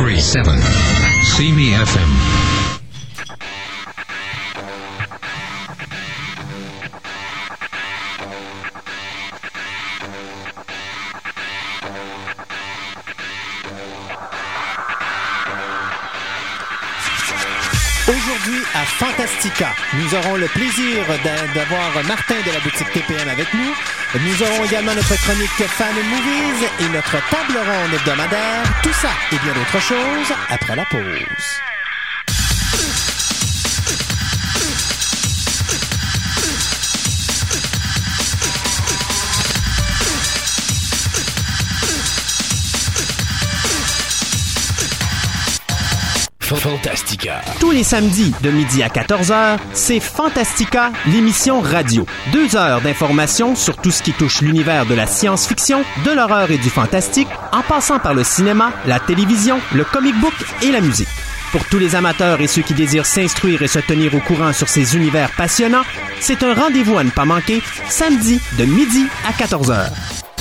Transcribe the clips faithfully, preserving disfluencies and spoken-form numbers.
trente-sept C M E F M. Aujourd'hui, à Fantastica, nous aurons le plaisir d'avoir Martin de la boutique T P M avec nous. Nous aurons également notre chronique Fan Movies et notre table ronde hebdomadaire. Tout ça et bien d'autres choses après la pause. Fantastica. Tous les samedis de midi à quatorze heures, c'est Fantastica, l'émission radio. Deux heures d'informations sur tout ce qui touche l'univers de la science-fiction, de l'horreur et du fantastique, en passant par le cinéma, la télévision, le comic book et la musique. Pour tous les amateurs et ceux qui désirent s'instruire et se tenir au courant sur ces univers passionnants, c'est un rendez-vous à ne pas manquer, samedi de midi à quatorze heures.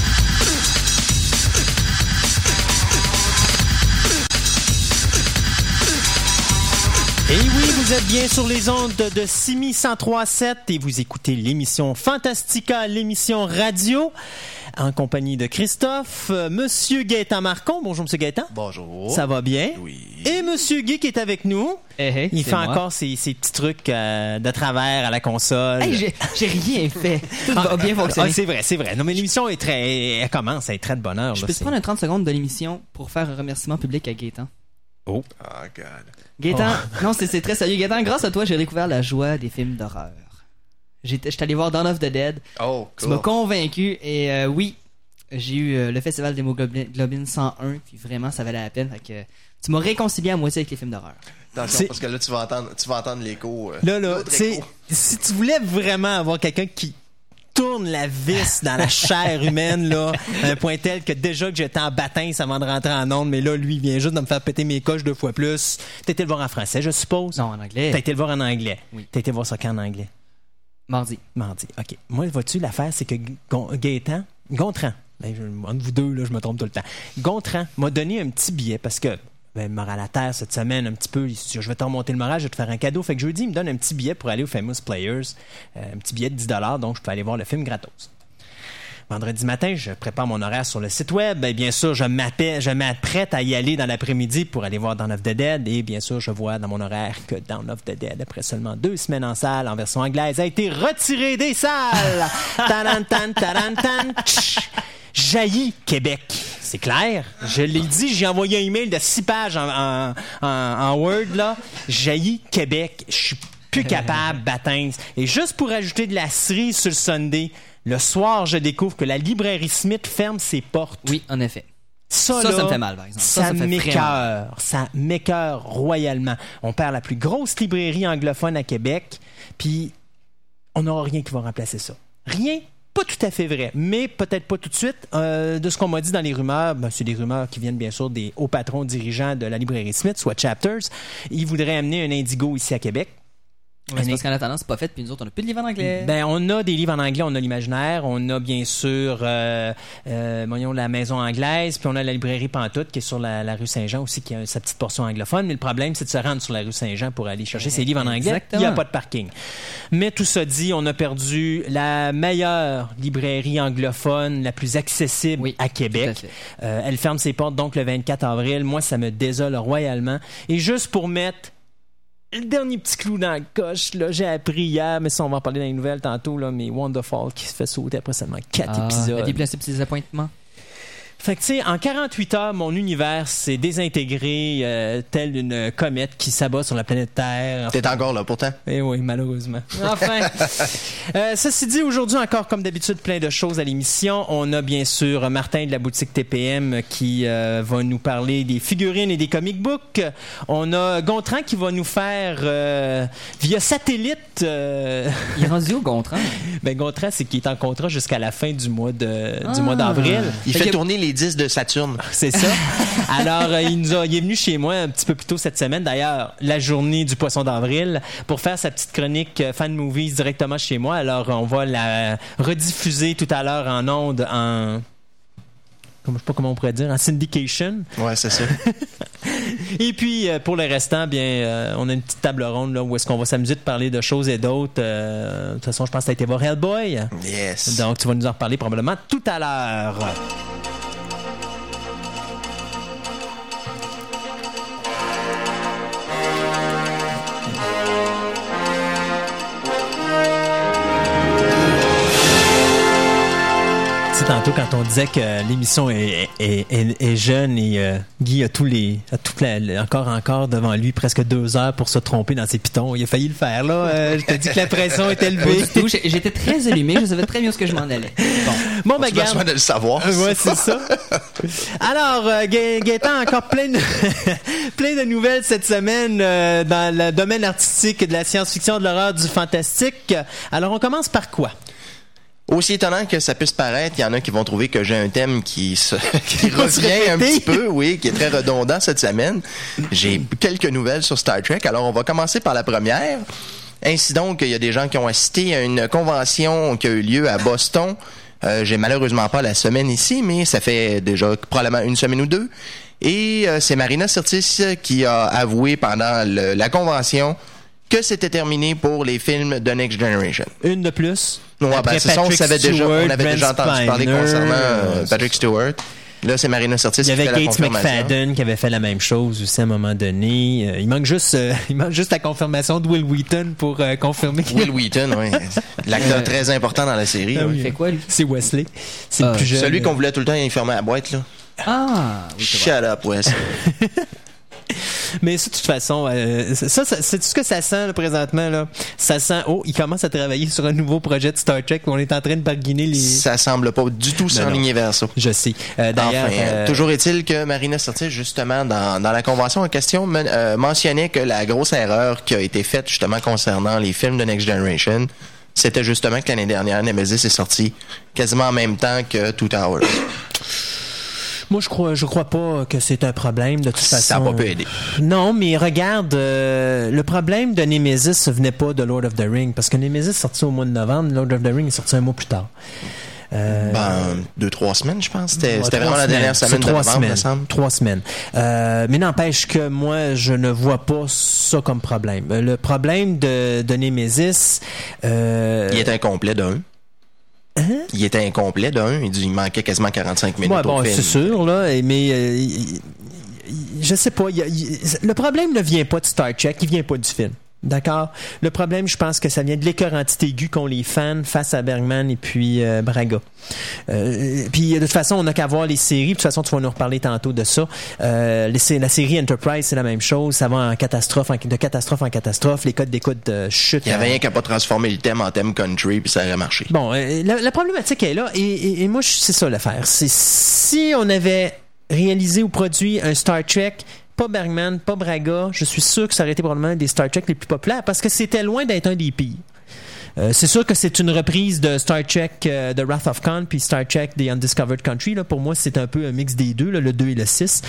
Et oui, vous êtes bien sur les ondes de C M I cent trois sept et vous écoutez l'émission Fantastica, l'émission radio, en compagnie de Christophe, euh, Monsieur Gaëtan Marcon. Bonjour, Monsieur Gaëtan. Bonjour. Ça va bien? Oui. Et Monsieur Guy qui est avec nous. Hey, hey, Il fait moi. encore ses, ses petits trucs euh, de travers à la console. Hey, j'ai, j'ai rien fait. Tout va bien fonctionner. Ah, c'est vrai, c'est vrai. Non, mais l'émission est très, elle commence, elle est très de bonne heure. Je là, peux c'est... te prendre un trente secondes de l'émission pour faire un remerciement public à Gaëtan. Oh. Oh, God. Gaëtan, Oh. non, c'est, c'est très sérieux. Gaëtan, grâce à toi, j'ai découvert la joie des films d'horreur. J'étais, j'étais allé voir Dawn of the Dead. Oh, Tu cool. m'as convaincu et euh, oui, j'ai eu euh, le festival d'hémoglobine cent un puis vraiment, ça valait la peine. Fait que tu m'as réconcilié à moitié avec les films d'horreur. Attention, C'est- parce que là, tu vas entendre, tu vas entendre l'écho. euh, Là, là, l'autre tu sais, écho. si tu voulais vraiment avoir quelqu'un qui tourne la vis dans la chair humaine, là, à un point tel que déjà que j'étais en baptême avant de rentrer en onde, mais là, lui, il vient juste de me faire péter mes coches deux fois plus. T'as été le voir en français, je suppose? Non, en anglais. T'as été le voir en anglais? Oui. T'as été voir ça quand en anglais? Mardi. Mardi, OK. Moi, vois-tu, l'affaire, c'est que Gon- Gaëtan, Gontran, ben, je, entre vous deux, là, je me trompe tout le temps. Gontran m'a donné un petit billet parce que, ben, le moral à terre cette semaine, un petit peu, il se dit, je vais te remonter le moral, je vais te faire un cadeau. Fait que jeudi, il me donne un petit billet pour aller au Famous Players, euh, un petit billet de dix dollars, donc je peux aller voir le film gratos. Vendredi matin, je prépare mon horaire sur le site web. Ben, bien sûr, je m'appelle, je m'apprête à y aller dans l'après-midi pour aller voir Dawn of the Dead. Et bien sûr, je vois dans mon horaire que Dawn of the Dead, après seulement deux semaines en salle, en version anglaise, a été retiré des salles. Tarantan, tarantan, tch. Jaillit Québec. C'est clair. Je l'ai dit, j'ai envoyé un email de six pages en, en, en, en Word, là. Jaillit Québec. Je suis plus capable, baptême. Et juste pour ajouter de la cerise sur le Sunday, le soir, je découvre que la librairie Smith ferme ses portes. Oui, en effet. Ça, Ça, là, ça me fait mal, par exemple. Ça, Ça, ça me fait m'écœure. Ça m'écœure royalement. On perd la plus grosse librairie anglophone à Québec, puis on n'aura rien qui va remplacer ça. Rien. Pas tout à fait vrai, mais peut-être pas tout de suite. Euh, de ce qu'on m'a dit dans les rumeurs, ben, c'est des rumeurs qui viennent bien sûr des hauts patrons dirigeants de la librairie Smith, soit Chapters. Ils voudraient amener un Indigo ici à Québec. Ouais, c'est parce qu'en attendant, c'est pas fait, puis nous autres, on a plus de livres en anglais. Ben, on a des livres en anglais, on a l'imaginaire, on a bien sûr euh, euh, voyons, la maison anglaise, puis on a la librairie Pantoute qui est sur la, la rue Saint-Jean aussi, qui a sa petite portion anglophone. Mais le problème, c'est de se rendre sur la rue Saint-Jean pour aller chercher ses livres en anglais. Exactement. Il n'y a pas de parking. Mais tout ça dit, on a perdu la meilleure librairie anglophone, la plus accessible Oui, à tout à Québec. fait. Euh, elle ferme ses portes donc le vingt-quatre avril. Moi, ça me désole royalement. Et juste pour mettre le dernier petit clou dans la coche, là, j'ai appris hier, mais ça, on va en parler dans les nouvelles tantôt, là, mais Wonderfall qui se fait sauter après seulement quatre Ah, épisodes. il a déplacé petits appointements. Fait que, tu sais, en quarante-huit heures, mon univers s'est désintégré euh, tel une comète qui s'abat sur la planète Terre. T'es encore là, pourtant. Eh oui, malheureusement. Enfin, euh, ceci dit, aujourd'hui encore, comme d'habitude, plein de choses à l'émission. On a bien sûr Martin de la boutique T P M qui euh, va nous parler des figurines et des comic books. On a Gontran qui va nous faire euh, via satellite. Euh, Il est rendu au Gontran. ben Gontran, c'est qu'il est en contrat jusqu'à la fin du mois de Ah. du mois d'avril. Il Fait fait que- tourner les disques de Saturne. C'est ça. Alors, euh, il, nous a, il est venu chez moi un petit peu plus tôt cette semaine, d'ailleurs, la journée du poisson d'avril, pour faire sa petite chronique euh, Fan Movies directement chez moi. Alors, on va la rediffuser tout à l'heure en ondes, en... Comment, je sais pas comment on pourrait dire, en syndication. Ouais, c'est ça. Et puis, euh, pour le restant, bien, euh, on a une petite table ronde là, où est-ce qu'on va s'amuser de parler de choses et d'autres. Euh, de toute façon, je pense que tu as été voir Hellboy. Yes. Donc, tu vas nous en reparler probablement tout à l'heure. Tantôt, quand on disait que l'émission est, est, est, est jeune et euh, Guy a tous les, a toute la, encore encore devant lui presque deux heures pour se tromper dans ses pitons. Il a failli le faire là. Euh, je te dis que la pression est élevée. Tout, j'étais très allumé, je savais très bien ce que je m'en allais. Bon, bon ben tu as besoin de le savoir. Euh, ouais, c'est ça. Alors, euh, Gaëtan, encore plein de plein de nouvelles cette semaine euh, dans le domaine artistique de la science-fiction, de l'horreur, du fantastique. Alors, on commence par quoi? Aussi étonnant que ça puisse paraître, il y en a qui vont trouver que j'ai un thème qui, se, qui revient un petit peu, oui, qui est très redondant cette semaine. J'ai quelques nouvelles sur Star Trek. Alors, on va commencer par la première. Ainsi donc, il y a des gens qui ont assisté à une convention qui a eu lieu à Boston. Euh, j'ai malheureusement pas la semaine ici, mais ça fait déjà probablement une semaine ou deux. Et euh, c'est Marina Sirtis qui a avoué pendant le, la convention que c'était terminé pour les films de Next Generation. Une de plus. Ouais, ben, c'est ça, on savait déjà, on avait déjà entendu parler concernant euh, Patrick Stewart. Là, c'est Marina Sirtis qui fait la confirmation. Il y avait Gates McFadden qui avait fait la même chose aussi à un moment donné. Euh, il manque juste, euh, il manque juste la confirmation de Will Wheaton pour euh, confirmer. Will Wheaton, oui. L'acteur euh, très important dans la série. Ah, oui. Il fait quoi, lui? C'est Wesley. C'est ah, le plus jeune. Celui qu'on voulait tout le temps enfermer à la boîte, là. Ah! Oui, Shut up, Wes. Mais ça, de toute façon, euh, ça, ça, c'est tout ce que ça sent là, présentement. Là. Ça sent, oh, il commence à travailler sur un nouveau projet de Star Trek où on est en train de barguiner les... Ça semble pas du tout s'enligner vers ça. Je sais. Euh, d'ailleurs, enfin, euh... toujours est-il que Marina Sirtis, justement, dans, dans la convention en question, men, euh, mentionnait que la grosse erreur qui a été faite, justement, concernant les films de Next Generation, c'était justement que l'année dernière, Nemesis est sorti quasiment en même temps que Two Towers. Moi, je crois, je crois pas que c'est un problème de toute façon. Ça n'a pas pu aider. Non, mais regarde, euh, le problème de Nemesis ne venait pas de Lord of the Rings, parce que Nemesis est sorti au mois de novembre, Lord of the Rings est sorti un mois plus tard. Euh, ben, deux, trois semaines, je pense. C'était, ouais, c'était vraiment semaines. la dernière semaine de trois novembre, semaines. me semble. Trois semaines. Euh, mais n'empêche que moi, je ne vois pas ça comme problème. Le problème de, de Nemesis... Euh, il est incomplet d'un. Hein? Il était incomplet d'un. Il, il manquait quasiment quarante-cinq minutes ouais, au bon, film. C'est sûr, là, mais euh, il, il, je sais pas. Il, il, le problème ne vient pas de Star Trek, il vient pas du film. D'accord? Le problème, je pense que ça vient de l'écœurantite aiguë qu'ont les fans face à Bergman et puis euh, Braga. Euh, puis de toute façon, on n'a qu'à voir les séries. De toute façon, tu vas nous reparler tantôt de ça. Euh, les, la série Enterprise, c'est la même chose. Ça va en catastrophe, en, de catastrophe en catastrophe. Les codes d'écoute euh, chutent. Il n'y avait rien qu'à pas transformer le thème en thème country, puis ça aurait marché. Bon, euh, la, la problématique est là. Et, et, et moi, c'est ça l'affaire. C'est si on avait réalisé ou produit un Star Trek... Pas Bergman, pas Braga, je suis sûr que ça aurait été probablement des Star Trek les plus populaires parce que c'était loin d'être un des pires. Euh, c'est sûr que c'est une reprise de Star Trek euh, de Wrath of Khan puis Star Trek The Undiscovered Country. Là, pour moi, c'est un peu un mix des deux, là, le deux et le six.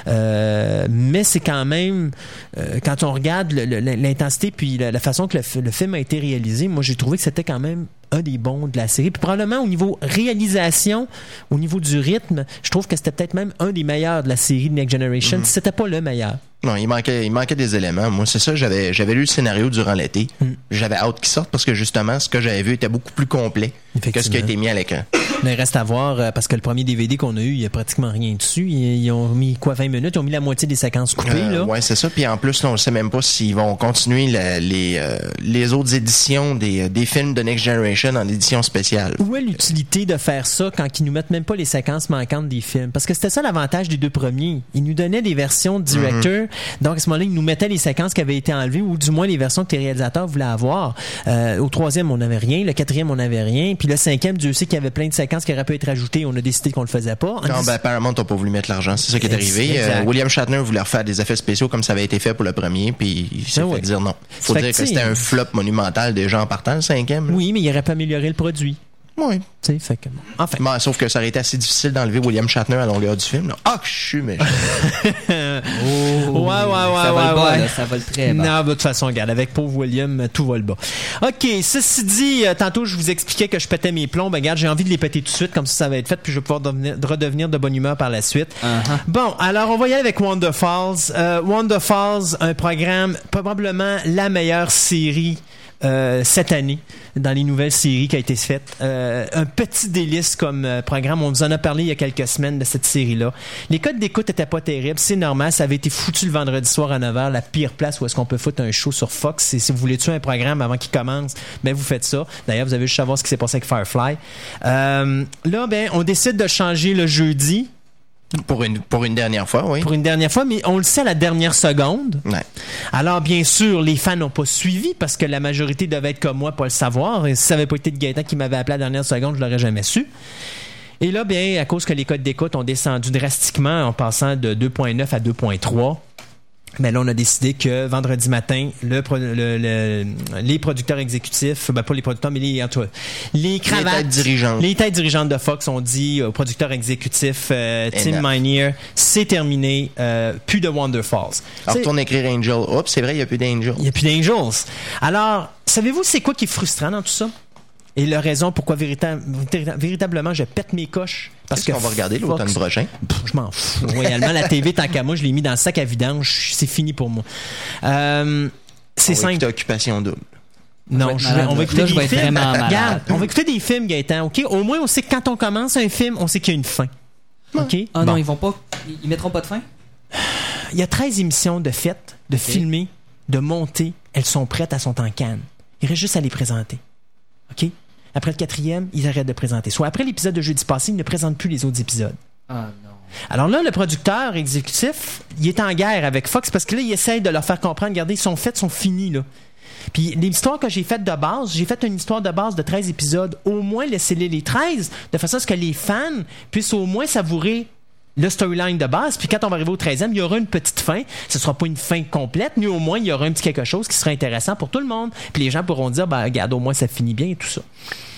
Euh, mais c'est quand même, euh, quand on regarde le, le, l'intensité puis la, la façon que le, le film a été réalisé, moi, j'ai trouvé que c'était quand même un des bons de la série. Puis probablement au niveau réalisation, au niveau du rythme, je trouve que c'était peut-être même un des meilleurs de la série de Next Generation. Mm-hmm. Si c'était pas le meilleur. Non, il manquait, il manquait des éléments. Moi, c'est ça, j'avais, j'avais lu le scénario durant l'été. Mm. J'avais hâte qu'il sorte parce que justement, ce que j'avais vu était beaucoup plus complet que ce qui a été mis à l'écran. Mais il reste à voir, parce que le premier D V D qu'on a eu, il n'y a pratiquement rien dessus. Ils, ils ont mis quoi, vingt minutes? Ils ont mis la moitié des séquences coupées, euh, là. Ouais, c'est ça. Puis en plus, là, on ne sait même pas s'ils vont continuer la, les, euh, les autres éditions des, des films de Next Generation en édition spéciale. Où est l'utilité de faire ça quand ils nous mettent même pas les séquences manquantes des films? Parce que c'était ça l'avantage des deux premiers. Ils nous donnaient des versions de director. Mm-hmm. Donc, à ce moment-là, ils nous mettaient les séquences qui avaient été enlevées, ou du moins les versions que les réalisateurs voulaient avoir. Euh, au troisième, on n'avait rien. Le quatrième, on n'avait rien. Puis le cinquième, Dieu sait qu'il y avait plein de séquences qui auraient pu être ajoutées. On a décidé qu'on le faisait pas. Non, ben, apparemment, t'as pas voulu mettre l'argent. C'est ça qui est arrivé. Euh, William Shatner voulait refaire des effets spéciaux comme ça avait été fait pour le premier, puis il s'est ah, fait oui. dire non. Faut dire que, que c'était un flop monumental déjà en partant, le cinquième. Là. Oui, mais il aurait pas amélioré le produit. Oui. Tu sais, fait que bon. Enfin. Bon, sauf que ça aurait été assez difficile d'enlever William Shatner à la longueur du film. Là. Ah, je suis méchant. oh, ouais, ça ouais, vole ouais, bas, ouais. là, ça vole très bas. Non, de toute façon, regarde, avec pauvre William, tout va le bas. OK, ceci dit, euh, tantôt, je vous expliquais que je pétais mes plombs. Ben, regarde, j'ai envie de les péter tout de suite, comme ça, ça va être fait, puis je vais pouvoir devenir, redevenir de bonne humeur par la suite. Uh-huh. Bon, alors, on va y aller avec Wonder Falls. Euh, Wonder Falls, un programme, probablement la meilleure série Euh, cette année dans les nouvelles séries qui a été faite. Euh, un petit délice comme euh, programme. On vous en a parlé il y a quelques semaines de cette série-là. Les codes d'écoute étaient pas terribles. C'est normal. Ça avait été foutu le vendredi soir à neuf heures. La pire place où est-ce qu'on peut foutre un show sur Fox. Et si vous voulez tuer un programme avant qu'il commence, ben vous faites ça. D'ailleurs, vous avez juste à voir ce qui s'est passé avec Firefly. Euh, là, ben, on décide de changer le jeudi. Pour une, pour une dernière fois, oui. Pour une dernière fois, mais on le sait à la dernière seconde. Ouais. Alors, bien sûr, les fans n'ont pas suivi parce que la majorité devait être comme moi, pas le savoir. Et si ça n'avait pas été de Gaëtan qui m'avait appelé à la dernière seconde, je l'aurais jamais su. Et là, bien, à cause que les codes d'écoute ont descendu drastiquement en passant de deux virgule neuf à deux virgule trois, mais là, on a décidé que vendredi matin, le, le, le, les producteurs exécutifs, ben pas les producteurs, mais les, en tout cas, les cravates, les têtes dirigeantes, les têtes dirigeantes de Fox ont dit aux producteurs exécutifs, euh, Tim Minear, c'est terminé, euh, plus de Wonder Falls. Alors, retourne écrire Angel. Oups, c'est vrai, il n'y a plus d'Angel. Il n'y a plus d'Angels. Alors, savez-vous c'est quoi qui est frustrant dans tout ça? Et la raison pourquoi vérita- véritablement je pète mes coches. Parce Qu'est-ce que qu'on va regarder Fox, l'automne prochain? Pff, je m'en fous. Royalement, la T V, tant qu'à moi, je l'ai mis dans le sac à vidange. C'est fini pour moi. Euh, c'est on va simple. écouter Occupation double. Non, je vais, on va écouter là, des je vais être films. vraiment malade. Regarde, on va écouter des films, Gaëtan. OK? Au moins, on sait que quand on commence un film, on sait qu'il y a une fin. OK? Ah Bon. non, ils vont pas. Ils, ils mettront pas de fin? Il y a treize émissions de fêtes, de Okay. filmer, de monter. Elles sont prêtes, elles sont en canne. Il reste juste à les présenter. OK? Après le quatrième, ils arrêtent de présenter. Soit après l'épisode de jeudi passé, ils ne présentent plus les autres épisodes. Ah non. Alors là, le producteur exécutif, il est en guerre avec Fox parce que là, il essaye de leur faire comprendre, regardez, ils sont faits, sont finis, là. Puis l'histoire que j'ai faite de base, j'ai fait une histoire de base de treize épisodes. Au moins, laissez-les les treize, de façon à ce que les fans puissent au moins savourer le storyline de base, puis quand on va arriver au treizième, il y aura une petite fin. Ce sera pas une fin complète, mais au moins, il y aura un petit quelque chose qui sera intéressant pour tout le monde. Puis les gens pourront dire, ben, regarde, au moins, ça finit bien et tout ça.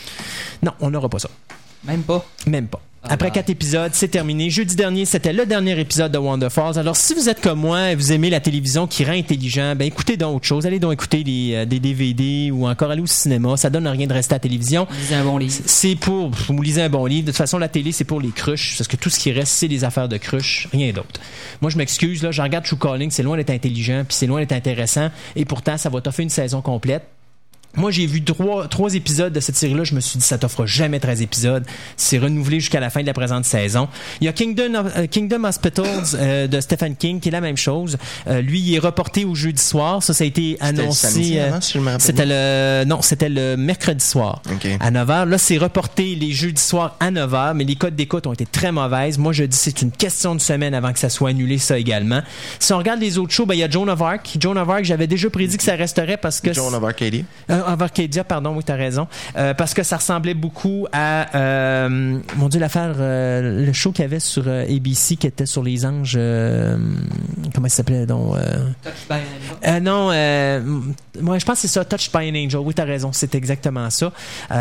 Non, on n'aura pas ça. Même pas. Même pas. Ah, Après bah. quatre épisodes, c'est terminé. Jeudi dernier, c'était le dernier épisode de Wonder Falls. Alors, si vous êtes comme moi et vous aimez la télévision qui rend intelligent, ben écoutez donc autre chose. Allez donc écouter des, euh, des D V D ou encore aller au cinéma. Ça donne rien de rester à la télévision. Lisez un bon livre. C'est pour... Vous lisez un bon livre. De toute façon, la télé, c'est pour les cruches. Parce que tout ce qui reste, c'est des affaires de cruches. Rien d'autre. Moi, je m'excuse. Là, je regarde True Calling. C'est loin d'être intelligent. Puis c'est loin d'être intéressant. Et pourtant, ça va t'offrir une saison complète. Moi, j'ai vu trois, trois épisodes de cette série-là. Je me suis dit, ça t'offre jamais treize épisodes. C'est renouvelé jusqu'à la fin de la présente saison. Il y a Kingdom, euh, Kingdom Hospitals euh, de Stephen King, qui est la même chose. Euh, lui, il est reporté au jeudi soir. Ça, ça a été annoncé. C'était le samedi euh, avant, si je me rappelle c'était le, non, c'était le mercredi soir. Okay. À neuf heures. Là, c'est reporté les jeudis soirs à neuf heures, mais les codes d'écoute ont été très mauvaises. Moi, je dis c'est une question de semaine avant que ça soit annulé, ça également. Si on regarde les autres shows, ben, il y a Joan of Arc. Joan of Arc, j'avais déjà prédit que ça resterait parce que... Joan of Arcadia. Euh, of Arcadia, pardon, oui, t'as raison. Euh, parce que ça ressemblait beaucoup à, euh, mon Dieu, l'affaire, euh, le show qu'il y avait sur euh, A B C qui était sur les anges, euh, comment ça s'appelait, donc, euh, Touched by an Angel. euh, non, euh, moi, je pense que c'est ça, Touched by an Angel. Oui, t'as raison, c'est exactement ça.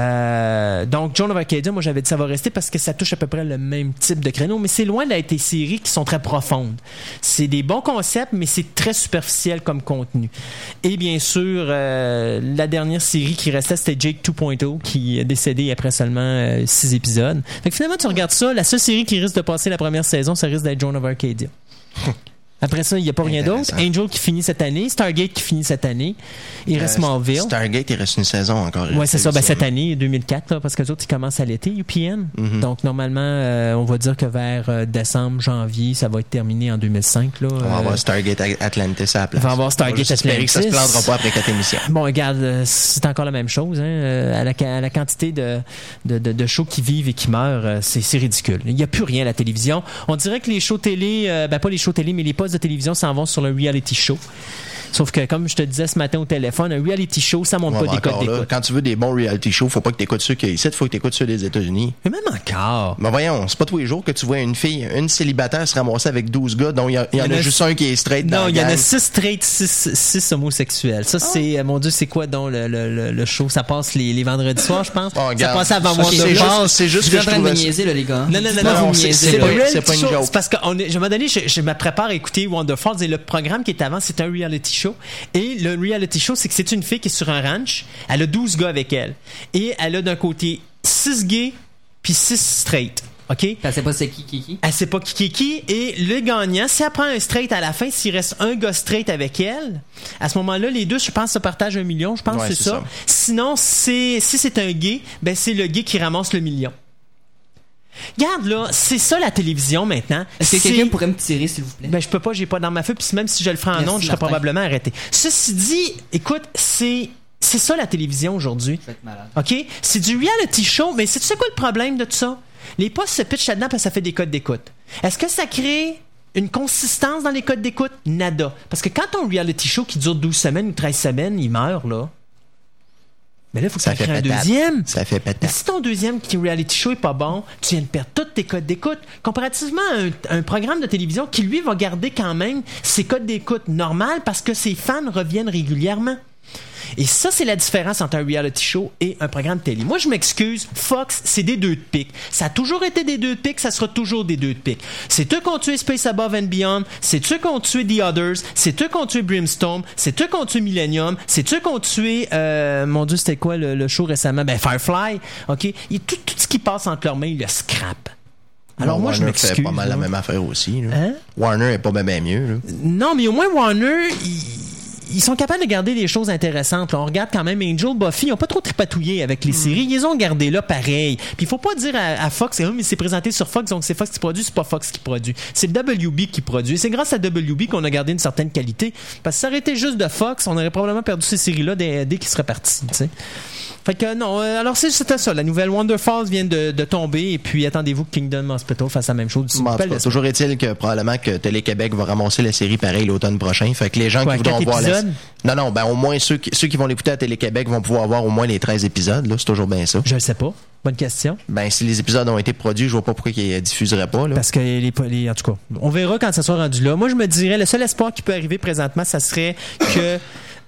Euh, donc, Joan of Arcadia, moi, j'avais dit ça va rester parce que ça touche à peu près le même type de créneau, mais c'est loin d'être des séries qui sont très profondes. C'est des bons concepts, mais c'est très superficiel comme contenu. Et bien sûr, euh, la dernière série qui restait, c'était Jake deux point oh, qui est décédé après seulement euh, six épisodes. Fait que finalement, tu regardes ça, la seule série qui risque de passer la première saison, ça risque d'être Joan of Arcadia. Après ça, il n'y a pas rien d'autre. Angel qui finit cette année, Stargate qui finit cette année, il reste Euh, Smallville. Stargate, il reste une saison encore. Oui, c'est ça. Ben, cette année, deux mille quatre, là, parce que les autres, ils commencent à l'été, U P N. Mm-hmm. Donc, normalement, euh, on va dire que vers euh, décembre, janvier, ça va être terminé en deux mille cinq. Là, On va euh, avoir Stargate Atlantis à la place. On va avoir Stargate juste espérer que ça se Atlantis. plantera pas après quatre émissions. Bon, regarde, euh, c'est encore la même chose. Hein, euh, à, la, à la quantité de, de, de, de shows qui vivent et qui meurent, euh, c'est, c'est ridicule. Il n'y a plus rien à la télévision. On dirait que les shows télé, euh, ben pas les shows télé, mais les postes de télévision s'en vont sur le reality show. Sauf que, comme je te disais ce matin au téléphone, un reality show, ça monte Ouais, pas des codes encore là, d'écoute. quand tu veux des bons reality shows, faut pas que tu écoutes ceux qu'il y a ici, faut que tu écoutes ceux des États-Unis. Mais même encore. Mais voyons, c'est pas tous les jours que tu vois une fille, une célibataire se ramasser avec douze gars, dont il y, a- il y en a, juste un qui est straight dans Non, la il y en a gang. six straight, six, six homosexuels. Ça, c'est, euh, mon Dieu, c'est quoi donc le, le, le, le show? Ça passe les, les vendredis soirs, je pense. Oh, ça regarde. passe avant Ça, Wonder c'est Falls. juste- C'est juste Vous que êtes je en train de me trouvais ça- niaiser, là, les gars. Non, non, non, Dites-moi non, vous non, me c'est, niaisez, c'est là. pas reality c'est pas une show. joke. C'est parce qu'à un moment donné, je, je me prépare à écouter Wonder Falls et le programme qui est avant, c'est un reality show. Et le reality show, c'est que c'est une fille qui est sur un ranch. Elle a douze gars avec elle. Et elle a d'un côté six gays puis six straight. OK? Elle sait pas c'est qui qui qui. Elle sait pas qui qui est qui. Et le gagnant, si elle prend un straight à la fin, s'il reste un gars straight avec elle, à ce moment-là, les deux, je pense, se partagent un million. Je pense Ouais, que c'est c'est ça. ça. Sinon, c'est, si c'est un gay, ben c'est le gay qui ramasse le million. Regarde, là, c'est ça la télévision maintenant. Est-ce que C'est- quelqu'un pourrait me tirer, s'il vous plaît? Ben, je peux pas, j'ai pas dans ma feuille, puis même si je le ferais en Merci, ondes, je serais Martin. probablement arrêté. Ceci dit, écoute, c'est, c'est ça la télévision aujourd'hui. Je vais être malade. OK? C'est du reality show, mais c'est tu sais quoi le problème de tout ça? Les postes se pitchent là-dedans parce que ça fait des codes d'écoute. Est-ce que ça crée une consistance dans les codes d'écoute? Nada. Parce que quand ton reality show qui dure douze semaines ou treize semaines, il meurt, là. Mais là, il faut que Ça ça fait crée un patate. deuxième. Ça fait Mais patate. si ton deuxième qui reality show est pas bon, tu viens de perdre tous tes codes d'écoute. Comparativement à un, un programme de télévision qui, lui, va garder quand même ses codes d'écoute normales parce que ses fans reviennent régulièrement. Et ça, c'est la différence entre un reality show et un programme de télé. Moi, je m'excuse, Fox, c'est des deux de pique. Ça a toujours été des deux de pique, ça sera toujours des deux de pique. C'est eux qui ont tué Space Above and Beyond, c'est eux qui ont tué The Others, c'est eux qui ont tué Brimstone, c'est eux qui ont tué Millennium, c'est eux qui ont tué, euh, mon Dieu, c'était quoi le, le show récemment? Ben, Firefly, OK? Et tout, tout ce qui passe entre leurs mains, ils le scrapent. Alors Non, moi, je Warner m'excuse. fait pas mal la là. même affaire aussi. Là. Hein? Warner est pas bien ben mieux. Là. Non, mais au moins Warner, ils, ils sont capables de garder des choses intéressantes. Là, on regarde quand même Angel, Buffy, ils ont pas trop tripatouillé avec les séries. Ils les ont gardé là pareil. Puis il faut pas dire à, à Fox, ah, mais c'est présenté sur Fox, donc c'est Fox qui produit, c'est pas Fox qui produit. C'est le W B qui produit. C'est grâce à W B qu'on a gardé une certaine qualité. Parce que ça aurait été juste de Fox, on aurait probablement perdu ces séries-là dès, dès qu'ils seraient partis. Tu sais. Fait que non, euh, alors c'est, c'était ça. La nouvelle Wonder Falls vient de, de tomber et puis attendez-vous que Kingdom Hospital fasse la même chose. Bon, en tout cas, toujours est-il que probablement que Télé-Québec va ramasser la série pareil l'automne prochain. Fait que les gens Quoi, qui voudront quatre voir la... épisodes? Non, non, ben au moins ceux qui, ceux qui vont l'écouter à Télé-Québec vont pouvoir voir au moins les treize épisodes. Là, c'est toujours bien ça. Je le sais pas. Bonne question. Ben si les épisodes ont été produits, je vois pas pourquoi ils les diffuseraient pas. Là. Parce que les, les- en tout cas, on verra quand ça sera rendu là. Moi, je me dirais, le seul espoir qui peut arriver présentement, ça serait que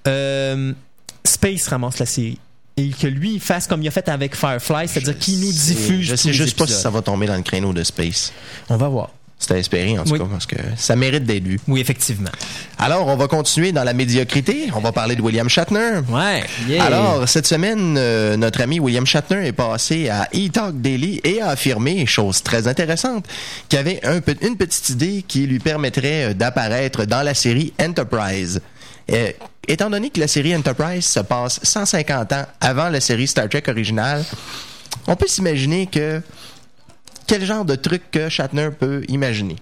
euh, Space ramasse la série. Et que lui, il fasse comme il a fait avec Firefly, c'est-à-dire qu'il nous C'est- diffuse. Je tous sais les juste pas si épisodes. ça va tomber dans le créneau de Space. On va voir. C'est à espérer, en tout Oui. cas, parce que ça mérite d'être vu. Oui, effectivement. Alors, on va continuer dans la médiocrité. On va parler de William Shatner. Ouais. Yeah. Alors, cette semaine, euh, notre ami William Shatner est passé à E-Talk Daily et a affirmé, chose très intéressante, qu'il y avait un, pe- une petite idée qui lui permettrait euh, d'apparaître dans la série Enterprise. Euh, étant donné que la série Enterprise se passe cent cinquante ans avant la série Star Trek originale, on peut s'imaginer que quel genre de truc que Shatner peut imaginer.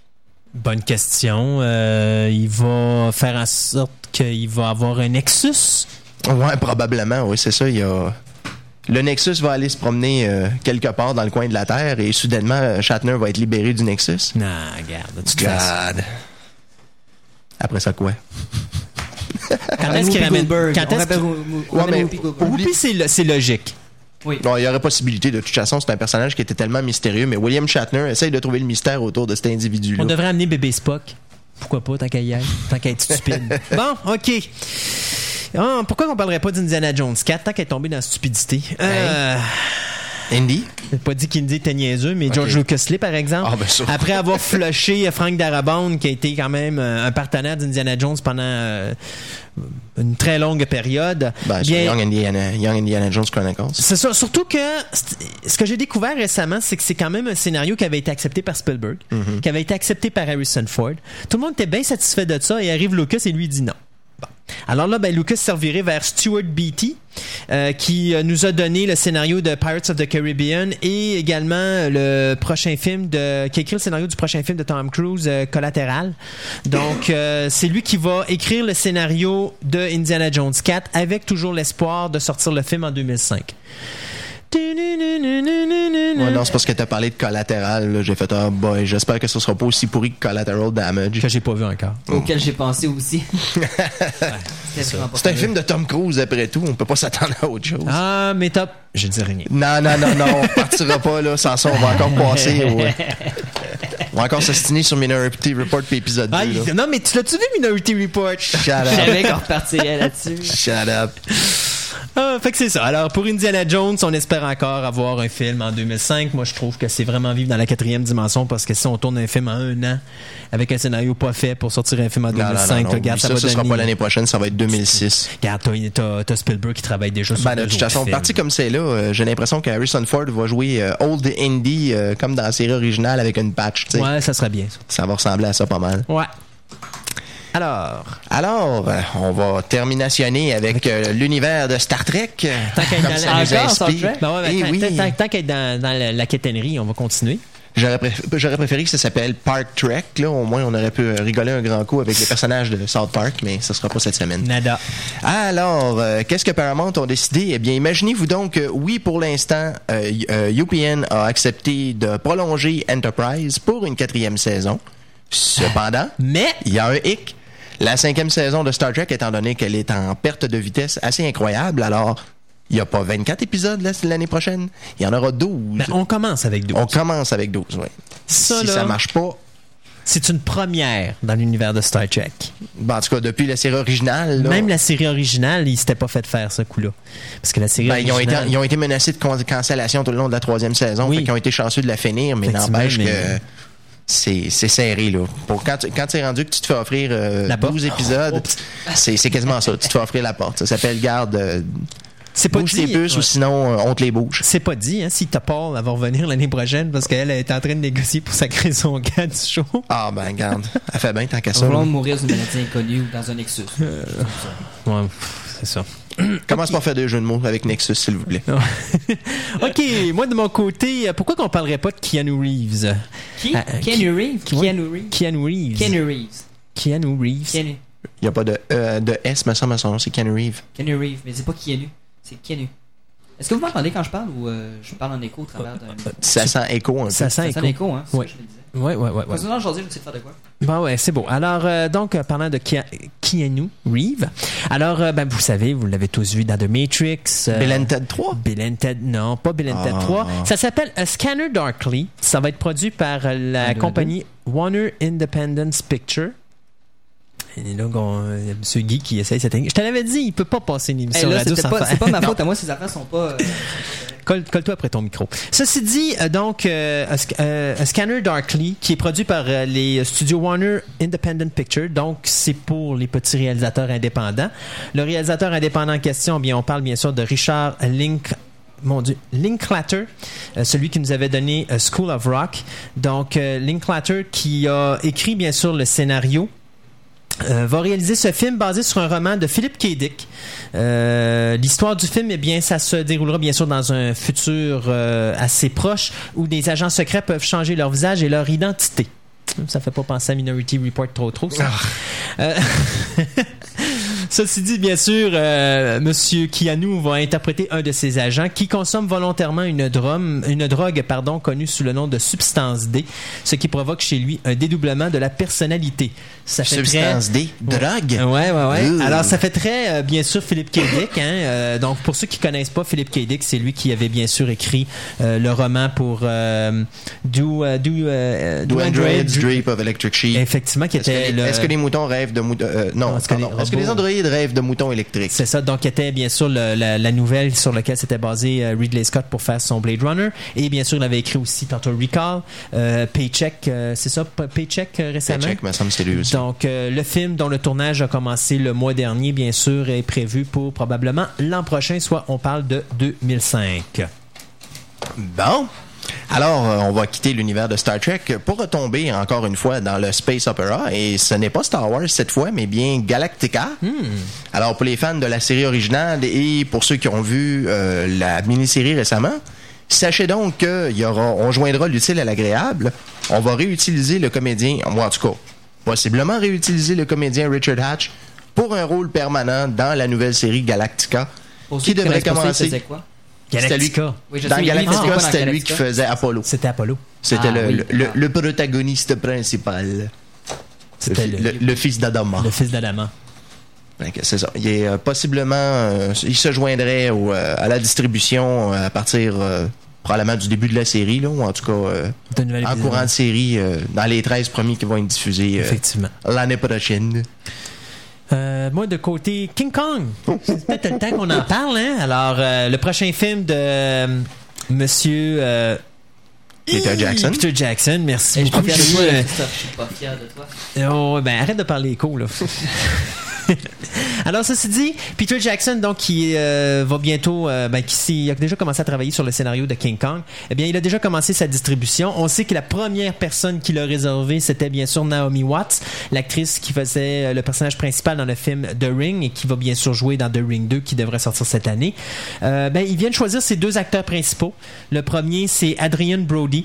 Bonne question. Euh, il va faire en sorte qu'il va avoir un Nexus. Ouais, probablement, oui, c'est ça. Il y a... Le Nexus va aller se promener euh, quelque part dans le coin de la Terre et soudainement, euh, Shatner va être libéré du Nexus. Non, regarde. de toute façon. God. Après ça, quoi? Quand est-ce qu'il ramène... Goldberg. Quand On est-ce rappelle qu'il- Whoopi- on Ouais, rappelle mais- Whoopi Goldberg. Whoopi, c'est, lo- c'est logique. Oui. Non, il y aurait possibilité. De toute façon, c'est un personnage qui était tellement mystérieux, mais William Shatner essaye de trouver le mystère autour de cet individu-là. On devrait amener bébé Spock. Pourquoi pas, tant qu'à y aller, tant qu'à être stupide. Bon, OK. Ah, pourquoi on parlerait pas d'Indiana Jones quatre tant qu'elle est tombée dans la stupidité? Euh, Indy? j'ai pas dit qu'Indy était niaiseux, mais George Ok. Lucas l'est, par exemple. Ah, ben ça. Après avoir flushé Frank Darabont, qui a été quand même euh, un partenaire d'Indiana Jones pendant euh, une très longue période. Ben, sur bien, Young Indiana, Young Indiana Jones Chronicles. c'est ça. Surtout que c'est- ce que j'ai découvert récemment, c'est que c'est quand même un scénario qui avait été accepté par Spielberg, qui avait été accepté par Harrison Ford. Tout le monde était bien satisfait de ça et arrive Lucas et lui dit non. Bon. Alors là, ben, Lucas se revirait vers Stuart Beatty, euh, qui euh, nous a donné le scénario de Pirates of the Caribbean et également le prochain film de, qui a écrit le scénario du prochain film de Tom Cruise, euh, Collateral. Donc, euh, c'est lui qui va écrire le scénario de Indiana Jones quatre avec toujours l'espoir de sortir le film en deux mille cinq. Ouais, non, c'est parce que t'as parlé de Collateral. Là. J'ai fait, oh boy, j'espère que ce sera pas aussi pourri que Collateral Damage. Que j'ai pas vu encore. Auquel j'ai pensé aussi. Ouais, C'était vraiment pas C'est un mal. film de Tom Cruise après tout. On peut pas s'attendre à autre chose. Ah, mais top. Je dis rien. Non, non, non, non. On partira pas là. Sans ça, on va encore passer au... On va encore s'astiner sur Minority Report puis épisode Ah, deux. il- Là. non, mais tu l'as-tu vu, Minority Report? Shut Je up. savais qu'on repartirait là-dessus. Shut up. Ah, fait que c'est ça. Alors, pour Indiana Jones, on espère encore avoir un film en deux mille cinq. Moi, je trouve que c'est vraiment vivre dans la quatrième dimension parce que si on tourne un film en un an avec un scénario pas fait pour sortir un film en Non, non, non, deux mille cinq, non. regarde, ça, ça, va ce sera donner... pas l'année prochaine. Ça va être deux mille six. Regarde, t'as, t'as, t'as Spielberg qui travaille déjà sur Ben, de deux toute autres façon, films. parti comme c'est là, euh, j'ai l'impression que Harrison Ford va jouer euh, Old Indy euh, comme dans la série originale avec une patch. tu sais. Ouais, ça serait bien, ça. Ça va ressembler à ça pas mal. Ouais. Alors, Alors, euh, on va terminationner avec euh, l'univers de Star Trek. tant qu'à être Comme dans ça la- nous Encore Star inspire. Trek? ben ouais, ben, Eh tant, oui. tant- tant- tant qu'à être dans, dans la, la quétainerie, on va continuer. J'aurais, préf- j'aurais préféré que ça s'appelle Park Trek. Là, au moins, on aurait pu euh, rigoler un grand coup avec les personnages de South Park, mais ça sera pas cette semaine. Nada. Alors, euh, qu'est-ce que Paramount ont décidé? Eh bien, imaginez-vous donc que, oui, pour l'instant, euh, y- euh, U P N a accepté de prolonger Enterprise pour une quatrième saison. Cependant, Mais, il y a un hic. La cinquième saison de Star Trek, étant donné qu'elle est en perte de vitesse assez incroyable, alors, il n'y a pas vingt-quatre épisodes là, l'année prochaine. Il y en aura douze. ben, on commence avec douze. On commence avec douze, oui. Ça, si là, ça marche pas, c'est une première dans l'univers de Star Trek. ben, en tout cas, depuis la série originale, là, Même la série originale, ils s'étaient pas fait faire ce coup-là. Parce que la série ben, ils, ont été, originale... ils ont été menacés de con- cancellation tout le long de la troisième saison. Oui. Fait qu'ils ont été chanceux de la finir, mais Effectivement, n'empêche mais- que c'est, c'est serré. Là. Pour quand, tu, quand tu es rendu que tu te fais offrir euh, La porte. douze épisodes, Oups. c'est, c'est quasiment ça. Tu te fais offrir la porte. Ça s'appelle garde. Euh, C'est pas bouge tes dit, puces ouais. ou sinon euh, on te les bouge. C'est pas dit, hein, si t'as Paul, elle va revenir l'année prochaine parce qu'elle est en train de négocier pour sacrer son gars du show. Ah ben garde. Elle fait bien tant qu'à Nous ça. voulons là. mourir d'une maladie inconnue ou dans un Nexus. Ouais, pff, c'est ça. Commence par faire des jeux de mots avec Nexus, s'il vous plaît. OK, moi de mon côté, euh, pourquoi qu'on parlerait pas de Keanu Reeves? Qui? Ah, euh, Keanu Reeves? Oui. Keanu Reeves? Keanu Reeves. Keanu Reeves. Keanu Reeves. Keanu. Il n'y a pas de, euh, de S, me semble, à son nom. C'est Keanu Reeves. Keanu Reeves. Mais c'est pas Keanu. C'est Keanu. Est-ce que vous m'entendez quand je parle ou euh, je parle en écho au travers d'un... Ça sent écho un peu. Ça sent Ça sonne écho. écho, hein? C'est Ouais. ça que je me disais. Ouais, ouais, ouais. ouais. Parce que là, aujourd'hui, je sais faire de quoi. Bon, ouais, c'est beau. Alors, euh, donc, euh, parlant de Kia- Keanu Reeves, alors, euh, ben, vous savez, vous l'avez tous vu dans The Matrix. euh, Bill and Ted trois? Bill and Ted, non, pas Bill and Ted Ah. trois. Ça s'appelle A Scanner Darkly. Ça va être produit par euh, la Un, deux, compagnie Warner Independence Picture. Et là, on- il y a M. Guy qui essaye cette... Je te l'avais dit, il peut pas passer une Hey, émission là, radio c'était sans pas, faire... c'est pas ma faute à moi, ces affaires sont pas. euh, Colle, colle-toi après ton micro. Ceci dit, euh, donc, euh, a, Sc- euh, A Scanner Darkly, qui est produit par euh, les studios Warner Independent Picture, donc c'est pour les petits réalisateurs indépendants. Le réalisateur indépendant en question, bien, on parle bien sûr de Richard Link. Mon Dieu, Linklater, euh, celui qui nous avait donné euh, School of Rock. Donc, euh, Linklater qui a écrit bien sûr le scénario. Euh, va réaliser ce film basé sur un roman de Philip K. Dick. Euh, l'histoire du film, eh bien, ça se déroulera bien sûr dans un futur euh, assez proche où des agents secrets peuvent changer leur visage et leur identité. Ça fait pas penser à Minority Report trop trop, ça. Euh, Ceci dit, bien sûr, euh, Monsieur Keanu va interpréter un de ses agents qui consomme volontairement une, drum, une drogue pardon, connue sous le nom de substance D, ce qui provoque chez lui un dédoublement de la personnalité. Ça fait Substance très... D. Drogue. Ouais, ouais, ouais. Ouh. Alors, ça fait très, euh, bien sûr, Philip K. Dick. Hein, euh, donc, pour ceux qui connaissent pas Philip K. Dick, c'est lui qui avait bien sûr écrit euh, le roman pour euh, Do, euh, Do, euh, Do Androids Dream of Electric Sheep. Effectivement, qui Est-ce que, était les, le... est-ce que les moutons rêvent de moutons... Euh, non, Non, est-ce que pardon. les Est-ce que les robots- androïdes rêvent de moutons électriques? C'est ça, donc qui était bien sûr le- la, la nouvelle sur laquelle s'était basé euh, Ridley Scott pour faire son Blade Runner. Et bien sûr, il avait écrit aussi tantôt Recall, euh, Paycheck, euh, c'est ça, P- Paycheck euh, récemment. Paycheck, me semble, c'est lui aussi. Donc, euh, le film dont le tournage a commencé le mois dernier, bien sûr, est prévu pour probablement l'an prochain, soit on parle de deux mille cinq. Bon. Alors, euh, on va quitter l'univers de Star Trek pour retomber encore une fois dans le Space Opera. Et ce n'est pas Star Wars cette fois, mais bien Galactica. Alors, pour les fans de la série originale et pour ceux qui ont vu euh, la mini-série récemment, sachez donc qu'il y aura, on joindra l'utile à l'agréable. On va réutiliser le comédien, moi en tout cas, possiblement réutiliser le comédien Richard Hatch pour un rôle permanent dans la nouvelle série Galactica, Pour ceux qui qui devrait connaissent pas ça, il commencer. faisait quoi? C'était lui. Galactica. Oui, je Dans sais, mais lui, Galactica, c'était quoi dans c'était lui qui Galactica? faisait Apollo. C'était Apollo. C'était Ah, le, oui, le, le, d'accord. le protagoniste principal. Le, C'était fi- le, le, le fils d'Adama. le fils d'Adama. Fait que c'est ça. Il est euh, possiblement, euh, il se joindrait au, euh, à la distribution euh, à partir euh, probablement du début de la série, là, ou en tout cas euh, De nouvel en épisode. courant de série, euh, dans les treize premiers qui vont être diffusés euh, Effectivement. l'année prochaine. Euh, moi, de côté King Kong, c'est peut-être le temps qu'on en parle. Hein? Alors, euh, le prochain film de euh, Monsieur euh, Peter Jackson. Peter Jackson, merci Et je suis pas beaucoup. fier de toi, Euh, là, Christophe. Je suis pas fier de toi. Oh, ben arrête de parler écho, là. Alors, ceci dit, Peter Jackson, donc, qui euh, va bientôt, euh, ben, qui s'y- a déjà commencé à travailler sur le scénario de King Kong, eh bien, il a déjà commencé sa distribution. On sait que la première personne qui l'a réservé, c'était bien sûr Naomi Watts, l'actrice qui faisait euh, le personnage principal dans le film The Ring et qui va bien sûr jouer dans The Ring deux, qui devrait sortir cette année. Euh, ben, ils viennent choisir ses deux acteurs principaux. Le premier, c'est Adrian Brody.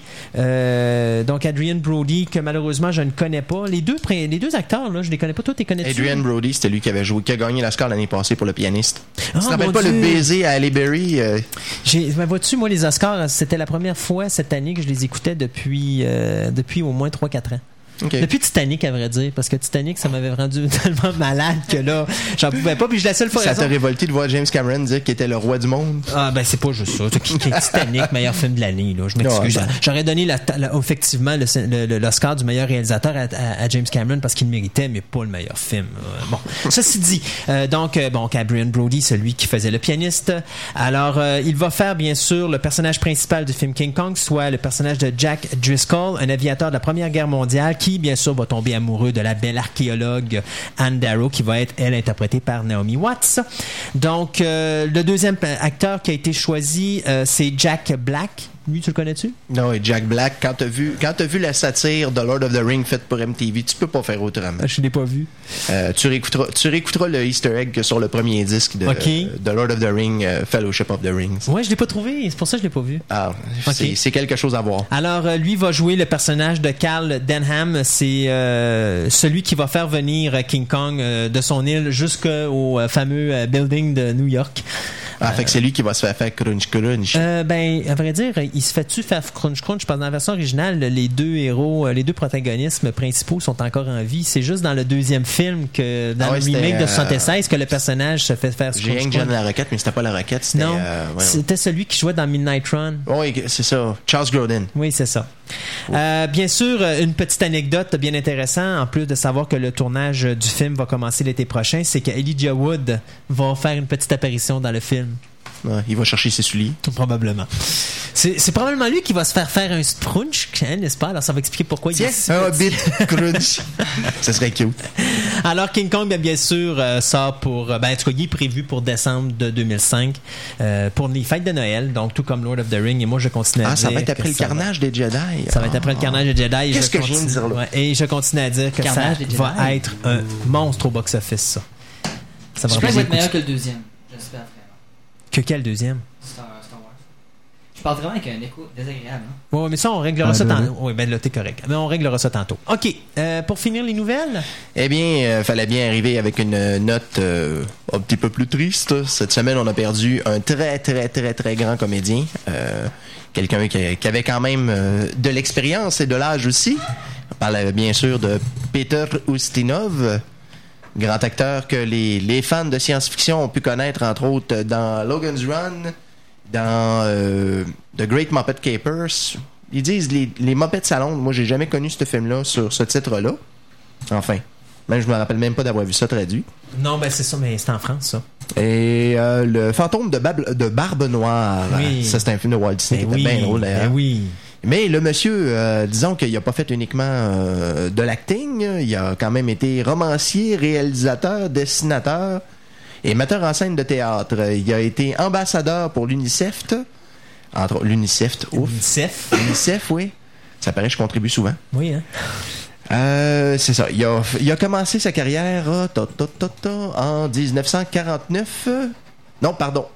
Euh, donc, Adrian Brody, que malheureusement, je ne connais pas. Les deux, prin- les deux acteurs, là, je les connais pas. Toi, tu les connais-tu? Adrian Brody, c'était lui qui avait joué, qui a gagné l'Oscar l'année passée pour le pianiste. Ah, tu te rappelles mon pas Dieu. le baiser à Halle Berry? euh, J'ai, ben, vois-tu, moi, les Oscars, c'était la première fois cette année que je les écoutais depuis, euh, depuis au moins trois quatre ans. ok. Depuis Titanic, à vrai dire, parce que Titanic, ça m'avait rendu tellement malade que là, j'en pouvais pas. Puis la seule fois Ça raison- t'a révolté de voir James Cameron dire qu'il était le roi du monde? Ah, ben, c'est pas juste ça. Qui- qui- Titanic, meilleur film de l'année, là. Je m'excuse. Non, ben. J'aurais donné la, la- effectivement le, le- le- l'Oscar du meilleur réalisateur à, à- à James Cameron parce qu'il le méritait, mais pas le meilleur film. Euh, Bon. Ceci dit, euh, donc, euh, bon, Adrian Brody, celui qui faisait le pianiste. Alors, euh, il va faire, bien sûr, le personnage principal du film King Kong, soit le personnage de Jack Driscoll, un aviateur de la Première Guerre mondiale qui, bien sûr, va tomber amoureux de la belle archéologue Anne Darrow, qui va être, elle, interprétée par Naomi Watts. Donc, euh, le deuxième acteur qui a été choisi, euh, c'est Jack Black. Lui, tu le connais-tu? Non, et Jack Black, quand t'as vu, quand t'as vu la satire de Lord of the Rings faite pour M T V, tu peux pas faire autrement. Je l'ai pas vu. Euh, tu réécouteras, tu réécouteras le Easter egg que sur le premier disque de, Ok. de Lord of the Rings, euh, Fellowship of the Rings. Ouais, je l'ai pas trouvé. C'est pour ça que je l'ai pas vu. Ah, Ok. c'est, c'est quelque chose à voir. Alors, euh, lui va jouer le personnage de Carl Denham. C'est euh, celui qui va faire venir King Kong euh, de son île jusqu'au euh, fameux euh, building de New York. Ah, fait que c'est lui qui va se faire faire crunch crunch. Euh, ben, à vrai dire, il se fait-tu faire crunch crunch? Parce que dans la version originale, les deux héros, euh, les deux protagonistes principaux sont encore en vie. C'est juste dans le deuxième film que, dans Ah ouais, le remake c'était, de soixante-seize, que le personnage se fait faire J'ai rien crunch que John crunch. la Roquette, mais c'était pas la Roquette, c'était... Non, euh, ouais. c'était celui qui jouait dans Midnight Run. Oui, c'est ça. Charles Grodin. Oui, c'est ça. Euh, bien sûr, euh, une petite anecdote bien intéressante, en plus de savoir que le tournage du film va commencer l'été prochain, c'est que Elijah Wood va faire une petite apparition dans le film. Ouais, il va chercher ses souliers. Probablement. C'est, c'est probablement lui qui va se faire faire un sprunch, hein, n'est-ce pas? Alors, ça va expliquer pourquoi il est... un Hobbit crunch. Ça serait cute. Alors, King Kong, bien, bien sûr, euh, sort pour... euh, Ben, en tout cas, il est prévu pour décembre de deux mille cinq, euh, pour les fêtes de Noël, donc tout comme Lord of the Ring. Et moi, je continue à Ah, dire... ça va être après que le ça va- carnage des Jedi. Ça va être après le carnage de Jedi. Et Qu'est-ce que je viens de continue- dire là? ouais, et je continue à dire que ça Carnage des Jedi. va être un monstre au box-office, ça. Ça Je va crois qu'il va être vraiment- meilleur que le deuxième. J'espère vraiment. Que quel deuxième? Star, Star Wars. Je parle vraiment avec un écho désagréable. Hein? Ouais, mais ça, on réglera Ah, ça ben tantôt. Oui, ben là, t'es correct. Mais on réglera ça tantôt. OK. Euh, pour finir les nouvelles, Eh bien, euh, fallait bien arriver avec une note euh, un petit peu plus triste. Cette semaine, on a perdu un très, très, très, très grand comédien. Euh, quelqu'un qui, qui avait quand même euh, de l'expérience et de l'âge aussi. On parle bien sûr de Peter Ustinov, grand acteur que les, les fans de science-fiction ont pu connaître, entre autres, dans Logan's Run, dans euh, The Great Muppet Capers. Ils disent les, les Muppets à Londres. Moi, j'ai jamais connu ce film-là sur ce titre-là. Enfin, même je me rappelle même pas d'avoir vu ça traduit. non, ben c'est ça, mais c'est en France, ça. Et euh, le fantôme de, Bab- de Barbe Noire. Oui. Ça, c'est un film de Walt Disney Ben qui oui, était bien drôle d'ailleurs. ben oui. Mais le monsieur, euh, disons qu'il n'a pas fait uniquement euh, de l'acting, il a quand même été romancier, réalisateur, dessinateur et metteur en scène de théâtre. Il a été ambassadeur pour l'UNICEF. Entre l'UNICEF, ouf. UNICEF. l'UNICEF, oui. Ça paraît que je contribue souvent. Oui, hein. Euh, c'est ça. Il a, il a commencé sa carrière euh, ta, ta, ta, ta, en dix-neuf cent quarante-neuf. Non, pardon.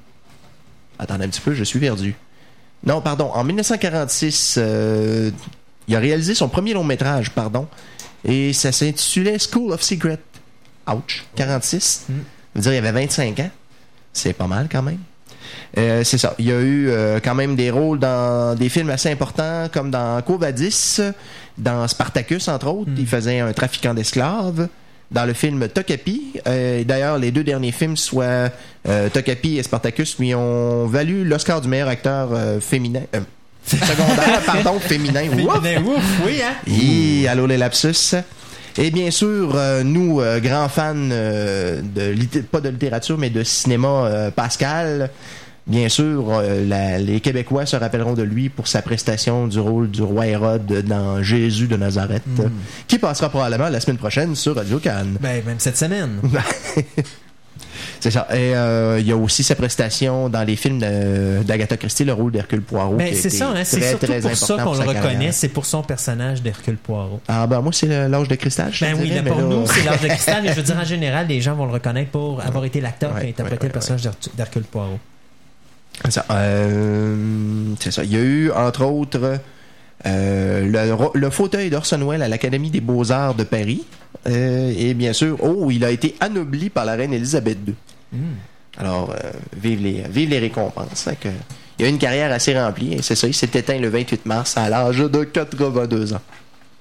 Attendez un petit peu, je suis perdu. Non, pardon. En dix-neuf cent quarante-six, euh, il a réalisé son premier long métrage, pardon. Et ça s'intitulait School of Secrets. Ouch. quarante-six. Mm. Ça veut dire qu'il avait vingt-cinq ans. C'est pas mal quand même. Euh, c'est ça. Il y a eu euh, quand même des rôles dans des films assez importants, comme dans Quo Vadis, dans Spartacus, entre autres. Mm. Il faisait un trafiquant d'esclaves. Dans le film Tokapi. Euh, d'ailleurs, les deux derniers films, soit euh, Tokapi et Spartacus, lui ont valu l'Oscar du meilleur acteur euh, féminin. Euh, secondaire, pardon, féminin. Féminin, ouf, oui, hein? Et allô les lapsus. Et bien sûr, euh, nous, euh, grands fans euh, de lit- pas de littérature, mais de cinéma, euh, Pascal, bien sûr, euh, la, les Québécois se rappelleront de lui pour sa prestation du rôle du roi Hérode dans Jésus de Nazareth, mm. qui passera probablement la semaine prochaine sur Radio-Can. Ben, même cette semaine. C'est ça. Et euh, il y a aussi sa prestation dans les films de, d'Agatha Christie, le rôle d'Hercule Poirot. Ben, c'est ça, hein, c'est très, surtout très pour ça qu'on pour le reconnaît, carrière. c'est pour son personnage d'Hercule Poirot. Ah ben moi, c'est l'âge de cristal, je Ben oui, dirais, là, pour là... nous, c'est l'âge de cristal, mais je veux dire, en général, les gens vont le reconnaître pour avoir été l'acteur ouais, qui a interprété ouais, ouais, le personnage ouais. d'Hercule Poirot. C'est ça. Euh, c'est ça. Il y a eu, entre autres, euh, le, le fauteuil d'Orson Welles à l'Académie des Beaux-Arts de Paris. Euh, et bien sûr, oh, il a été anobli par la reine Élisabeth deux. Mm. Alors, euh, vive, les, vive les récompenses. Hein, que, il a eu une carrière assez remplie. Et c'est ça, il s'est éteint le vingt-huit mars à l'âge de quatre-vingt-deux ans.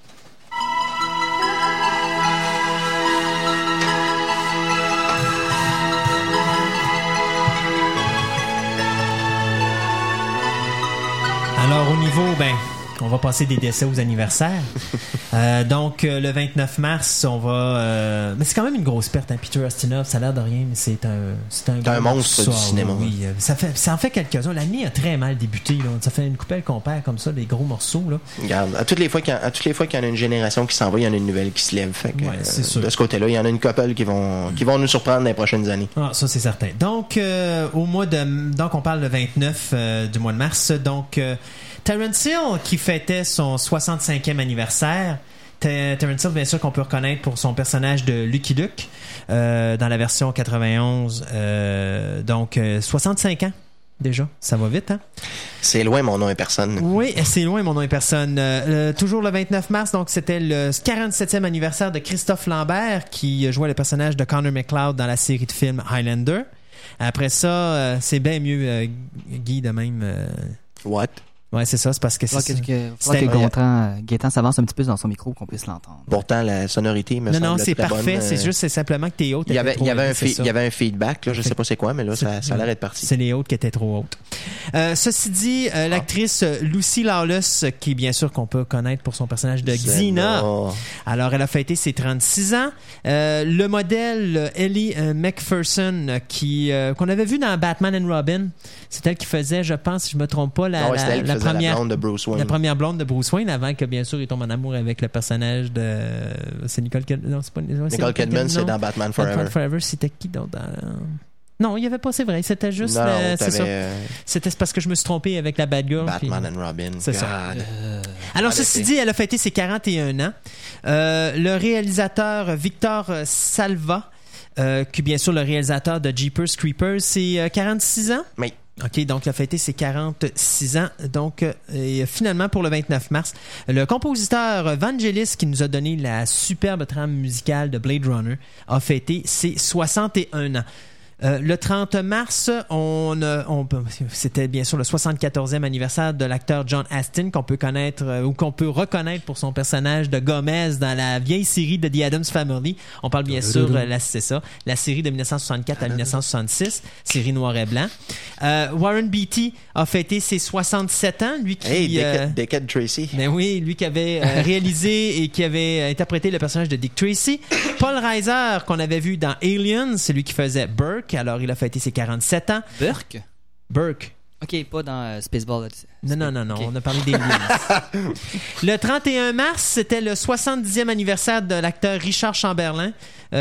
Alors, au niveau, ben, on va passer des décès aux anniversaires. euh, donc, euh, le vingt-neuf mars, on va... Euh... Mais c'est quand même une grosse perte, hein, Peter Ustinov. Ça a l'air de rien, mais c'est un... C'est un, c'est un monstre soir, du cinéma. Oui, euh, ça, fait, ça en fait quelques-uns. L'année a très mal débuté. Là. Ça fait une coupelle qu'on perd comme ça, des gros morceaux. Là. Regarde, à toutes les fois qu'il y a, à toutes les fois qu'il y en a une génération qui s'en va, il y en a une nouvelle qui se lève. Fait que, ouais, c'est euh, sûr. De ce côté-là, il y en a une couple qui vont, qui vont nous surprendre dans les prochaines années. Ah, ça, c'est certain. Donc, euh, au mois de... Donc, on parle le vingt-neuf euh, du mois de mars. Donc... Euh, Terence Hill, qui fêtait son soixante-cinquième anniversaire. T- Terence Hill, bien sûr, qu'on peut reconnaître pour son personnage de Lucky Luke euh, dans la version quatre-vingt-onze. Euh, donc, euh, soixante-cinq ans déjà. Ça va vite, hein? C'est loin, mon nom est personne. Oui, c'est loin, mon nom est personne. Euh, toujours le vingt-neuf mars, donc c'était le quarante-septième anniversaire de Christophe Lambert, qui jouait le personnage de Connor McLeod dans la série de films Highlander. Après ça, euh, c'est bien mieux, euh, Guy, de même... Euh... What? Ouais, c'est ça, c'est parce que c'est ça. Il que, faut que Gaétan, Gaétan s'avance un petit peu dans son micro pour qu'on puisse l'entendre. Pourtant, la sonorité me non, semble non, c'est très parfait. bonne. C'est juste, c'est simplement que t'es haute. Il y avait, il y avait, un, haute, fi- il y avait un feedback, là, je sais pas c'est quoi, mais là, ça, ça a l'air d'être parti. C'est les hautes qui étaient trop hautes. Euh, ceci dit, euh, l'actrice Lucy Lawless, qui bien sûr qu'on peut connaître pour son personnage de Xena. Bon. Alors, elle a fêté ses trente-six ans. Euh, le modèle Ellie euh, McPherson, qui euh, qu'on avait vu dans Batman and Robin, c'est elle qui faisait, je pense, si je me trompe pas, la, ah ouais, la, elle la qui première la blonde de Bruce Wayne. La première blonde de Bruce Wayne, avant que, bien sûr, il tombe en amour avec le personnage de... C'est Nicole Kidman. Non, c'est pas... Nicole, Nicole Kidman, c'est dans Batman Forever. Batman Forever, c'était qui donc dans... Non, il n'y avait pas, c'est vrai. C'était juste... Non, le... non, c'est ça. euh... C'était parce que je me suis trompé avec la Bad Girl. Batman puis... and Robin. C'est God. ça. Euh... Alors, ceci dit, elle a fêté ses quarante et un ans. Euh, le réalisateur Victor Salva, euh, qui est bien sûr le réalisateur de Jeepers Creepers, c'est euh, quarante-six ans? Oui. OK, donc il a fêté ses quarante-six ans. Donc, euh, et finalement, pour le vingt-neuf mars, le compositeur Vangelis, qui nous a donné la superbe trame musicale de Blade Runner, a fêté ses soixante et un ans. Euh, le trente mars, on, on, c'était bien sûr le soixante-quatorzième anniversaire de l'acteur John Astin, qu'on peut connaître euh, ou qu'on peut reconnaître pour son personnage de Gomez dans la vieille série de The Addams Family. On parle bien sûr, euh, la, c'est ça, la série de dix-neuf cent soixante-quatre à dix-neuf cent soixante-six, série noir et blanc. Euh, Warren Beatty a fêté ses soixante-sept ans, lui qui... Hey, Dick, euh, Dick Tracy. Ben oui, lui qui avait euh, réalisé et qui avait interprété le personnage de Dick Tracy. Paul Reiser, qu'on avait vu dans Aliens, c'est lui qui faisait Burke. Alors, il a fêté ses quarante-sept ans. Burke? Burke. OK, pas dans euh, Spaceball. Non, non, non, non. Okay. On a parlé des Aliens. Le trente et un mars, c'était le soixante-dixième anniversaire de l'acteur Richard Chamberlain,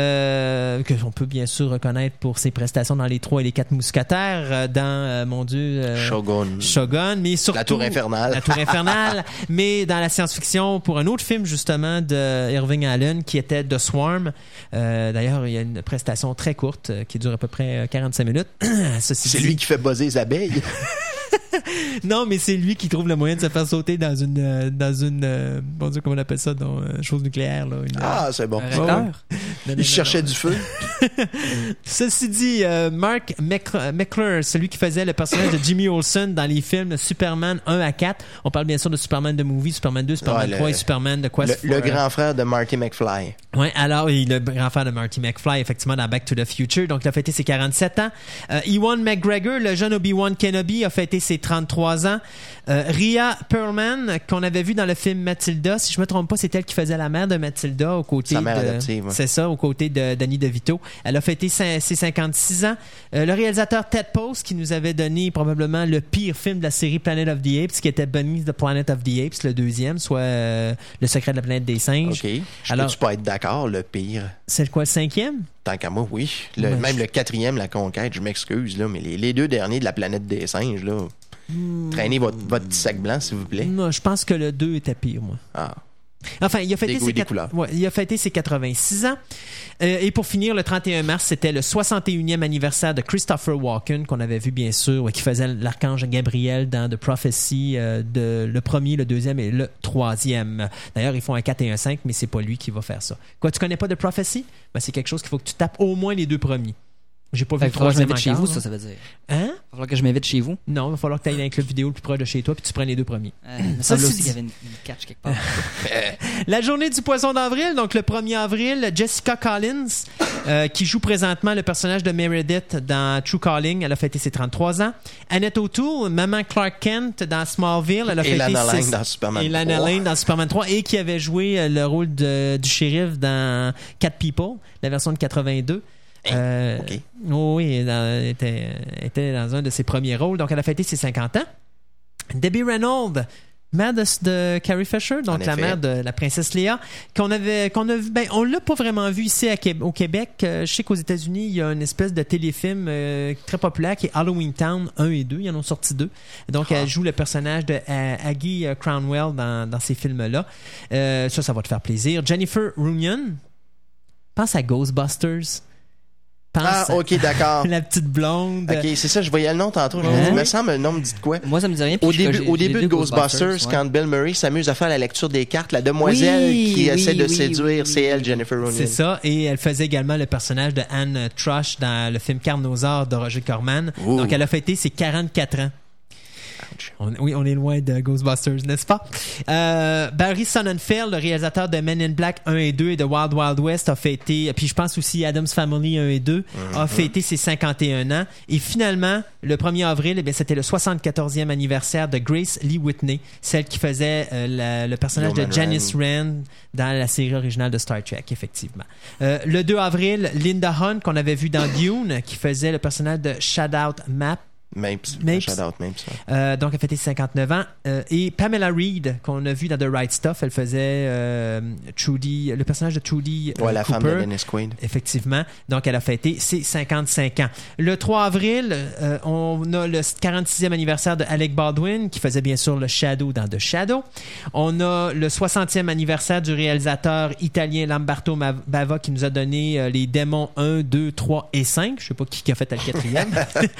euh, que on peut bien sûr reconnaître pour ses prestations dans Les Trois et les Quatre Mousquetaires, euh, dans, euh, mon Dieu... Euh, Shogun. Shogun, mais surtout... La Tour Infernale. La Tour Infernale, mais dans la science-fiction, pour un autre film, justement, de Irving Allen, qui était The Swarm. Euh, d'ailleurs, il y a une prestation très courte, euh, qui dure à peu près quarante-cinq minutes. Ceci C'est dit... lui qui fait buzzer les abeilles. Non, mais c'est lui qui trouve le moyen de se faire sauter dans une euh, dans une euh, bon Dieu, comment on appelle ça, dans euh, chose nucléaire là, une, Ah, c'est bon. Un réacteur? ouais, ouais. Non, non, Il non, cherchait non. du feu. Ceci dit, euh, Mark McClure, celui qui faisait le personnage de Jimmy Olsen dans les films Superman un à quatre. On parle bien sûr de Superman de Movie, Superman deux, Superman Ouais, le- trois et Superman de Quest Le, le for- grand frère de Marty McFly. Oui, alors, oui, le grand frère de Marty McFly, effectivement, dans Back to the Future. Donc, il a fêté ses quarante-sept ans. Euh, Ewan McGregor, le jeune Obi-Wan Kenobi, a fêté ses trente-trois ans. Euh, Rhea Perlman, qu'on avait vu dans le film Matilda, si je me trompe pas, c'est elle qui faisait la mère de Matilda aux côtés Sa mère de... adoptive, ouais. C'est ça, aux côtés de Danny DeVito. Elle a fêté ses cinquante-six ans. Euh, le réalisateur Ted Post, qui nous avait donné probablement le pire film de la série Planet of the Apes, qui était Beneath the Planet of the Apes, le deuxième, soit euh, Le secret de la planète des singes. OK. Je Alors- peux-tu pas être d'accord, le pire? C'est quoi, le cinquième? Tant qu'à moi, oui. Le- Ouais, même je- le quatrième, La Conquête, je m'excuse, là, mais les, les deux derniers de la planète des singes, là, Hmm. traînez votre, votre petit sac blanc, s'il vous plaît. Non, je pense que le deux était pire, moi. Ah. Enfin, il a fêté, Des goûts ses, et des quatre- couleurs. ouais, il a fêté ses quatre-vingt-six ans. Euh, et pour finir, le trente et un mars, c'était le soixante et unième anniversaire de Christopher Walken, qu'on avait vu bien sûr, ouais, qui faisait l'archange Gabriel dans The Prophecy, euh, de, le premier, le deuxième et le troisième. D'ailleurs, ils font un quatre et un cinq, mais c'est pas lui qui va faire ça. Quoi, tu connais pas The Prophecy? Ben, c'est quelque chose qu'il faut que tu tapes au moins les deux premiers. J'ai pas vu Fait le qu'il faudra que je troisième m'invite chez encore, vous, là. ça, ça veut dire. Hein? Il va falloir que je m'invite chez vous. Non, il va falloir que tu ailles dans le club vidéo le plus proche de chez toi puis tu prennes les deux premiers. Euh, il me Ça, semble c'est aussi dit. qu'il y avait une, une catch quelque part. La journée du poisson d'avril, donc le premier avril, Jessica Collins, euh, qui joue présentement le personnage de Meredith dans True Calling, elle a fêté ses trente-trois ans. Annette O'Toole, maman Clark Kent dans Smallville, elle a Et fêté Lana ses... Lang dans Superman Et Lana trois. Lang dans Superman trois et qui avait joué euh, le rôle de- du shérif dans Cat People, la version de quatre-vingt-deux. Euh, OK. Oui, elle dans- était, était dans un de ses premiers rôles. Donc, elle a fêté ses cinquante ans. Debbie Reynolds, mère de, de Carrie Fisher, donc En la effet. mère de la princesse Léa, qu'on avait, qu'on a vu, ben, on l'a pas vraiment vu ici à Qué- au Québec. Euh, je sais qu'aux États-Unis, il y a une espèce de téléfilm euh, très populaire qui est Halloween Town un et deux. Ils en ont sorti deux. Donc, Ah. elle joue le personnage de euh, Aggie euh, Crownwell dans, dans ces films-là. Euh, ça, ça va te faire plaisir. Jennifer Runyon, pense à Ghostbusters. Pense Ah, à OK, d'accord. la petite blonde. OK, c'est ça, je voyais le nom tantôt. Je me Ouais. dis, il me semble, le nom me dit de quoi? Moi, ça me dit rien. puis Au je- début, j'ai- au j'ai début lu de Ghostbusters, ouais. quand Bill Murray s'amuse à faire la lecture des cartes, la demoiselle Oui, qui oui, essaie de oui, séduire, oui, c'est oui, elle, oui. Jennifer Runyon. C'est ça, et elle faisait également le personnage de Anne Trush dans le film Carnosaur de Roger Corman. Ouh. Donc, elle a fêté ses quarante-quatre ans. Ouch. On- oui, on est loin de Ghostbusters, n'est-ce pas? Euh, Barry Sonnenfeld, le réalisateur de Men in Black un et deux et de Wild Wild West, a fêté, puis je pense aussi Addams Family un et deux, a fêté ses cinquante et un ans. Et finalement, le premier avril, eh bien, c'était le soixante-quatorzième anniversaire de Grace Lee Whitney, celle qui faisait euh, la- le personnage Yeoman de Janice Rand dans la série originale de Star Trek, effectivement. Euh, le deux avril, Linda Hunt, qu'on avait vu dans Dune, qui faisait le personnage de Shadow Map. Mapes. Mapes. Shout out, Mapes. ouais. Euh, donc, elle fêtait ses cinquante-neuf ans. Euh, et Pamela Reed, qu'on a vu dans The Right Stuff, elle faisait euh, Trudy, le personnage de Trudy euh, Ouais, la Cooper. femme de Dennis Quaid. Effectivement. Donc, elle a fêté ses cinquante-cinq ans. Le trois avril, euh, on a le quarante-sixième anniversaire de Alec Baldwin, qui faisait bien sûr le Shadow dans The Shadow. On a le soixantième anniversaire du réalisateur italien Lamberto Ma- Bava, qui nous a donné euh, les démons un, deux, trois et cinq. Je sais pas qui, qui a fait le quatrième.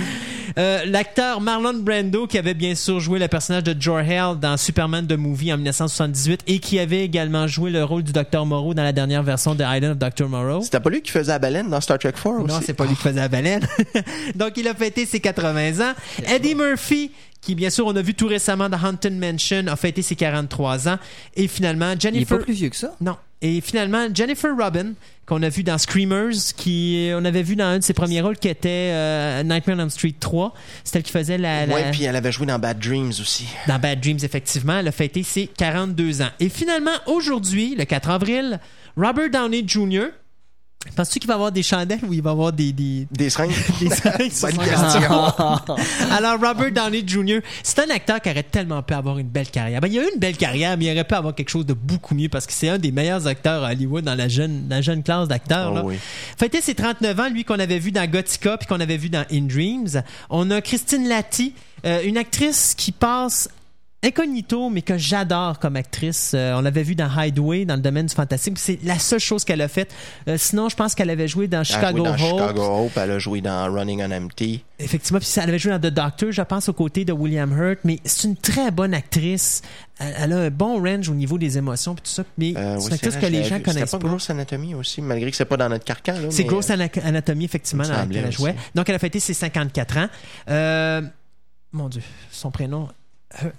euh, L'acteur Marlon Brando, qui avait bien sûr joué le personnage de Jor-El dans Superman The Movie en dix-neuf cent soixante-dix-huit et qui avait également joué le rôle du docteur Moreau dans la dernière version de Island of docteur Moreau. C'était pas lui qui faisait la baleine dans Star Trek quatre aussi? Non, c'est pas lui qui faisait la baleine. Donc, il a fêté ses quatre-vingts ans. Eddie Murphy, qui, bien sûr, on a vu tout récemment dans Haunted Mansion, a fêté ses quarante-trois ans. Et finalement, Il est Jennifer... pas plus vieux que ça. Non. Et finalement, Jennifer Robin, qu'on a vu dans Screamers, qui on avait vu dans un de ses premiers rôles, qui était euh, Nightmare on Elm Street trois. C'est elle qui faisait la... la... Ouais, puis elle avait joué dans Bad Dreams aussi. Dans Bad Dreams, effectivement. Elle a fêté ses quarante-deux ans. Et finalement, aujourd'hui, le quatre avril, Robert Downey junior Penses-tu qu'il va avoir des chandelles ou il va avoir des... des... Des seringues? des seringues sur Bonne son question. Alors, Robert Downey junior, c'est un acteur qui aurait tellement pu avoir une belle carrière. Ben, il a eu une belle carrière, mais il aurait pu avoir quelque chose de beaucoup mieux parce que c'est un des meilleurs acteurs à Hollywood dans la jeune, la jeune classe d'acteurs. Oh là. oui. Fêté ses trente-neuf ans, lui qu'on avait vu dans Gothica puis qu'on avait vu dans In Dreams. On a Christine Latty, euh, une actrice qui passe incognito, mais que j'adore comme actrice. Euh, on l'avait vu dans Hideaway, dans le domaine du fantastique. C'est la seule chose qu'elle a faite. Euh, sinon, je pense qu'elle avait joué dans Chicago dans Hope. Chicago Hope, elle a joué dans Running on Empty. Effectivement, puis elle avait joué dans The Doctor, je pense, aux côtés de William Hurt. Mais c'est une très bonne actrice. Elle, elle a un bon range au niveau des émotions puis tout ça. Mais Euh, c'est oui, une actrice vrai, que je les l'avais gens vu. connaissent C'était pas. pas Gross Anatomy aussi, malgré que c'est pas dans notre carcan. Là, C'est mais, Gross euh, Ana- Anatomy, effectivement, il me dans laquelle elle semblait jouait. aussi. Donc, elle a fêté ses cinquante-quatre ans. Euh, mon Dieu, son prénom... euh,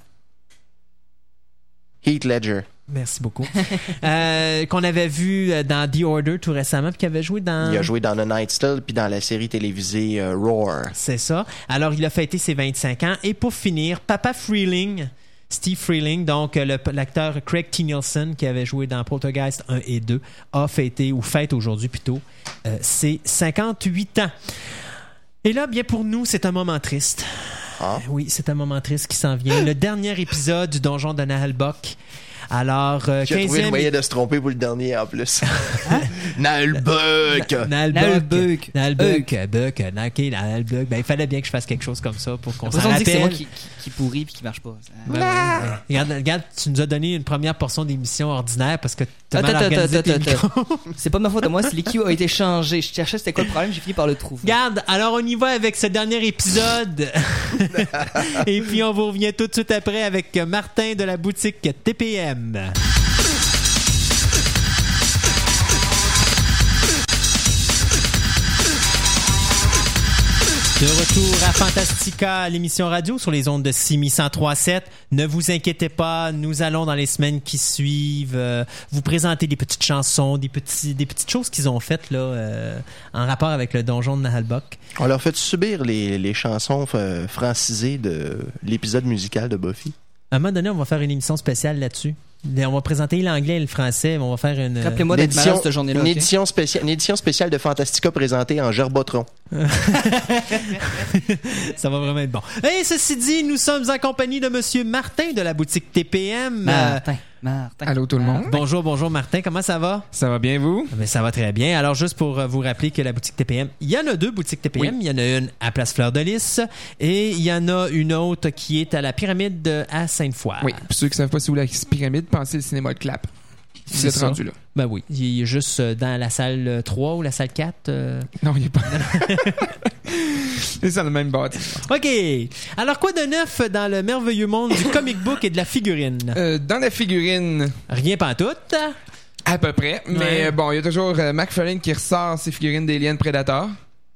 Heath Ledger. Merci beaucoup. euh, qu'on avait vu dans The Order tout récemment, puis qui avait joué dans... Il a joué dans The Night Still puis dans la série télévisée euh, Roar. C'est ça. Alors, il a fêté ses vingt-cinq ans. Et pour finir, Papa Freeling, Steve Freeling, donc le- l'acteur Craig T. Nelson, qui avait joué dans Poltergeist un et deux, a fêté, ou fête aujourd'hui plutôt, euh, ses cinquante-huit ans. Et là, bien pour nous, c'est un moment triste. Ah. Oui, c'est un moment triste qui s'en vient. Le dernier épisode du Donjon de Nahalbok. Alors, euh, J'ai trouvé le quinzième... moyen de se tromper pour le dernier en plus. Nalbuck! Nalbuck. Nalbuck. Nalbuck. Buck. Ok, Nalbuck. Ben, il fallait bien que je fasse quelque chose comme ça pour qu'on s'en Après, on dit que c'est moi rappelle. qui, qui, qui pourrit puis qui marche pas. Ça- Ben ouais, ouais. Regarde, regarde, tu nous as donné une première portion d'émission ordinaire parce que t'as mal Attends, attends, organisé tes attends, micros. C'est pas de ma faute à moi, c'est l'E Q a été changé. Je cherchais c'était quoi le problème, j'ai fini par le trouver. Regarde, alors on y va avec ce dernier épisode. Et puis on vous revient tout de suite après avec Martin de la boutique T P M. De retour à Fantastica, l'émission radio sur les ondes de Simi cent trois sept. Ne vous inquiétez pas, nous allons dans les semaines qui suivent euh, vous présenter des petites chansons, des, petits, des petites choses qu'ils ont faites là, euh, en rapport avec le donjon de Nahalbok. On leur fait subir les, les chansons euh, francisées de l'épisode musical de Buffy. À un moment donné, on va faire une émission spéciale là-dessus. On va présenter l'anglais et le français. On va faire une... Rappelez-moi Une d'être malade édition, cette journée-là. une, ok? édition spéciale, une édition spéciale de Fantastica présentée en gerbotron. Ça va vraiment être bon. Et ceci dit, nous sommes en compagnie de Monsieur Martin de la boutique T P M. Martin, Martin. Allô tout le monde. Euh, bonjour, bonjour Martin. Comment ça va? Ça va bien vous? Mais ça va très bien. Alors, juste pour euh, vous rappeler que la boutique T P M, il y en a deux boutiques T P M. Oui. Il y en a une à Place Fleur de Lys et il y en a une autre qui est à la Pyramide de- à Sainte-Foy. Oui. Pour ceux qui savent pas c'est où la pyramide, pensez le cinéma de Clap. Vous C'est êtes ça. rendu là. Ben oui. Il est juste euh, dans la salle trois ou la salle quatre. euh. Non, il est pas. C'est dans le même bâtiment. OK. Alors, quoi de neuf dans le merveilleux monde du comic book et de la figurine? Euh, dans la figurine, Rien pantoute. à peu près. Mais Ouais. euh, bon, il y a toujours euh, McFarlane qui ressort ses figurines d'Alien Predator.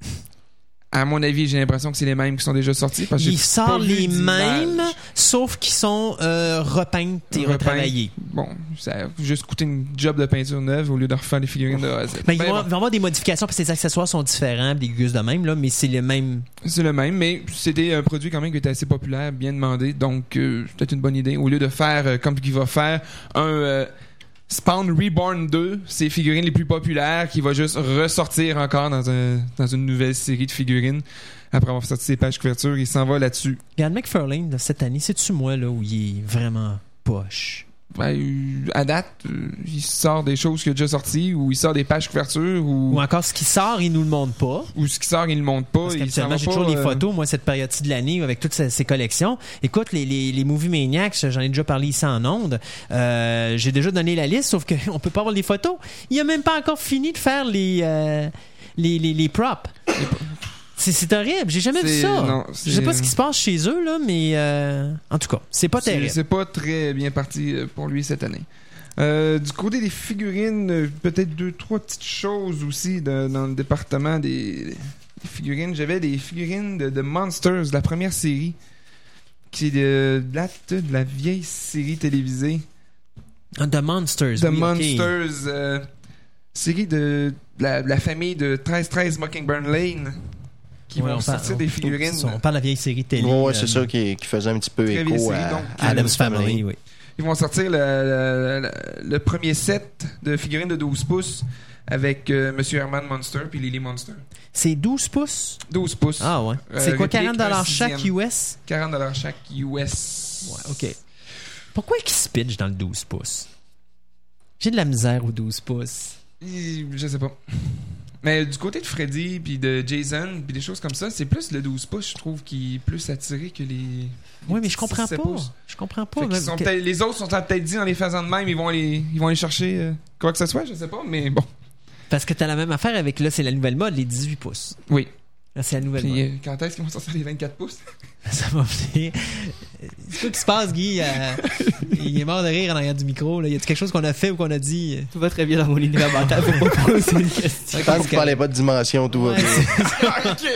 À mon avis, j'ai l'impression que c'est les mêmes qui sont déjà sortis. Parce que Il j'ai sort pas vu les d'image. mêmes, sauf qu'ils sont euh, repeintes et Repeint. retravaillées. Bon, ça a juste coûté une job de peinture neuve au lieu de refaire les figurines de A à Z. Ben, ils, Ben vont, bon, ils vont avoir des modifications parce que les accessoires sont différents, des gus de même, là, mais c'est le même. c'est le même, mais c'était un produit quand même qui était assez populaire, bien demandé, donc euh, c'est peut-être une bonne idée. Au lieu de faire, euh, comme il va faire, un euh, Spawn Reborn deux, c'est les figurines les plus populaires, qui va juste ressortir encore dans, un, dans une nouvelle série de figurines. Après avoir sorti ses pages couverture, il s'en va là-dessus. Regarde, McFarlane, là, cette année, c'est-tu moi là, où il est vraiment poche? Ben, euh, à date, euh, il sort des choses qu'il a déjà sorties, ou il sort des pages couverture, ou, Ou encore, ce qui sort, il nous le montre pas. ou ce qui sort, il le montre pas. Parce il s'en qu'habituellement, va j'ai pas, toujours les euh, photos, moi, cette période-ci de l'année, avec toutes ces, ces collections. Écoute, les, les, les Movie Maniacs, j'en ai déjà parlé ici en ondes. Euh, j'ai déjà donné la liste, sauf qu'on peut pas avoir les photos. Il a même pas encore fini de faire les, euh, les, les, les props. C'est, c'est horrible, j'ai jamais vu C'est- ça. non, Je c'est- sais pas ce qui se passe chez eux, là, mais euh, en tout cas, c'est pas C'est terrible. c'est pas très bien parti euh, pour lui cette année. Euh, du côté des figurines, euh, peut-être deux, trois petites choses aussi de- dans le département des, des figurines. J'avais des figurines de, de Monsters, la première série, qui est de, de, la, de la vieille série télévisée. The Monsters. The oui, ok. Monsters, euh, série de, de la, de la famille de treize treize Mockingbird Lane, qui Ouais, vont on parle- sortir on- des figurines. On parle de la vieille série télé. Ouais, euh, c'est ça qui, qui faisait un petit peu Très vieille écho série, à, donc. à Adam's Family, oui. Ils vont sortir le, le- le- le premier set de figurines de douze pouces avec euh, Monsieur Herman Monster puis Lily Monster. C'est douze pouces? douze pouces. Ah ouais. Euh, C'est quoi, réplique, quarante dollars un chaque sixième. U S? quarante dollars chaque U S. Ouais, OK. Pourquoi est-ce qu'ils se pitchent dans le douze pouces? J'ai de la misère au douze pouces. Et- Je sais pas. Mais du côté de Freddy, puis de Jason, puis des choses comme ça, c'est plus le douze pouces, je trouve, qui est plus attiré que les... Oui, mais je comprends six, pas. pouces. Je comprends pas. Fait qu'ils même sont que- peut-être- les autres sont peut-être dit en les faisant de même, ils vont aller, ils vont aller chercher euh, quoi que ce soit, je sais pas, mais bon. Parce que t'as la même affaire avec, là, c'est la nouvelle mode, les dix-huit pouces. Oui. Là, c'est la nouvelle Puis mode. euh, quand est-ce qu'ils vont sortir les vingt-quatre pouces? Ça va venir. C'est quoi qui se passe, Guy? Euh, il est mort de rire en arrière du micro. Là. Y a-t-il quelque chose qu'on a fait ou qu'on a dit? Tout va très bien dans mon univers mental. Faut pas poser une question. Je pense que vous parlez pas de dimension, tout va Ouais, bien.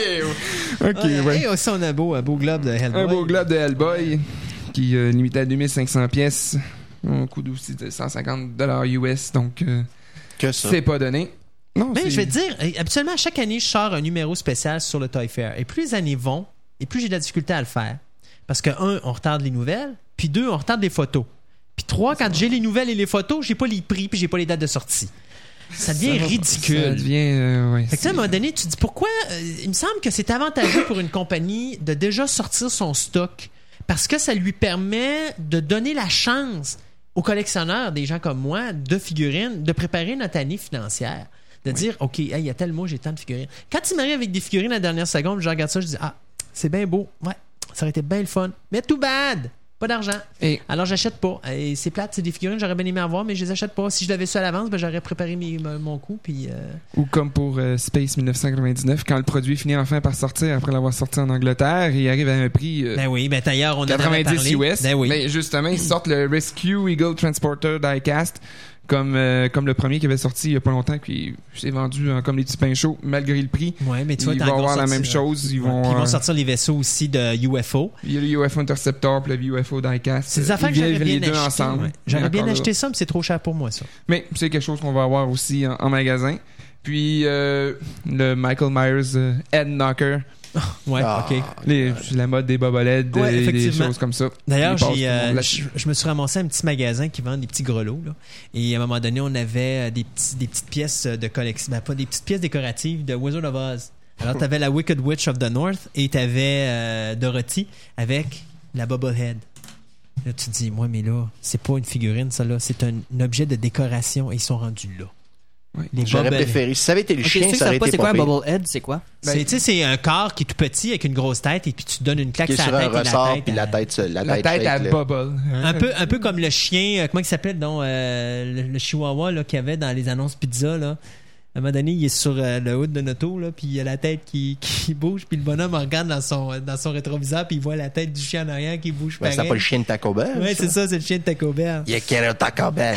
ok, ok, Ouais, ouais. Et aussi, on a beau, un beau globe de Hellboy. Un beau globe de Hellboy qui est euh, limité à deux mille cinq cents pièces, un coût aussi de cent cinquante dollars U S, donc euh, Que ça. c'est pas donné. Non, Mais c'est- je vais te dire, euh, habituellement, chaque année, je sors un numéro spécial sur le Toy Fair. Et plus les années vont, et plus j'ai de la difficulté à le faire. Parce que, un, on retarde les nouvelles. Puis deux, on retarde les photos. Puis trois, quand j'ai les nouvelles et les photos, j'ai pas les prix puis j'ai pas les dates de sortie. Ça devient Ça- ridicule. Ça devient, euh, ouais, Fait que, tu sais, à un moment donné, tu te dis pourquoi. euh, il me semble que c'est avantageux pour une compagnie de déjà sortir son stock parce que ça lui permet de donner la chance aux collectionneurs, des gens comme moi, de figurines, de préparer notre année financière. De dire, OK, hey, il y a tel mois, j'ai tant de figurines. Quand il m'arrive avec des figurines à la dernière seconde, je regarde ça, je dis, ah, c'est bien beau. Ouais, ça aurait été bien le fun. Mais too bad. Pas d'argent. Et Alors, j'achète pas. Et c'est plate, c'est des figurines, j'aurais bien aimé avoir, mais je les achète pas. Si je l'avais su à l'avance, ben, j'aurais préparé mes- mon coup. Puis. Euh... ou comme pour euh, Space dix-neuf cent quatre-vingt-dix-neuf, quand le produit finit enfin par sortir après l'avoir sorti en Angleterre, il arrive à un prix euh, Ben oui, ben d'ailleurs, on en avait quatre-vingt-dix parlé. U S. Ben oui. Mais justement, ils sortent le Rescue Eagle Transporter Diecast comme, euh, comme le premier qui avait sorti il y a pas longtemps, qui s'est vendu hein, comme les petits pains chauds malgré le prix. Ouais, mais tu vois, Ils t'as vont encore avoir la sorti, même euh, chose. Ils ouais. vont, Puis ils vont euh, sortir les vaisseaux aussi de U F O. Il y a le U F O Interceptor puis le U F O Diecast. C'est des affaires Ils que j'aurais viennent bien les deux acheté. ensemble. Ouais. Il est J'aurais bien encore acheté là. ça, mais c'est trop cher pour moi, ça. Mais c'est quelque chose qu'on va avoir aussi en, en magasin. Puis euh, le Michael Myers euh, Head Knocker. Ouais, Ah. OK. Les, la mode des bobolettes, Ouais, et des effectivement. choses comme ça. D'ailleurs, Ils passent j'ai, tout le monde euh, là-dessus. je, je me suis ramassé à un petit magasin qui vend des petits grelots. Là. Et à un moment donné, on avait euh, des, petits, des petites pièces de collection. Ben, pas des petites pièces décoratives de Wizard of Oz. Alors, t'avais la Wicked Witch of the North et t'avais euh, Dorothy avec la Bobblehead. Là, tu te dis, moi, mais là, c'est pas une figurine, ça, là. C'est un, un objet de décoration et ils sont rendus là. Ouais. Les J'aurais Bobble- préféré. Si ça avait été le Ok, chien, ceux qui ça aurait savent pas été c'est quoi pas un pire. Bubblehead, c'est quoi? C'est, tu sais, c'est un corps qui est tout petit avec une grosse tête et puis tu donnes une claque Qui est sur sur la un tête et la ressort, tête. puis la à- tête, se- la La tête, tête à shake, là. bubble. Un peu, un peu comme le chien, euh, comment il s'appelait, donc, euh, le, le chihuahua là, qu'il y avait dans les annonces pizza. Là. À un moment donné, il est sur euh, le hood de notre là, puis il y a la tête qui, qui bouge, puis le bonhomme regarde dans son, dans son rétroviseur, puis il voit la tête du chien en arrière qui bouge Ben, pareil. c'est pas le chien de Taco Bell. Ouais, c'est ça, c'est le chien de Taco Bell. Il y a quel est Taco Bell?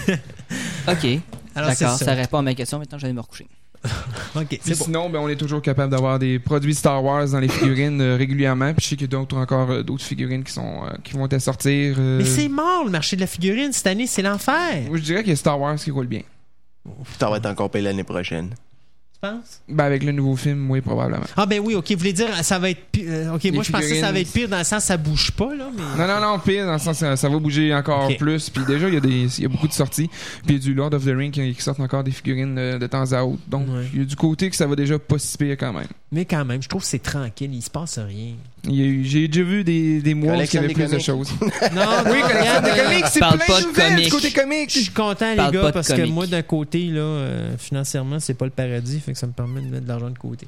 Ok. Alors, c'est D'accord, ça. ça répond à ma question. Maintenant, je vais aller me recoucher. Ok, Puis c'est bon. sinon, ben, on est toujours capable d'avoir des produits Star Wars dans les figurines euh, régulièrement. Puis je sais qu'il y a d'autres encore euh, d'autres figurines qui sont euh, qui vont être à sortir. euh, Mais c'est mort, le marché de la figurine. Cette année, c'est l'enfer. Moi, je dirais qu'il y a Star Wars qui roule bien. Ça va être encore payé l'année prochaine. Tu penses? Ben, avec le nouveau film, oui, probablement. Ah, ben oui, ok, vous voulez dire, ça va être pire. euh, ok, Les moi, je pensais que ça figurines. va être pire dans le sens, ça bouge pas, là, mais. Non, non, non, pire, dans le sens ça, ça va bouger encore Ok. plus. Puis déjà, il y, a des, il y a beaucoup de sorties. Puis il y a du Lord of the Rings qui, qui sortent encore des figurines euh, de temps à autre. Donc, Ouais. il y a du côté que ça va déjà pas si pire quand même. Mais quand même, je trouve que c'est tranquille, il se passe rien. Il y a eu- J'ai déjà vu des, des mois où il y Collectionne avait des plus de comics. choses. Non, Oui, collection de comics, c'est Parle plein pas de de nouvelles du comics. côté comics. Je suis content, les Parle pas gars, de parce que comics. moi, d'un côté, là, euh, financièrement, c'est pas le paradis, fait que ça me permet de mettre de l'argent de côté.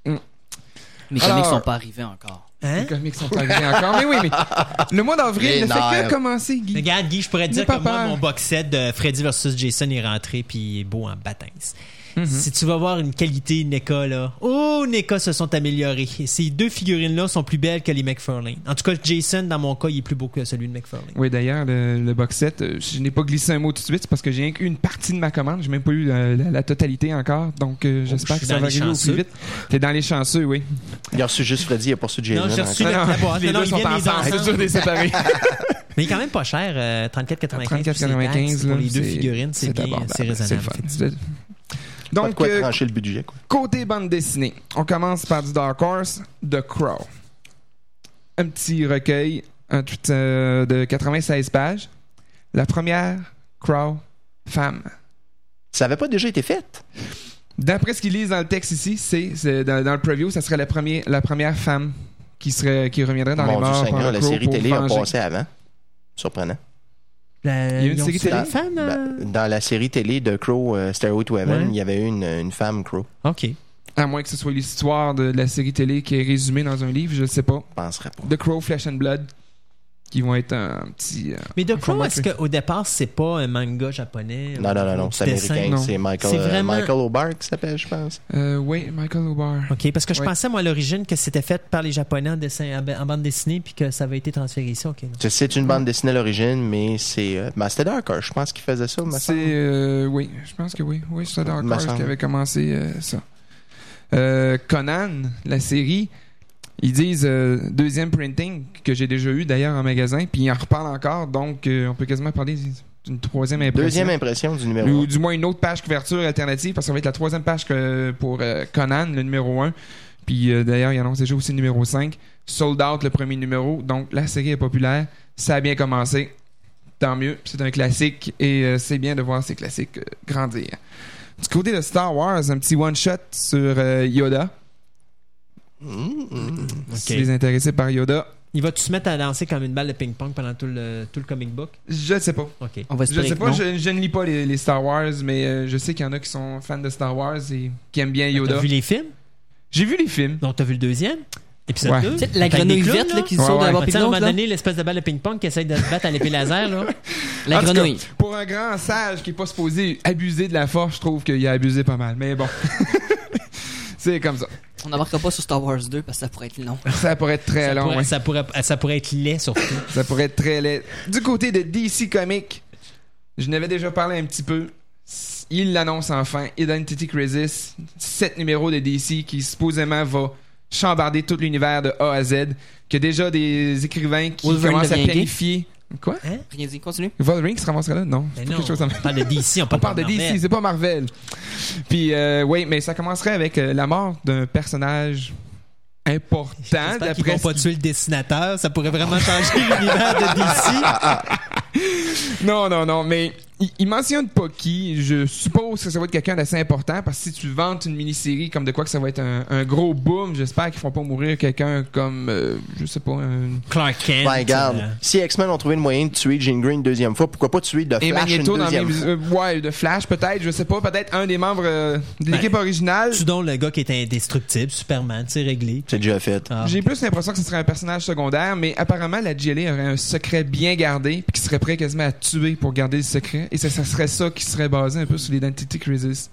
Mes Alors- comics sont pas arrivés encore. Hein? Les comics sont pas arrivés encore. Mais oui, mais le mois d'avril Les ne fait que nerfs. commencer, Guy. Regarde, Guy, je pourrais te N'aie dire pas que moi, peur. mon box set de Freddy versus Jason est rentré, puis il est beau en bâtins. Mhm. Si tu vas voir une qualité N E C A, là, oh, N E C A se sont améliorés. Ces deux figurines-là sont plus belles que les McFarlane. En tout cas, Jason, dans mon cas, il est plus beau que celui de McFarlane. Oui, d'ailleurs, le, le box set, euh, je n'ai pas glissé un mot tout de suite, c'est parce que j'ai eu une partie de ma commande. J'ai même pas eu la, la- la totalité encore. Donc, euh, j'espère je que suis ça dans va les arriver au chanceux. plus vite. T'es dans les chanceux, oui. Il a reçu juste Freddy, il a pas reçu Jason. Non, j'ai reçu encore. la, la boîte. Les Non, non, deux ils sont viennent les ensemble. C'est ensemble. dur de les séparer. Mais il est quand même pas cher, euh, trente-quatre quatre-vingt-quinze. trente-quatre quatre-vingt-quinze, pour là, les deux c'est- figurines, c'est bien, abordable. c'est raisonnable. le fun. effectivement. C'est- Pas de Donc, quoi euh, trancher le budget, quoi. côté bande dessinée, on commence par du Dark Horse, The Crow. Un petit recueil un tout, euh, de quatre-vingt-seize pages. La première Crow femme. Ça avait pas déjà été fait? D'après ce qu'ils lisent dans le texte ici, c'est, c'est dans, dans le preview, ça serait la première, la première femme qui serait qui reviendrait dans Mon les Dieu morts Seigneur, par la Crow série pour télé a venger. passé avant. Surprenant. La, Il y a une ils ont série tué télé? une femme? euh? Ben, dans la série télé de Crow, euh, Stairway to Heaven, Ouais. il y avait eu une, une femme Crow. OK. À moins que ce soit l'histoire de la série télé qui est résumée dans un livre, je ne sais pas. Je penserais pas. The Crow, Flesh and Blood, qui vont être un petit... euh, Mais The un Crow, format est-ce que- qu'au départ, c'est pas un manga japonais? Non, non, non, non, un c'est petit dessin? américain. non. C'est Michael, C'est euh, vraiment- Michael O'Barr qui s'appelle, je pense. Euh, oui, Michael O'Barr. OK, parce que je Ouais. pensais, moi, à l'origine, que c'était fait par les Japonais en, dessin, en, en bande dessinée, puis que ça avait été transféré ici. OK. non. C'est une bande dessinée à l'origine, mais c'est. Euh, ben, c'était Dark Horse, je pense qu'il faisait ça, me C'est... semble. euh, oui, je pense que oui. Oui, c'est Dark Me Horse semble. qui avait commencé euh, ça. Euh, Conan, la série, ils disent euh, deuxième printing que j'ai déjà eu d'ailleurs en magasin, puis ils en reparlent encore, donc euh, on peut quasiment parler d'une troisième impression. Deuxième impression du numéro Ou un. du moins une autre page couverture alternative, parce que ça va être la troisième page que pour euh, Conan, le numéro un. Puis euh, d'ailleurs, il annonce déjà aussi le numéro cinq. Sold out le premier numéro, donc la série est populaire. Ça a bien commencé. Tant mieux. C'est un classique et euh, c'est bien de voir ces classiques euh, grandir. Du côté de Star Wars, un petit one-shot sur euh, Yoda. Mmh, mmh. Si OK. vous êtes intéressés par Yoda, Il va-tu se mettre à lancer comme une balle de ping-pong pendant tout le, tout le comic book? je ne sais pas. OK. On va Je espérer sais que pas, non. je, je ne lis pas les, les Star Wars, mais euh, je sais qu'il y en a qui sont fans de Star Wars et qui aiment bien Yoda. T'as vu les films? J'ai vu les films. Donc, t'as vu le deuxième? Épisode Ouais. deux? Tu sais, la Avec grenouille des clowns, verte là, là? qui Ouais, sort de ouais. la barre Tu sais, à un moment là. donné, l'espèce de balle de ping-pong qui essaye de se battre à l'épée laser, là. La En tout cas, grenouille. pour un grand sage qui n'est pas supposé abuser de la force, je trouve qu'il a abusé pas mal. Mais bon. C'est comme ça. On n'embarquera pas sur Star Wars deux parce que ça pourrait être long. Ça pourrait être très Ça long. pourrait, ouais. ça, pourrait, ça pourrait être laid, surtout. Ça pourrait être très laid. Du côté de D C Comics, je n'avais déjà parlé un petit peu. Il l'annonce enfin. Identity Crisis, sept numéros de D C qui supposément va chambarder tout l'univers de A à Z. Qu'il y a déjà des écrivains qui Wolverine commencent à devient gay. planifier. Quoi? Rien dit, continue. Wolverine qui se ramasserait là? Non. Mais c'est pas non, quelque chose comme- on parle de D C, on On parle, parle de pas D C, Marvel. c'est pas Marvel. Puis, euh, oui, mais ça commencerait avec euh, la mort d'un personnage important. J'espère qu'ils D'après vont ce pas tuer le dessinateur. Ça pourrait vraiment changer l'univers de D C. Non, non, non, mais il, il mentionne pas qui. Je suppose que ça va être quelqu'un d'assez important parce que si tu vantes une mini-série comme de quoi que ça va être un, un gros boom, j'espère qu'ils feront pas mourir quelqu'un comme, euh, je sais pas, un... Clark Kent. Ben, regarde, euh, si X-Men ont trouvé le moyen de tuer Jean Grey une deuxième fois, pourquoi pas tuer de Et Flash une Magneto dans deuxième les... fois? euh, ouais, de Flash peut-être, je sais pas, peut-être un des membres euh, de Ben, l'équipe originale. tu donc le gars qui est indestructible, Superman, c'est réglé. C'est déjà fait. Ah. J'ai plus l'impression que ce serait un personnage secondaire, mais apparemment la G L A aurait un secret bien gardé, puis qui serait prêt quasiment à tuer pour garder le secret, et ça, ça serait ça qui serait basé un peu sur l'Identity Crisis.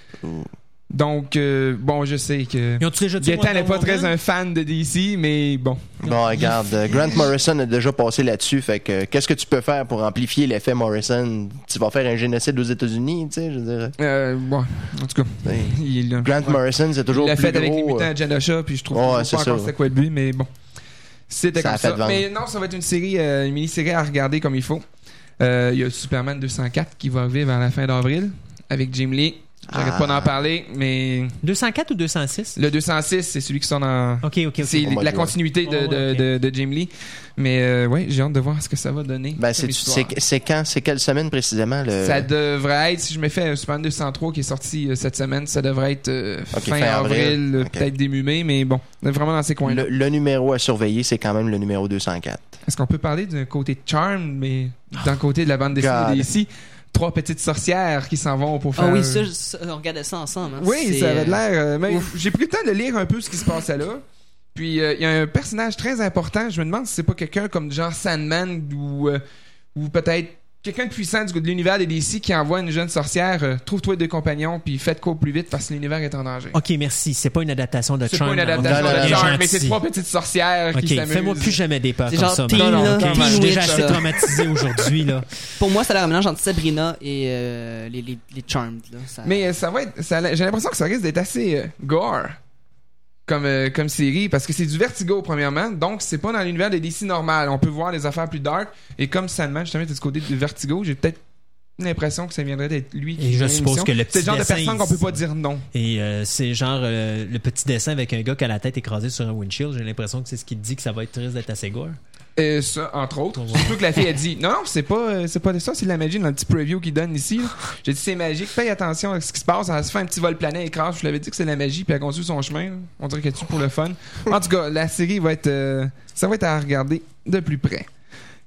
Donc, euh, bon, je sais que Ils ont-tu déjà tué Gaétan n'est Wonder pas très Woman? un fan de D C, mais bon. Bon, regarde, euh, Grant Morrison a déjà passé là-dessus, fait que qu'est-ce que tu peux faire pour amplifier l'effet Morrison? Tu vas faire un génocide aux États-Unis, tu sais, je dirais. Euh, bon, en tout cas, Ben, il, Grant ouais. Morrison, c'est toujours il l'a plus fait avec les gros. mutants euh, à Janasha, puis je trouve Ouais, toujours c'est pas ça, encore c'était quoi le but, mais bon. C'était Ça comme a fait ça. vendre. Mais non, ça va être une série, euh, une mini-série à regarder comme il faut. Euh, Il y a Superman deux cent quatre qui va arriver vers la fin d'avril avec Jim Lee. J'arrête Ah. pas d'en parler, mais deux cent quatre ou deux cent six? le deux cent six, c'est celui qui sort dans... OK, OK, OK. C'est Au mois la de juin. continuité de, Oh, ouais, de, ok. de, de Jim Lee. Mais euh, ouais, j'ai hâte de voir ce que ça va donner. Ben, comme c'est, histoire. c'est, c'est quand, c'est quelle semaine précisément? Le... Ça devrait être, si je me fais un Superman deux cent trois qui est sorti euh, cette semaine, ça devrait être euh, Ok, fin, fin avril, avril. euh, Ok. peut-être début mai, mais bon, on est vraiment dans ces coins-là. le, le numéro à surveiller, c'est quand même le numéro deux cent quatre. Est-ce qu'on peut parler d'un côté Charm, mais d'un côté de la bande dessinée God. d'ici, trois petites sorcières qui s'en vont pour faire... Ah oui, ça, ça, on regardait ça ensemble. Hein. Oui, C'est, ça avait de euh, l'air. euh, mais ouf. j'ai pris le temps de lire un peu ce qui se passait là. Puis euh, il y a un personnage très important. Je me demande si c'est pas quelqu'un comme genre Sandman ou, euh, ou peut-être quelqu'un de puissant du, de l'univers des D C qui envoie une jeune sorcière. euh, Trouve-toi deux compagnons puis faites court plus vite parce que l'univers est en danger. OK, merci. C'est pas une adaptation de C'est Charm. pas une On adaptation Non, non, de non, Charm, gentil. mais c'est trois petites sorcières OK, qui s'amusent. fais-moi plus jamais des peurs C'est comme genre ça. Teen, man. non, là, non, OK, Teen je suis déjà Witch, assez là. traumatisé aujourd'hui, là. Pour moi, ça a l'air un mélange entre Sabrina et euh, les, les, les Charmed. Là. Ça... Mais euh, ça va être. ça a- j'ai l'impression que ça risque d'être assez euh, gore comme, euh, comme série parce que c'est du Vertigo premièrement, donc c'est pas dans l'univers des D C normal. On peut voir des affaires plus dark et comme Sandman, justement, t'es du côté de Vertigo, j'ai peut-être l'impression que ça viendrait d'être lui qui Et je fait suppose l'émission. que le c'est petit le genre de dessin, personne il- qu'on peut pas dire non. Et euh, c'est genre euh, le petit dessin avec un gars qui a la tête écrasée sur un windshield. J'ai l'impression que c'est ce qui te dit que ça va être risque d'être assez gore. Euh, ça, entre autres. Ouais. Surtout que la fille a dit non, non, c'est pas, euh, c'est pas ça, c'est de la magie dans le petit preview qu'il donne ici. là. J'ai dit c'est magique, paye attention à ce qui se passe. Elle se fait un petit vol plané, écrase. Je lui avais dit que c'est de la magie, puis elle continue son chemin. là. On dirait qu'elle tue pour le fun. En tout cas, la série va être. euh, ça va être à regarder de plus près.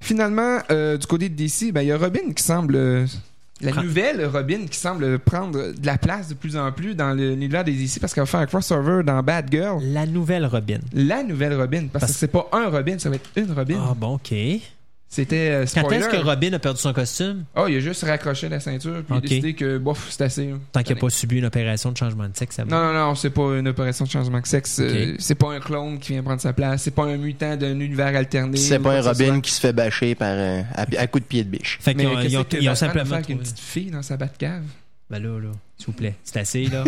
Finalement, euh, du côté de D C, ben, il y a Robin qui semble... euh, la Prends- nouvelle Robin qui semble prendre de la place de plus en plus dans le- l'univers des D C parce qu'elle va faire un crossover dans Batgirl. La nouvelle Robin. La nouvelle Robin, parce, Parce- que c'est pas un Robin, ça va être une Robin. Ah bon, OK. C'était euh, Quand spoiler. est-ce que Robin a perdu son costume? Oh, il a juste raccroché la ceinture puis Ok. il a décidé que bof, c'est assez. hein. Tant qu'il n'a pas subi une opération de changement de sexe, ça va. Non, non, non, c'est pas une opération de changement de sexe. euh, Ok. c'est pas un clone qui vient prendre sa place. C'est pas un mutant d'un univers alterné. C'est ou pas quoi un que ce Robin soit. qui se fait bâcher par, euh, à, à coups de pied de biche. Fait qu'ils Mais ont, qu'est-ce ils ont, que ils ont Batman va simplement faire avec une trouvé- petite fille dans sa Batcave? Ben là, là, s'il vous plaît, c'est assez, là.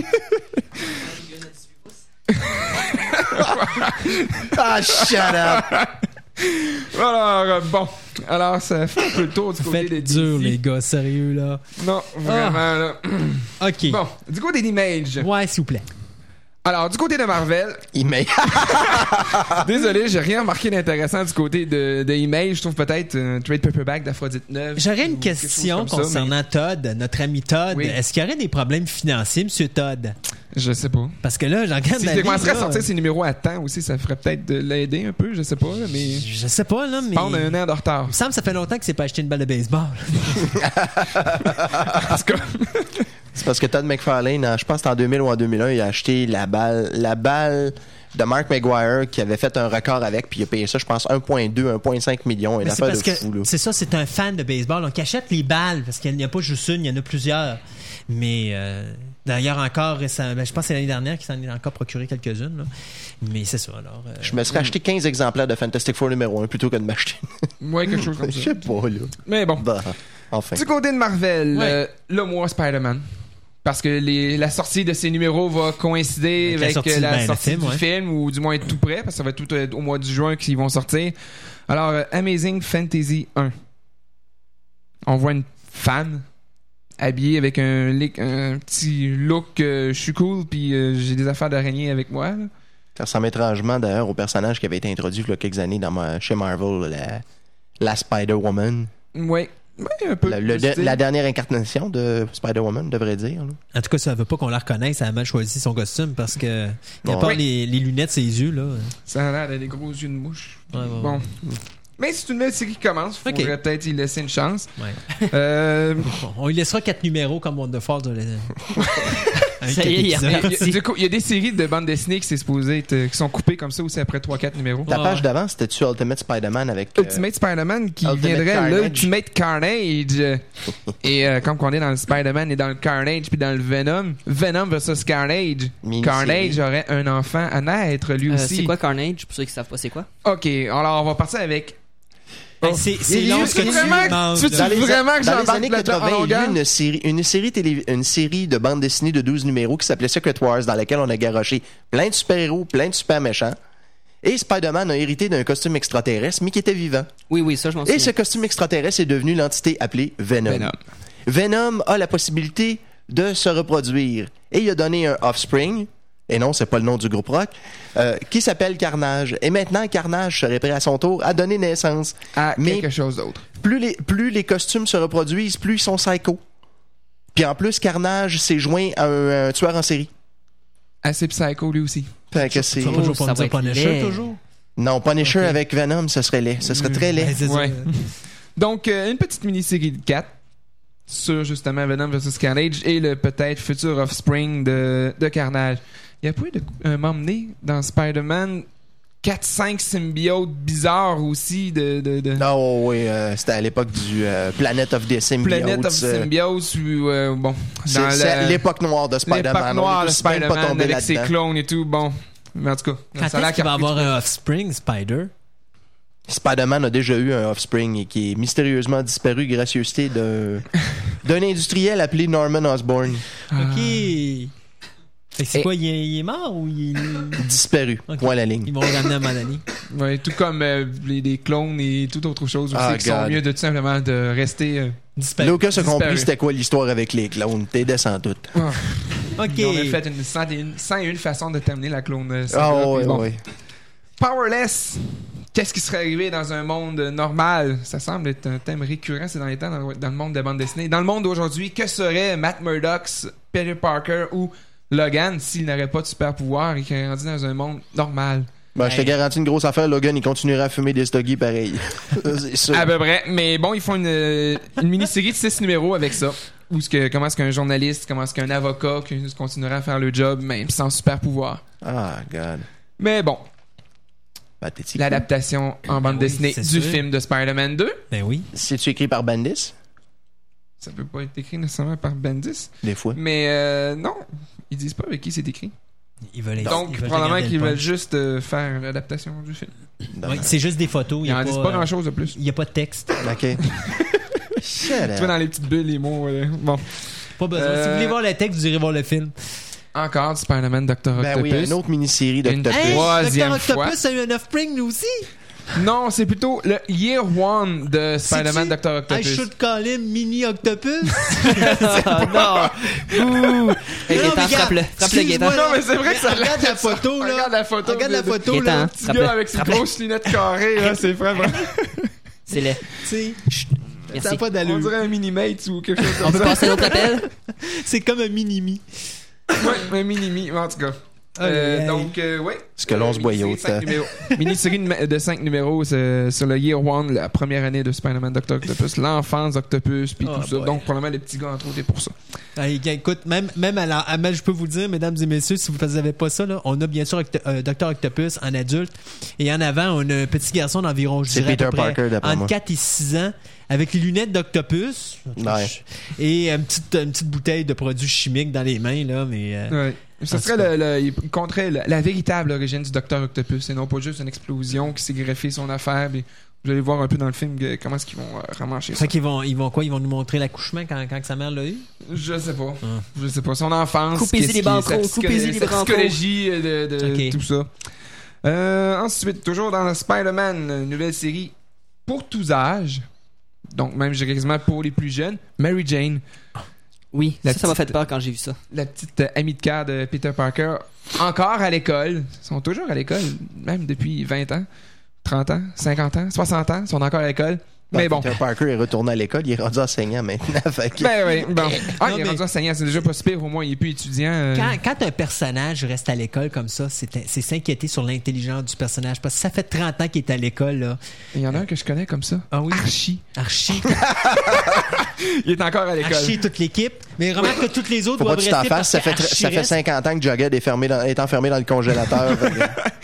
Ah, shut up! Alors, euh, bon. Alors, ça fait un peu le tour du Vous côté faites des dur, D C. les gars, sérieux, là. Non, vraiment, là. OK. Bon, du côté d'Image. Ouais, s'il vous plaît. Alors, du côté de Marvel, Il met. désolé, j'ai rien remarqué d'intéressant du côté de, de Image. Je trouve peut-être un trade paperback d'Aphrodite neuve. J'aurais ou une quelque chose question comme ça, concernant Todd, notre ami Todd. Oui. Est-ce qu'il y aurait des problèmes financiers, Monsieur Todd? mais Je sais pas. Parce que là, j'en regarde Si la je commencerais à livre, là. sortir ses numéros à temps aussi, ça ferait peut-être de l'aider un peu, je sais pas, là, mais... Je sais pas, là, mais... Pas on a un an de retard. Il me semble que ça fait longtemps que c'est pas acheté une balle de baseball. En tout cas, C'est parce que Todd McFarlane, en- je pense que c'est en deux mille ou en deux mille un, il a acheté la balle, la balle de Mark McGuire qui avait fait un record avec, puis il a payé ça, je pense, un virgule deux, un virgule cinq millions. Une Mais c'est affaire parce de que fou, là. c'est ça, c'est un fan de baseball. Donc, il achète les balles parce qu'il n'y a pas juste une, il y en a plusieurs. Mais euh, d'ailleurs, encore récemment, ben, je pense que c'est l'année dernière qu'il s'en est encore procuré quelques-unes. Là. Mais c'est ça, alors. euh, Je me serais acheté quinze exemplaires de Fantastic Four numéro un plutôt que de m'acheter. ouais, quelque chose comme Je ça. sais pas, là. Mais bon. Bah, enfin. Du côté de Marvel, Ouais. euh, le mois Spider-Man. Parce que les, la sortie de ces numéros va coïncider Avec la avec, sortie euh, du- la ben, le sortie film, du ouais. film, ou du moins être tout prêt, parce que ça va être tout euh, au mois de juin qu'ils vont sortir. Alors, euh, Amazing Fantasy un. On voit une femme habillée avec un, lick- un petit look, euh, je suis cool, puis euh, j'ai des affaires d'araignée avec moi. là. Ça ressemble étrangement d'ailleurs au personnage qui avait été introduit il y a quelques années dans ma- chez Marvel, la, la Spider-Woman. Ouais. Ouais, un peu. Le- le- style. la dernière incarnation de Spider-Woman, devrait dire. là. En tout cas, ça veut pas qu'on la reconnaisse. Elle a mal choisi son costume parce que. Il n'y a Bon. pas Oui. les, les lunettes, ses yeux, là. Ça a l'air d'avoir des gros yeux de mouche. Ouais, ouais, ouais. Bon. Mais c'est une belle série qui commence. Ok. Faudrait peut-être y laisser une chance. Ouais. Euh, Bon, on lui laissera quatre numéros comme Wonderfall. De Avec Ça y est, il est quatre épisodes. reparti. Il y, a, du coup, il y a des séries de bandes dessinées qui, c'est supposé être, euh, qui sont coupées comme ça aussi après trois quatre numéros. Ta Ouais, page ouais. d'avant, c'était-tu Ultimate Spider-Man avec. euh, Ultimate Spider-Man qui Ultimate viendrait Carnage. l'Ultimate Carnage. Euh, et euh, comme on est dans le Spider-Man et dans le Carnage puis dans le Venom, Venom versus Carnage. Mini-série. Carnage aurait un enfant à naître lui Euh, aussi. c'est quoi Carnage? Pour ceux qui savent pas, c'est quoi? Ok, alors on va partir avec. Hey, c'est c'est Il y a long eu- ce que tu vraiment- manges. tu veux-tu- là. Dans les, vraiment que dans les j'embarque années là-dedans en quatre-vingts, il y a eu longueur? une série, une série, télé, une série de bandes dessinées de douze numéros qui s'appelait Secret Wars, dans laquelle on a garoché plein de super-héros, plein de super méchants. Et Spider-Man a hérité d'un costume extraterrestre, mais qui était vivant. Oui, oui, ça, je m'en Et ce souviens. costume extraterrestre est devenu l'entité appelée Venom. Venom. Venom a la possibilité de se reproduire. Et il a donné un offspring, et non, c'est pas le nom du groupe rock, euh, qui s'appelle Carnage. Et maintenant, Carnage serait prêt à son tour à donner naissance. À Mais- quelque chose d'autre. Plus les, plus les costumes se reproduisent, plus ils sont psycho. Puis en plus, Carnage s'est joint à un, un tueur en série. Assez psycho lui aussi. Fait que c'est... Tu vas pas toujours ça pas me va dire être Punisher, laid. toujours? Non, Punisher Ok. avec Venom, ce serait laid. Ce serait très laid. Ben, c'est ça. Ouais. Donc, euh, une petite mini-série de quatre sur justement Venom versus Carnage et le peut-être futur offspring de, de Carnage. Il y a pas eu de, un moment donné dans Spider-Man quatre cinq symbiotes bizarres aussi de, de, de Non, oui, euh, c'était à l'époque du euh, Planet of the Symbiotes. Planet of euh, Symbiotes ou euh, bon c'est dans c'est la- l'époque noire de Spider-Man. l'époque noire On est de aussi bien pas Spider-Man tombé avec ses là-dedans. clones et tout. Bon, mais en tout cas, Quand ça a l'air est-ce qu'il va qu'il a avoir pris un offspring, Spider? Spider-Man a déjà eu un offspring et qui est mystérieusement disparu gracieuseté d'un d'un industriel appelé Norman Osborn. Ah. OK. Fait que c'est Et- quoi, il est, il est mort ou il est... Disparu. Ok. Point à la ligne. Ils vont le ramener à un moment donné. Ouais, tout comme euh, les, les clones et toute autre chose aussi Ah, qui sont God. mieux de tout simplement de rester. euh, Disparu. Lucas a Disparu. compris c'était quoi l'histoire avec les clones. T'es descend tout. OK. On a fait une cent et une, cent et une façons de terminer la clone. euh, saga, Ah puis ouais, bon. ouais. Powerless. Qu'est-ce qui serait arrivé dans un monde normal? Ça semble être un thème récurrent ces derniers temps dans, dans le monde de la bande dessinée. Dans le monde d'aujourd'hui, que serait Matt Murdock's Peter Parker ou Logan s'il n'aurait pas de super pouvoir et qu'il est rendu dans un monde normal? Ben, je te Hey. garantis une grosse affaire, Logan, il continuera à fumer des stoggies pareil. C'est sûr. À peu près. Mais bon, ils font une, euh, une mini-série de six numéros avec ça. Où ce que, comment est-ce qu'un journaliste, comment est-ce qu'un avocat qui continuera à faire le job, même sans super pouvoir. Ah, God. Mais bon, Pathétique. l'adaptation en bande oui, dessinée c'est du sûr. film de Spider-Man deux. Ben oui. C'est-tu écrit par Bendis? Ça peut pas être écrit nécessairement par Bendis. Des fois. Mais euh, non, ils disent pas avec qui c'est écrit. Ils veulent Donc, ils veulent probablement regarder qu'ils le veulent punch. juste euh, faire l'adaptation du film. Ouais, Dommage. c'est juste des photos. Ils Il n'y en a, disent pas, pas euh, grand-chose de plus. il y a pas de texte. OK. Shut Tu vois up. dans les petites bulles, les mots. euh, Bon. Pas besoin. Euh, Si vous voulez voir le texte, vous irez voir le film. Encore du Spider-Man docteur Ben oui, Octopus. une autre mini-série Une- d'Octopus. Hey! Troisième Docteur fois. Octopus a eu un off-spring, nous aussi. Non, c'est plutôt le Year One de Spider-Man C'est-tu? docteur I Octopus. should call him Mini Octopus. Ah, non! Ouh! Hey, Non, Gaétan, mais frappe-le. regarde, Frappe-le, excuse-moi, Gaétan. Non, mais c'est vrai que ça Regarde la photo, là. Regarde la photo. Regarde de- la de- photo, Gaétan, là. hein. Petit Frappe-le. gars avec ses Frappe-le. grosses lunettes carrées, là, c'est vraiment. C'est laid. Tu sais, ça Merci. n'a pas On d'allure. dirait un mini-mate ou quelque chose On comme peut ça. passer à l'autre appel? C'est comme un mini-mi. Ouais, un mini-mi, en tout cas. Euh, Aïe, aïe. donc, euh, ouais. Parce que l'on se boyau, Mini-série de cinq numéros. Mini-série de ma- de cinq numéros c'est sur le Year One, la première année de Spider-Man docteur Octopus, l'enfance d'Octopus, puis Oh tout ça. boy. Donc, probablement, les petits gars, entre autres, est pour ça. Hey, gars, écoute, même, même à la, à- même, je peux vous le dire, mesdames et messieurs, si vous ne savez pas ça, là, on a bien sûr Octo- euh, docteur Octopus en adulte. Et en avant, on a un petit garçon d'environ, je C'est dirais, à peu Peter près Parker, d'après entre moi. quatre et six ans, avec les lunettes d'Octopus. Ouais. Et une petite, une petite bouteille de produits chimiques dans les mains, là, mais. euh, Ouais. Ça En serait tout cas. le, le- il compterait la, la véritable origine du docteur Octopus et non pas juste une explosion qui s'est greffée son affaire. Puis vous allez voir un peu dans le film que- comment est-ce qu'ils vont euh, ramancher ça. Fait qu'ils vont, ils vont quoi? Ils vont nous montrer l'accouchement quand, quand que sa mère l'a eu? Je sais pas. Ah. Je sais pas. Son enfance. Coupez-y qu'est-ce les qui- bandeaux, sa coupez-y les sa bandeaux. psychologie euh, de, de Ok. tout ça. Euh, ensuite, toujours dans le Spider-Man, une nouvelle série pour tous âges. Donc, même je dirais quasiment pour les plus jeunes. Mary Jane, Oui, La ça, ça m'a petite- fait peur quand j'ai vu ça. la petite euh, amie de cœur de Peter Parker, encore à l'école. Ils sont toujours à l'école, même depuis vingt ans, trente ans, cinquante ans, soixante ans, ils sont encore à l'école. Mais bon. Peter Parker est retourné à l'école, il est rendu enseignant maintenant. Fait que- Ben oui, bon. Ah, Non, il est mais- rendu enseignant, c'est déjà pas si pire, au moins il est plus étudiant. euh. Quand, quand un personnage reste à l'école comme ça, c'est, c'est s'inquiéter sur l'intelligence du personnage. Parce que ça fait trente ans qu'il est à l'école, là. Il y en a un que je connais comme ça. Ah oui? Archie. Archie. Il est encore à l'école. Archie et toute l'équipe. Mais remarque que toutes les autres Faut pas doivent que tu t'en rester parce fasses, ça que fait, tr- Archie ça fait reste. cinquante ans que Jughead est, fermé dans- est enfermé dans le congélateur. Fait que-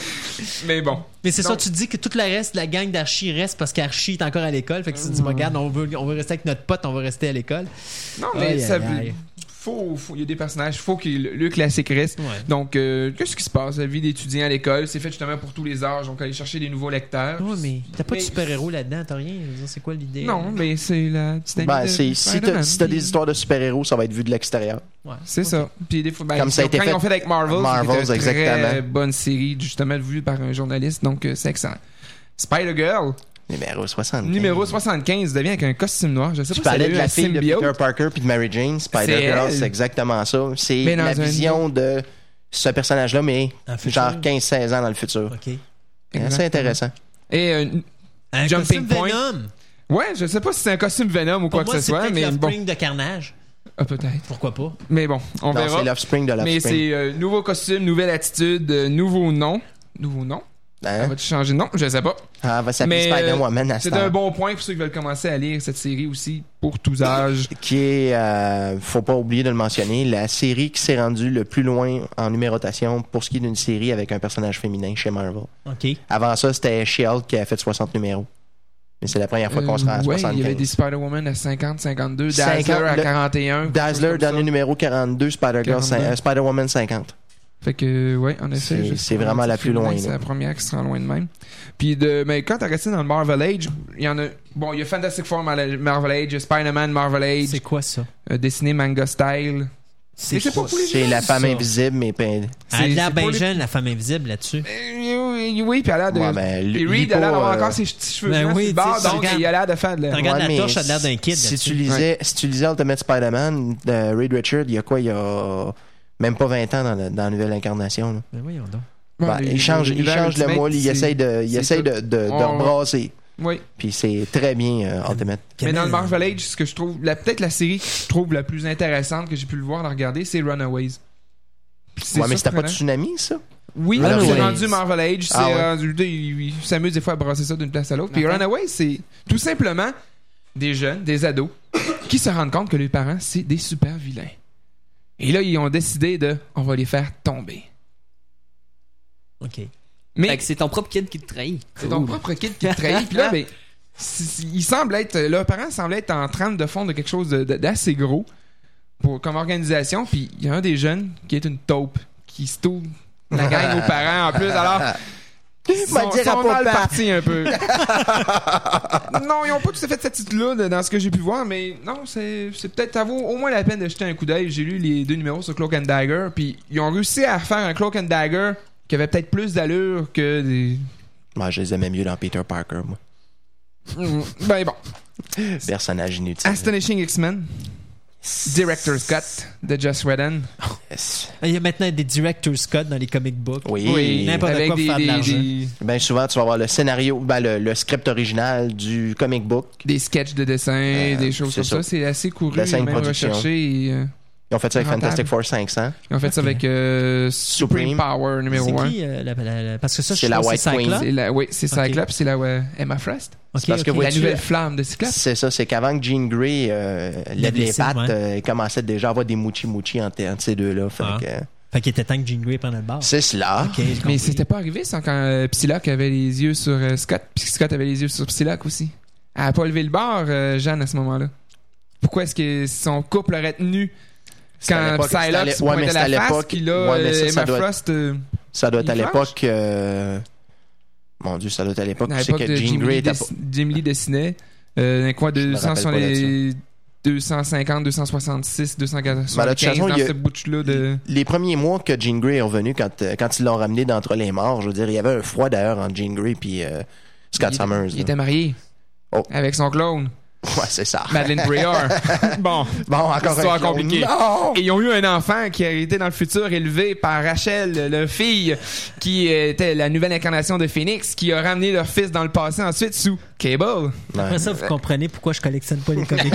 Mais bon. Mais c'est ça, Donc- tu te dis que tout le reste de la gang d'Archie reste parce qu'Archie est encore à l'école. Fait que tu te dis, regarde, on veut, on veut rester avec notre pote, on va rester à l'école. Non, mais Aïe, ça aïe, veut- aïe. Faut, faut- il y a des personnages, faut que le, le classique reste. Ouais. Donc, euh, qu'est-ce qui se passe? La vie d'étudiant à l'école, c'est fait justement pour tous les âges. Donc, aller chercher des nouveaux lecteurs. Ouais, mais t'as pas de Mais- super-héros là-dedans, t'as rien. Je veux dire, c'est quoi l'idée? Non, mais c'est la petite amie Ben, de c'est- si t'as Spider-Man, si t'as puis- des histoires de super-héros, ça va être vu de l'extérieur. Ouais. C'est Ok. ça. Puis des fois, ben, Comme ça a été quand fait- ils ont fait avec Marvel, Marvels, c'était une très exactement. bonne série, justement vue par un journaliste. Donc, euh, c'est excellent. Spider-Girl, Numéro soixante. numéro soixante-quinze, devient avec un costume noir. Je sais Tu pas si elle a parlais eu de la un fille de symbiote. Peter Parker puis de Mary Jane, C'est Spider-Girl, elle. c'est exactement ça. C'est Mais dans la un vision de ce personnage-là, mais En futur. genre quinze seize ans dans le futur. Ok. C'est assez Exactement. intéressant. Et euh, Un Jumping costume Point. Venom. ouais, je sais pas si c'est un costume Venom ou quoi Pour que moi, ce c'est soit, peut-être mais bon. l'Offspring de Carnage. Ah, peut-être. Pourquoi pas? Mais bon, on Non, verra. c'est l'Offspring de Mais l'Offspring. c'est euh, nouveau costume, nouvelle attitude, euh, nouveau nom. Nouveau nom? Hein? On va-tu changer de nom? Je sais pas. Ah, elle va s'appeler Mais, Spider-Woman à C'est cette un heure. bon point pour ceux qui veulent commencer à lire cette série aussi, pour tous âges. Qui est, euh, faut pas oublier de le mentionner, la série qui s'est rendue le plus loin en numérotation pour ce qui est d'une série avec un personnage féminin chez Marvel. Ok. Avant ça, c'était She-Hulk qui a fait soixante numéros. Mais c'est la première fois qu'on se rend à Euh, ouais, il y avait des soixante-quinze. Spider-Woman à cinquante, cinquante-deux, Dazzler cinquante, à le- quarante et un. Dazzler, comme dernier ça. numéro quarante-deux, Spider-Girl, quarante-deux. cin- euh, Spider-Woman cinquante. Fait que, ouais, en effet. C'est- je c'est sais, vraiment la plus loin, C'est là. la première qui se rend loin de même. Puis, de, mais quand t'as resté dans le Marvel Age, il y en a. Bon, il y a Fantastic Four Mar- Marvel Age, Spider-Man Marvel Age, C'est quoi ça? euh, dessiné manga style. Mais c'est pas pour les C'est jeunes, la femme ça. invisible, mais peine. Elle a C'est- l'air c'est bien pour les- jeune, la femme invisible, là-dessus. Euh, oui, oui, puis elle a l'air de. Ouais, ben, puis lis Reed a l'air pas, d'avoir euh, encore ses petits cheveux ben blancs oui, sur le bord, tu sais, donc regarde- il a l'air de faire de la. Regarde la mais torche, elle a l'air d'un kid Si là-dessus. tu lisais, si tu lisais Ultimate Spider-Man de Reed Richards, il y a quoi? Il y a même pas vingt ans dans, la- dans la nouvelle incarnation. Là. Mais voyons donc. Bon, Ben, les- il change, il l'univers change le Ultimate, moule, il c'est- essaye de, il c'est essaye ça. de, de, de On- rebrasser. Oui. Puis c'est très bien euh, Ultimate. Mais dans le Comment- Marvel Age, ce que je trouve, la- peut-être la série que je trouve la plus intéressante que j'ai pu le voir, la regarder, c'est Runaways. Puis c'est Ouais, mais c'était pas surprenant. Tsunami, ça? Oui, Runaways. c'est rendu Marvel Age. C'est Ah ouais. rendu, il, il s'amuse des fois à brasser ça d'une place à l'autre. Puis Ok. Runaways, c'est tout simplement des jeunes, des ados, qui se rendent compte que leurs parents, c'est des super vilains. Et là, ils ont décidé de, on va les faire tomber. OK. Mais Fait que c'est ton propre kid qui te trahit. c'est ton propre kid qui te trahit. Puis là, ben, c- c- ils semblent être, leurs parents semblent être en train de fondre quelque chose de- de- d'assez gros pour, comme organisation. Puis il y a un des jeunes qui est une taupe qui se tourne la gang aux parents en plus. Alors, ils m'a sont, dit à sont mal papa. partis un peu. Non, ils ont pas tout à fait cette attitude-là de- dans ce que j'ai pu voir, mais non, c'est, c'est peut-être, ça vaut au moins la peine de jeter un coup d'œil. J'ai lu les deux numéros sur Cloak and Dagger, puis ils ont réussi à faire un Cloak and Dagger qui avait peut-être plus d'allure que des... Moi, je les aimais mieux dans Peter Parker, moi. Ben bon. Personnage inutile. Astonishing X-Men, Director's Cut de Joss Whedon. Yes. Il y a maintenant des director's cut dans les comic books. Oui. n'importe avec quoi pour des, faire de des, l'argent. des, Ben souvent, tu vas avoir le scénario, ben, le, le script original du comic book. des sketchs de dessin, Euh, des choses c'est comme ça. ça. C'est assez couru, Dessin de même production. recherché. Et, euh, Ils ont fait ça avec Rentable. Fantastic Four cinq cents. ils ont fait ça Ok. avec euh, Supreme, Supreme. Power numéro C'est un. qui euh, la, la- la- parce que ça, je C'est la pense que White c'est Queen. Cyclope. C'est la, oui, c'est Ok. Cyclope, c'est la ouais, Emma Frost. Ok, parce que ok. vous- La Vois-tu, nouvelle euh, flamme de Cyclope. C'est ça, c'est qu'avant que Jean Grey euh, lève les décide, pattes, ouais. euh, il commençait déjà à avoir des mouchi-mouchi entre, entre ces deux-là. Fait Ah. que, euh, Fait qu'il était temps que Jean Grey prenne le bar. c'est cela. Ok, j'ai Mais compris. c'était pas arrivé ça quand euh, Psylocke avait les yeux sur euh, Scott, puis Scott avait les yeux sur Psylocke aussi. Elle a pas levé le bar, euh, Jeanne, à ce moment-là. Pourquoi est-ce que son couple aurait tenu C'était à quand l'époque- c'était à Psylocke l'é- se ouais, mais pointait c'était à la face, l'époque- puis là, ouais, mais ça, euh, ça Emma doit être- Frost... euh, Ça doit être à Il flash? l'époque... euh, Mon Dieu, ça doit être à l'époque. à Tu sais l'époque que de Jean Jim Grey Lee, était dess- pas... Jim Lee dessinait euh, un coin de Je me deux cents rappelle sur pas de les deux cent cinquante, deux cent soixante-six, deux cent quatre-vingt-quinze Ben là, de toute façon, dans il y a- ce bout-là de... Les premiers mois que Jean Grey est revenu, quand, euh, quand ils l'ont ramené d'entre les morts, je veux dire, il y avait un froid d'ailleurs entre Jean Grey et euh, Scott il, Summers. Il là. était marié. Oh. Avec son clone, Ouais, c'est ça. Madeleine Breyer. Bon. Bon, encore Histoire un clone. compliquée. Non! Et ils ont eu un enfant qui a été dans le futur élevé par Rachel, la fille qui était la nouvelle incarnation de Phoenix, qui a ramené leur fils dans le passé ensuite sous Cable. Après ça, vous comprenez pourquoi je collectionne pas les comics.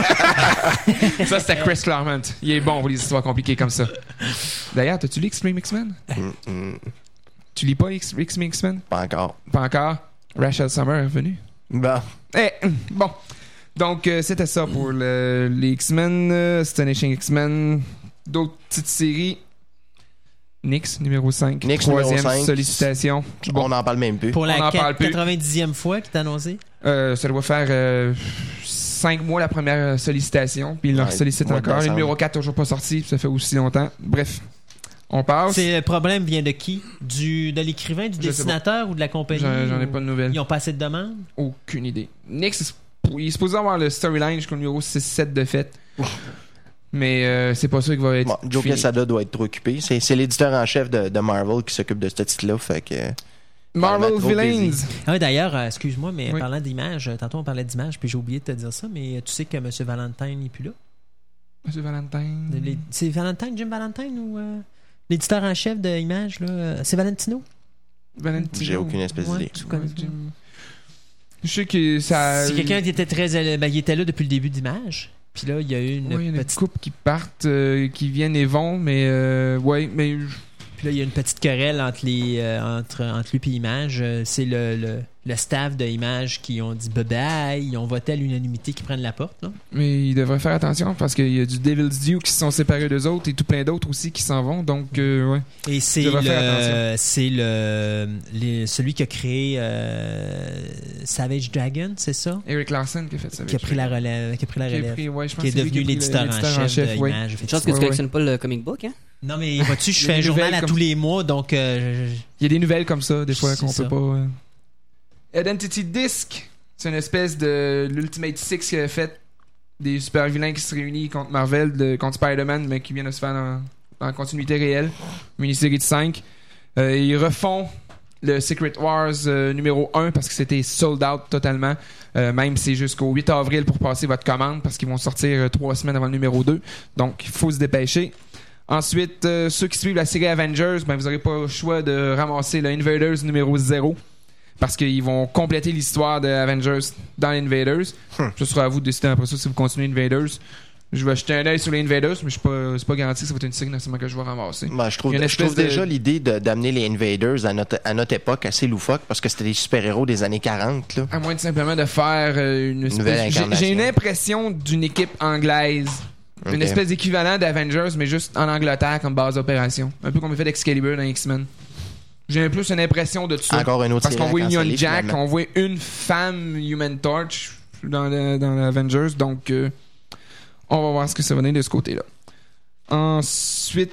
Ça, c'était Chris Claremont. Il est bon pour les histoires compliquées comme ça. D'ailleurs, t'as-tu lu Extreme X-Men? Mm, mm, Tu lis pas X- Extreme X-Men? pas encore. Pas encore. Rachel Summer est revenue. Bon. Eh, bon. Donc, euh, c'était ça pour le- les X-Men, euh, Astonishing X-Men, d'autres petites séries. Nyx, numéro cinq. Nyx, numéro Troisième cinq. sollicitation. On n'en parle même plus. Pour On la en parle plus. quatre-vingt-dixième fois qui est annoncée. Euh, ça doit faire euh, cinq mois la première sollicitation, puis ils leur Ouais, sollicitent mois de encore. Le décembre. numéro quatre toujours pas sorti, ça fait aussi longtemps. Bref, on passe. C'est le problème vient de qui? Du, de l'écrivain, du Je sais dessinateur ou de la compagnie? J'en j'en ai ou- pas de nouvelles. Ils ont pas assez de demandes? Aucune idée. Nyx, il est supposé avoir le storyline jusqu'au numéro six sept de fait. Mais euh, c'est pas sûr qu'il va être. Bon, Joe fini. Quesada doit être trop occupé. C'est, c'est l'éditeur en chef de, de Marvel qui s'occupe de ce titre-là. Fait que. Marvel Trop Villains. busy. Ah oui, d'ailleurs, euh, excuse-moi, mais Oui. parlant d'images, euh, tantôt on parlait d'images, puis j'ai oublié de te dire ça, mais euh, tu sais que M. Valentine n'est plus là? Monsieur Valentine. De l'é- C'est Valentine, Jim Valentine ou euh, l'éditeur en chef de images, là? euh, C'est Valentino? Valentino. J'ai aucune espèce Ouais, d'idée. tu connais Ouais, ça? Jim- Je sais que ça. C'est quelqu'un qui était très. euh, ben, il était là depuis le début d'Images. Puis là, il y a eu une Ouais, il y en a une petite. couple qui partent, euh, qui viennent et vont, mais euh, ouais, mais Puis là, il y a une petite querelle entre les euh, entre, entre lui et Image. Euh, C'est le, le, le staff de Image qui ont dit bye bye. Ils ont voté à l'unanimité qu'ils prennent la porte. Là. mais ils devraient faire attention parce qu'il y a du Devil's Due qui se sont séparés d'eux autres et tout plein d'autres aussi qui s'en vont. Donc euh, ouais. Et c'est Je devrais faire le attention. c'est le les- celui qui a créé euh, Savage Dragon, c'est ça? Eric Larson qui a fait ça. Qui a pris la relève. Qui a pris la Qui a relève. pris- ouais, je pense Qui est que c'est lui devenu qui a pris le- l'éditeur en chef, de ouais. Image. Une chance que Ouais, tu collectionnes pas le comic book, hein? Non, mais vois-tu, je Il y a fais un des journal nouvelles à comme- tous les mois, donc euh, je- Il y a des nouvelles comme ça, des fois, C'est qu'on ça. peut pas. euh. Identity Disc, c'est une espèce de l'Ultimate Six qui a fait des super vilains qui se réunissent contre Marvel, de, contre Spider-Man, mais qui vient de se faire dans, dans la continuité réelle. Mini-série de cinq. Euh, ils refont le Secret Wars euh, numéro un parce que c'était sold out totalement. Euh, même c'est jusqu'au huit avril pour passer votre commande parce qu'ils vont sortir euh, trois semaines avant le numéro deux. Donc, il faut se dépêcher. Ensuite, euh, ceux qui suivent la série Avengers, ben, vous n'aurez pas le choix de ramasser le Invaders numéro zéro parce qu'ils vont compléter l'histoire de Avengers dans l'Invaders. Hmm. Ce sera à vous de décider après ça si vous continuez Invaders. Je vais jeter un œil sur les Invaders, mais je suis pas, c'est pas garanti que ça va être une série nécessairement que je vais ramasser. Ben, je trouve, Il y a une je trouve espèce de- déjà l'idée de- d'amener les Invaders à notre, à notre époque assez loufoque parce que c'était des super-héros des années quarante. Là. À moins de simplement de faire euh, une espèce... nouvelle j'ai, incarnation. j'ai une impression d'une équipe anglaise. Ok. Une espèce d'équivalent d'Avengers, mais juste en Angleterre comme base d'opération. Un peu comme on fait d'Excalibur dans X-Men. J'ai plus une impression de tout ça. Encore une autre Parce série qu'on voit à Union canceller, Jack, finalement. on voit une femme Human Torch dans, le, dans l'Avengers, donc euh, on va voir ce que ça va donner de ce côté-là. Ensuite,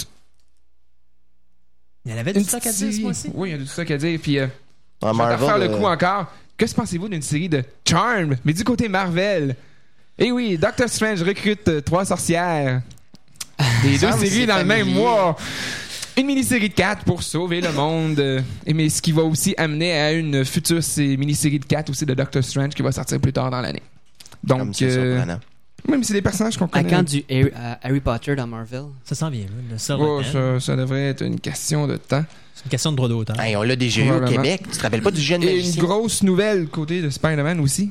Il y en avait du une stock à série- dire ce mois-ci? Oui, il y a du stock à dire. Puis, euh, Ah, je vais Marvel, faire le euh, coup encore. Que pensez-vous d'une série de Charm, mais du côté Marvel? Eh oui, Doctor Strange recrute euh, trois sorcières. Des deux semble séries c'est dans le même familier. mois. Une mini-série de quatre pour sauver le monde. euh, et mais ce qui va aussi amener à une future sé- mini-série de quatre aussi de Doctor Strange qui va sortir plus tard dans l'année. comme Donc, c'est euh, surprenant. même si c'est des personnages qu'on À connaît. quand du Harry, euh, Harry Potter dans Marvel? Ça s'en vient, là. Le sort Oh, attend. ça, ça devrait être une question de temps. C'est une question de droit d'auteur. Hey, on l'a déjà eu au Probablement. Québec. Tu te rappelles pas du jeune Et une magicien? grosse nouvelle côté de Spider-Man aussi.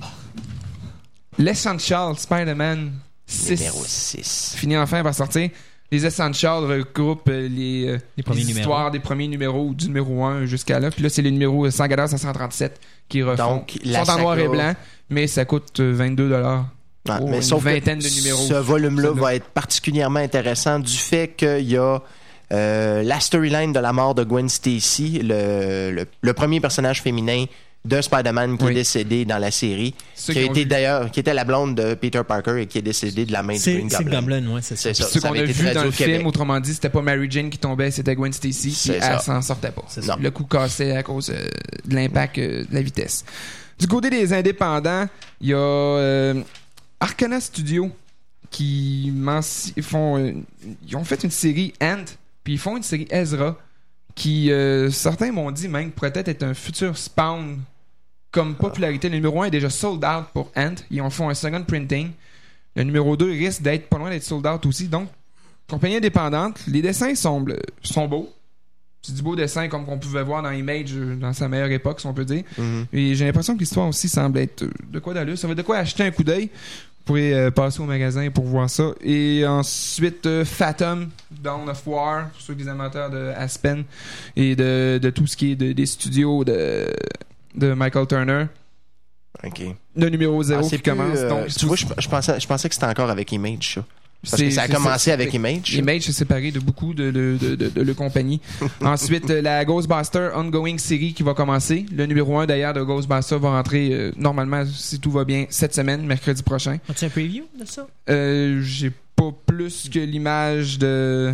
L'Essential Spider-Man six. Numéro six. Fini enfin par sortir. Les Essentials regroupent euh, les, euh, Les premiers les numéros. histoires des premiers numéros du numéro un jusqu'à là. Puis là, c'est le numéro cent quatorze à cent trente-sept qui refont. Donc, Ils la sont en noir et saga- blanc, mais ça coûte euh, vingt-deux dollars. Ah, Oh, mais une sauf que vingtaine de numéros. Ce volume-là Celle-là. va être particulièrement intéressant du fait qu'il y a euh, la storyline de la mort de Gwen Stacy, le, le, le premier personnage féminin de Spider-Man qui Oui. est décédé dans la série, Ceux qui a qui ont été vu- d'ailleurs, qui était la blonde de Peter Parker et qui est décédée de la main de C'est Green c'est Goblin. Goblin, ouais, c'est ça. C'est ça. Ceux ça qu'on avait a été vu traduit dans au le Québec. film, autrement dit, c'était pas Mary Jane qui tombait, c'était Gwen Stacy. Puis C'est elle ça. s'en sortait pas. C'est ça. Le coup cassait à cause euh, de l'impact euh, de la vitesse. Du côté des indépendants, il y a euh, Arcana Studio qui menci- font euh, ils ont fait une série Ant, puis ils font une série Ezra qui euh, certains m'ont dit même pourrait peut-être être un futur Spawn comme popularité. Le numéro un est déjà sold out pour Ant. Ils en font un second printing. Le numéro deux risque d'être pas loin d'être sold out aussi. Donc, compagnie indépendante. Les dessins sont, bleu- sont beaux. C'est du beau dessin comme qu'on pouvait voir dans Image euh, dans sa meilleure époque, si on peut dire. Mhm. Et j'ai l'impression que l'histoire aussi semble être euh, de quoi d'allure. Ça va être de quoi acheter un coup d'œil. Vous pourrez euh, passer au magasin pour voir ça. Et ensuite, euh, Fathom, Dawn of War, pour ceux des amateurs de Aspen et de, de tout ce qui est de- des studios de, de Michael Turner. OK. Le numéro zéro Ah, qui c'est plus, commence. euh, donc, tu tout- vois, je, je pensais, je pensais que c'était encore avec Image, ça. Parce c'est- que ça a c'est- commencé c'est- avec c'est- Image. Image s'est séparé de beaucoup de, de, de, de, de, de compagnies. Ensuite, euh, la Ghostbuster Ongoing série qui va commencer. Le numéro un d'ailleurs de Ghostbuster va rentrer euh, normalement, si tout va bien, cette semaine, mercredi prochain. As-tu un preview de ça? Euh, j'ai pas plus que l'image de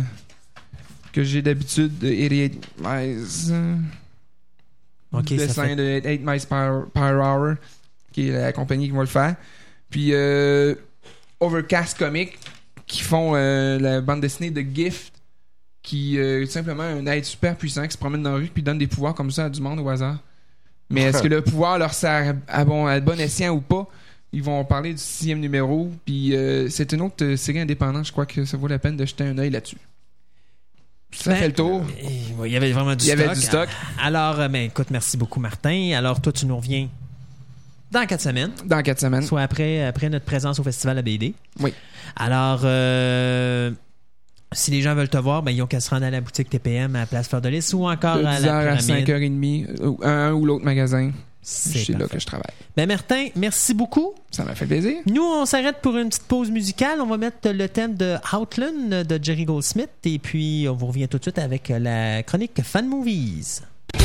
que j'ai d'habitude de eighty-eight Miles. euh, Ok, du ça dessin fait- de eight Miles per, per Hour, qui est la compagnie qui va le faire. Puis euh, Overcast Comics, qui font euh, la bande dessinée de Gift, qui euh, est simplement un être super puissant qui se promène dans la rue puis donne des pouvoirs comme ça à du monde au hasard. Mais est-ce que le pouvoir leur sert à bon, à bon escient ou pas? Ils vont parler du sixième numéro, puis euh, c'est une autre euh, série indépendante. Je crois que ça vaut la peine de jeter un œil là-dessus. Ça Ben, fait le tour. Et, ouais, il y avait vraiment du Il y stock. avait du stock. Alors, euh, ben, écoute, merci beaucoup, Martin. Alors, toi, tu nous reviens dans quatre semaines, Dans quatre semaines. soit après, après notre présence au Festival A B D. Oui. Alors, euh, si les gens veulent te voir, ben, ils ont qu'à se rendre à la boutique T P M à Place Fleur de Lys ou encore De à dix la heures à Pyramide. cinq heures trente, euh, un ou l'autre magasin. C'est C'est là parfait. que je travaille. Ben, Martin, merci beaucoup. Ça m'a fait plaisir. Nous, on s'arrête pour une petite pause musicale. On va mettre le thème de Outland de Jerry Goldsmith et puis on vous revient tout de suite avec la chronique Fan Movies.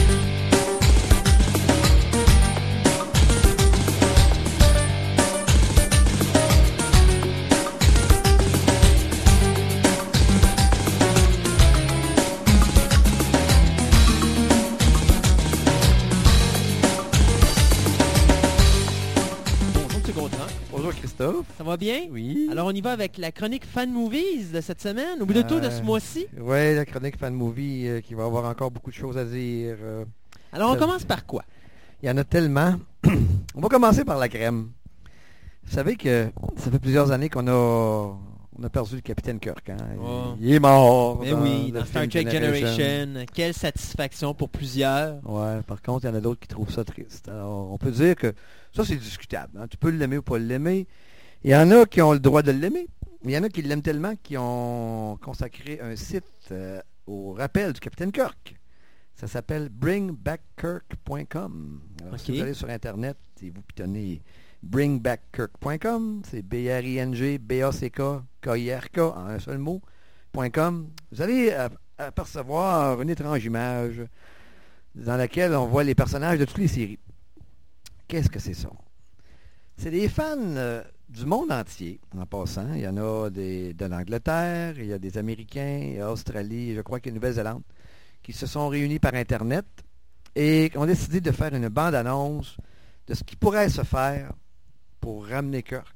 Bonjour, M. Gautran. Bonjour Christophe. Ça va bien? Oui. Alors, on y va avec la chronique Fan Movies de cette semaine, ou plutôt de ce Euh, mois-ci. Ouais, la chronique fan movie euh, qui va avoir encore beaucoup de choses à dire. euh, Alors, on ça- commence par quoi? Il y en a tellement. On va commencer par la crème. Vous savez que ça fait plusieurs années qu'on a on a perdu le capitaine Kirk. Hein? Il- Oh. Il, est mort. Mais dans oui, le dans Star film Trek Generation, quelle satisfaction pour plusieurs. Ouais, par contre, il y en a d'autres qui trouvent ça triste. Alors, on peut dire que ça, c'est discutable. Hein. Tu peux l'aimer ou pas l'aimer. Il y en a qui ont le droit de l'aimer. il y en a qui l'aiment tellement qu'ils ont consacré un site euh, au rappel du capitaine Kirk. Ça s'appelle bring back kirk point com. Alors, Ok. si vous allez sur Internet et vous pitonnez bring back kirk point com, c'est B R I N G B A C K K I R K en un seul mot, .com, vous allez a- apercevoir une étrange image dans laquelle on voit les personnages de toutes les séries. Qu'est-ce que c'est ça? C'est des fans euh, du monde entier, en passant. Il y en a des, de l'Angleterre, il y a des Américains, il y a Australie, je crois qu'il y a Nouvelle-Zélande, qui se sont réunis par Internet et qui ont décidé de faire une bande-annonce de ce qui pourrait se faire pour ramener Kirk.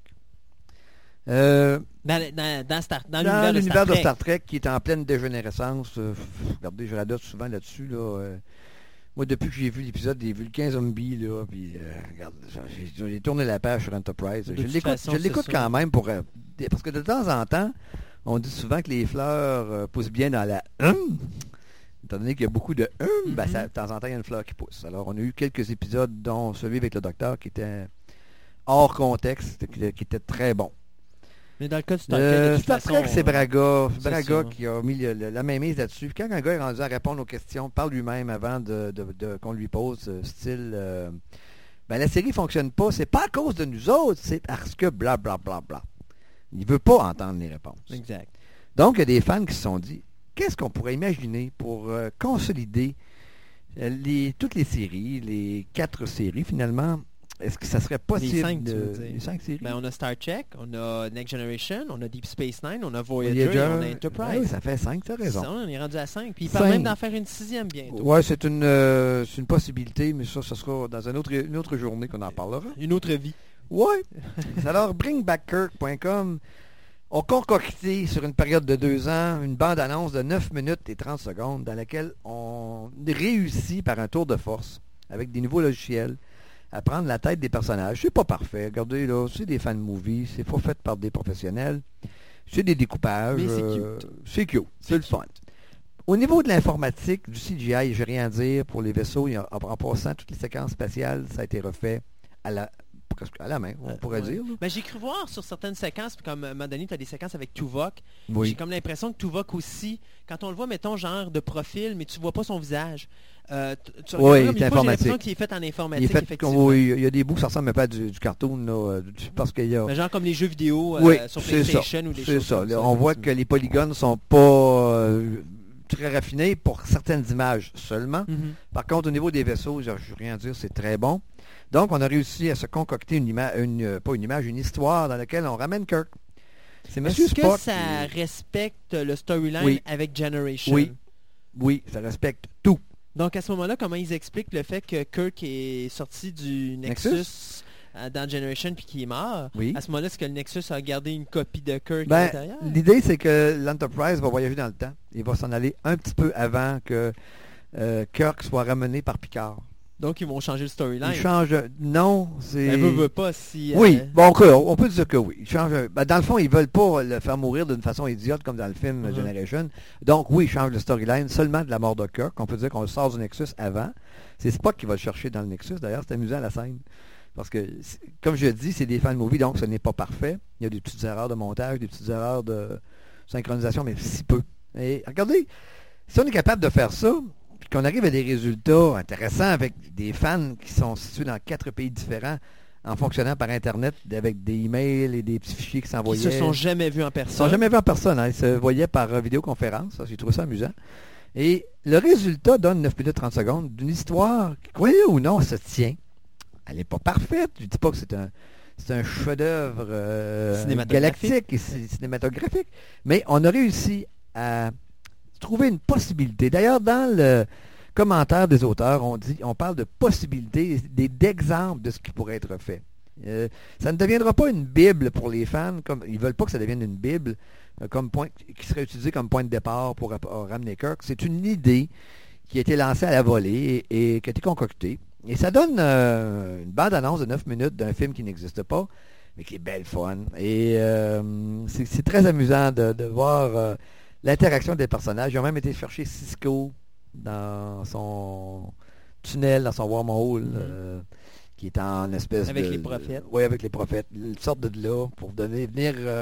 Euh, Dans, dans, dans, Star, dans, dans l'univers, de l'univers Star de Trek. Star Trek qui est en pleine dégénérescence, euh, pff, regardez, je radote souvent là-dessus. Là, euh, moi, depuis que j'ai vu l'épisode des Vulcains zombies, là, puis, euh, regarde, j'ai, j'ai tourné la page sur Enterprise. De Je toute l'écoute, façon, je l'écoute c'est quand ça. même pour. euh, des- parce que de temps en temps, on dit souvent que les fleurs euh, poussent bien dans la hum. Étant donné qu'il y a beaucoup de hum, ben, ça, de temps en temps, il y a une fleur qui pousse. Alors, on a eu quelques épisodes, dont celui avec le docteur, qui était hors contexte, qui, qui était très bon. Mais dans le cas de Star Trek, Euh, de toute Star façon, Trek, c'est euh, Braga. c'est Braga ça. qui a mis le- le- la main mise là-dessus. Puis quand un gars est rendu à répondre aux questions par lui-même avant de, de- de- qu'on lui pose, euh, style, euh, ben la série fonctionne pas, c'est pas à cause de nous autres, c'est parce que bla bla bla bla. Il veut pas entendre les réponses. Exact. Donc, il y a des fans qui se sont dit, qu'est-ce qu'on pourrait imaginer pour euh, consolider euh, les, toutes les séries, les quatre séries finalement. Est-ce que ça serait possible cinq, tu de... veux dire. Les cinq séries? Ben, on a Star Trek, on a Next Generation, on a Deep Space Nine, on a Voyager, et on a Ben Enterprise. oui, ça fait cinq, tu as raison. Ça, on est rendu à cinq. Puis il Cinq. parle même d'en faire une sixième bientôt. Ouais, c'est une, euh, c'est une possibilité, mais ça, ça sera dans une autre, une autre journée qu'on en parlera. Une autre vie. Ouais. Alors, bring back kirk point com ont concocté sur une période de deux ans une bande-annonce de neuf minutes et trente secondes dans laquelle on réussit par un tour de force, avec des nouveaux logiciels, à prendre la tête des personnages. C'est pas parfait. Regardez, là, c'est des fan movies, c'est pas fait par des professionnels. C'est des découpages. Mais c'est euh, c'est cute. C'est le fun. Au niveau de l'informatique, du C G I, je n'ai rien à dire pour les vaisseaux. Il y a- en, en passant, toutes les séquences spatiales, ça a été refait à la, presque à la main, on pourrait Ouais. dire. là. Ben, j'ai cru voir sur certaines séquences, puis comme à un moment donné, tu as des séquences avec Tuvok. J'ai Oui. comme l'impression que Tuvok aussi, quand on le voit, mettons, genre de profil, mais tu vois pas son visage. Euh, tu- tu Oui, regardes comme c'est une fois, j'ai l'impression informatique. qu'il est fait en Il est informatique, fait comme, effectivement. oui, il y a des bouts, ça ressemble un peu à du, du cartoon, là, euh, parce qu'il y a... Ben, genre comme les jeux vidéo euh, Oui, sur c'est ça. PlayStation ou des C'est choses ça. comme Là, ça. on voit que les polygones sont pas euh, très raffinés pour certaines images seulement. Mhm. Par contre, au niveau des vaisseaux, je n'ai rien à dire, c'est très bon. Donc, on a réussi à se concocter une image, une, euh, pas une image, une histoire dans laquelle on ramène Kirk. C'est Monsieur Est-ce que Spock. ça qui- respecte le storyline Oui. avec Generation? Oui. Oui, ça respecte tout. Donc à ce moment-là, comment ils expliquent le fait que Kirk est sorti du Nexus, Nexus? euh, dans Generation puis qu'il est mort? Oui. À ce moment-là, est-ce que le Nexus a gardé une copie de Kirk à Ben, l'intérieur? l'idée, c'est que l'Enterprise va voyager dans le temps. Il va s'en aller un petit peu avant que euh, Kirk soit ramené par Picard. Donc ils vont changer le storyline. Il change... Non, c'est... Elle veut, veut pas si... Oui, euh, bon, okay, on peut dire que oui. Ils changent, ben, dans le fond, ils veulent pas le faire mourir d'une façon idiote comme dans le film Mhm. Generation. Donc oui, ils changent le storyline seulement de la mort de Kirk. On peut dire qu'on le sort du Nexus avant. C'est Spock qui va le chercher dans le Nexus. D'ailleurs, c'est amusant la scène. Parce que, c'est- comme je dis, c'est des fan movies, donc ce n'est pas parfait. Il y a des petites erreurs de montage, des petites erreurs de synchronisation, mais si peu. Et regardez, si on est capable de faire ça, puis qu'on arrive à des résultats intéressants avec des fans qui sont situés dans quatre pays différents, en fonctionnant par Internet, avec des emails et des petits fichiers qui Qui s'envoyaient. se sont jamais vus en Ils ne personne. sont jamais vus en personne, hein. Ils se voyaient par euh, vidéoconférence. Ça, j'ai trouvé ça amusant. Et le résultat donne neuf minutes trente secondes d'une histoire qui, croyez ou non, se tient. Elle n'est pas parfaite. Je ne dis pas que c'est un, c'est un chef-d'œuvre euh, Cinématographique. galactique et ci- cinématographique. Mais on a réussi à trouver une possibilité. D'ailleurs, dans le commentaire des auteurs, on dit, on parle de possibilités, des- d'exemples de ce qui pourrait être fait. Euh, ça ne deviendra pas une Bible pour les fans, comme ils veulent pas que ça devienne une Bible euh, comme point, qui serait utilisée comme point de départ pour rap- euh, ramener Kirk. C'est une idée qui a été lancée à la volée et, et qui a été concoctée. Et ça donne euh, une bande-annonce de neuf minutes d'un film qui n'existe pas, mais qui est belle fun. Et euh, c'est c'est très amusant de, de voir euh, l'interaction des personnages. Ils ont même été chercher Cisco dans son tunnel, dans son wormhole, Mhm. euh, qui est en espèce Avec de... les prophètes. Oui, avec les prophètes. Ils sortent de là pour donner, venir euh,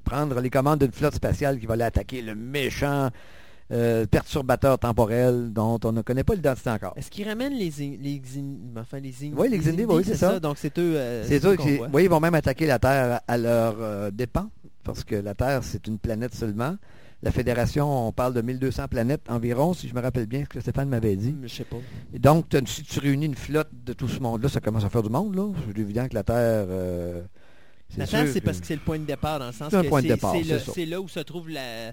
prendre les commandes d'une flotte spatiale qui va aller attaquer le méchant euh, perturbateur temporel dont on ne connaît pas l'identité encore. Est-ce qu'ils ramènent les in- les in- enfin les in- Oui, les Xindi, oui, c'est ça. Donc c'est eux. euh, C'est eux eux qu'on qui, voit. oui, ils vont même attaquer la Terre à leur euh, dépens, parce que la Terre, c'est une planète seulement. La Fédération, on parle de mille deux cents planètes environ, si je me rappelle bien ce que Stéphane m'avait dit. Je sais pas. Et donc, t'as- si tu réunis une flotte de tout ce monde-là, ça commence à faire du monde, là. C'est évident que la Terre... euh, La sûr Terre, c'est que- parce que c'est le point de départ, dans le sens C'est un que point de c'est départ, c'est c'est le- ça. c'est là où se trouve la-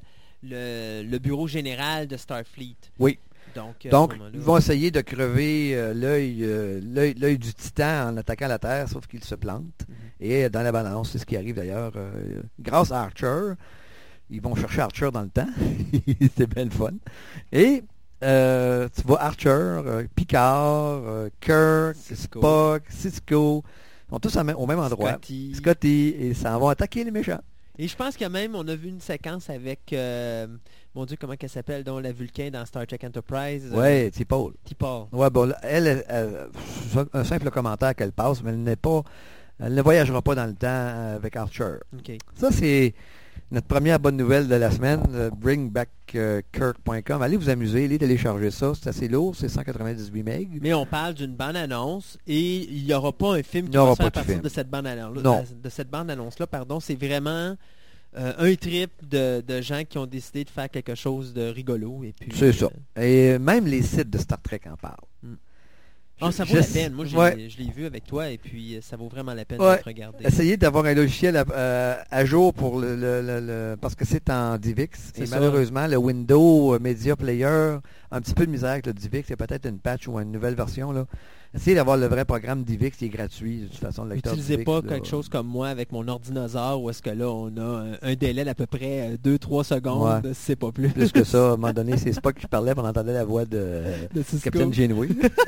le, le bureau général de Starfleet. Oui. Donc, à Donc, ce moment-là- ils vont essayer de crever euh, l'œil euh, l'œil l'œil du titan en attaquant la Terre, sauf qu'il se plante. Mhm. Et dans la balance, c'est ce qui arrive d'ailleurs. euh, grâce à Archer, ils vont chercher Archer dans le temps. C'est bien le fun. Et euh, tu vois Archer, euh, Picard, euh, Kirk, Cisco. Spock, Cisco, ils sont tous au même- au même endroit. Scotty. Scotty, et ça vont attaquer les méchants. Et je pense que même, on a vu une séquence avec, euh, mon Dieu, comment qu'elle s'appelle, dont la Vulcain dans Star Trek Enterprise. euh, Ouais, c'est Paul. T-Paul. Ouais, bon, là, elle, elle, elle- c'est un simple commentaire qu'elle passe, mais elle n'est pas, elle ne voyagera pas dans le temps avec Archer. OK. Ça, c'est notre première bonne nouvelle de la semaine, euh, bring back kirk point com. Allez vous amuser, allez télécharger ça. C'est assez lourd, c'est cent quatre-vingt-dix-huit mégas. Mais on parle d'une bande-annonce et il n'y aura pas un film Il qui n'y aura va se faire pas à de partir film. de cette bande-annonce. Non. De cette bande-annonce-là, pardon. C'est vraiment euh, un trip de, de gens qui ont décidé de faire quelque chose de rigolo. Et puis, C'est ça. euh, Et même les sites de Star Trek en parlent. Mm. Ah, ça vaut Je- la je- peine. Moi, je ouais. l'ai- je l'ai vu avec toi et puis euh, ça vaut vraiment la peine Ouais. de te regarder. Essayez d'avoir un logiciel à, euh, à jour pour le, le- le- le- parce que c'est en DivX. C'est Et ça. malheureusement, le Windows Media Player a un petit peu de misère avec le DivX. Il y a peut-être une patch ou une nouvelle version, là. Essayez d'avoir le vrai programme DivX qui est gratuit, de toute façon. Le lecteur N'utilisez DivX, pas là. quelque chose comme moi avec mon ordinateur où est-ce que là, on a un, un délai d'à peu près deux trois secondes, Ouais. si c'est pas plus. Plus que ça, à un moment donné, c'est Spock qui parlait, puis on entendait la voix de De Cisco. Captain Janeway.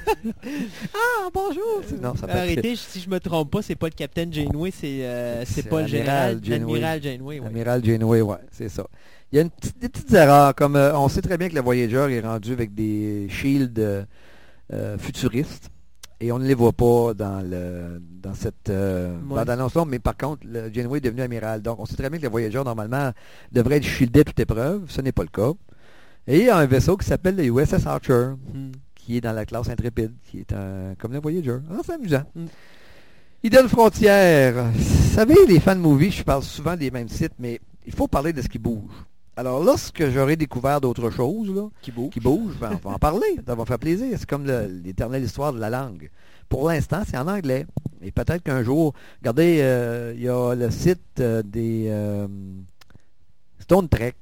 ah, bonjour! Non, ça peut être- Arrêtez, si je me trompe pas, c'est pas le Captain Janeway, c'est euh, c'est C'est pas le général, l'amiral Janeway. l'amiral Janeway. ouais. Amiral Janeway, ouais, c'est ça. Il y a une petite- des petites erreurs, comme euh, on sait très bien que le Voyager est rendu avec des shields euh, euh, futuristes, et on ne les voit pas dans le dans cette euh, Ouais. bande-annonce-là, mais par contre, le Janeway est devenu amiral. Donc, on sait très bien que le Voyager, normalement, devrait être shieldé à toute épreuve. Ce n'est pas le cas. Et il y a un vaisseau qui s'appelle le U S S Archer, Hmm. qui est dans la classe intrépide, qui est un, comme le Voyager. Ah, c'est amusant. Mm. Hidden Frontier. Vous savez, les fan movies, je parle souvent des mêmes sites, mais il faut parler de ce qui bouge. Alors, lorsque j'aurai découvert d'autres choses, là, Qui bouge. qui bougent, ben, on va en parler. Ça va faire plaisir. C'est comme le- l'éternelle histoire de la langue. Pour l'instant, c'est en anglais. Et peut-être qu'un jour, regardez, euh, il y a le site euh, des euh, Stone Trek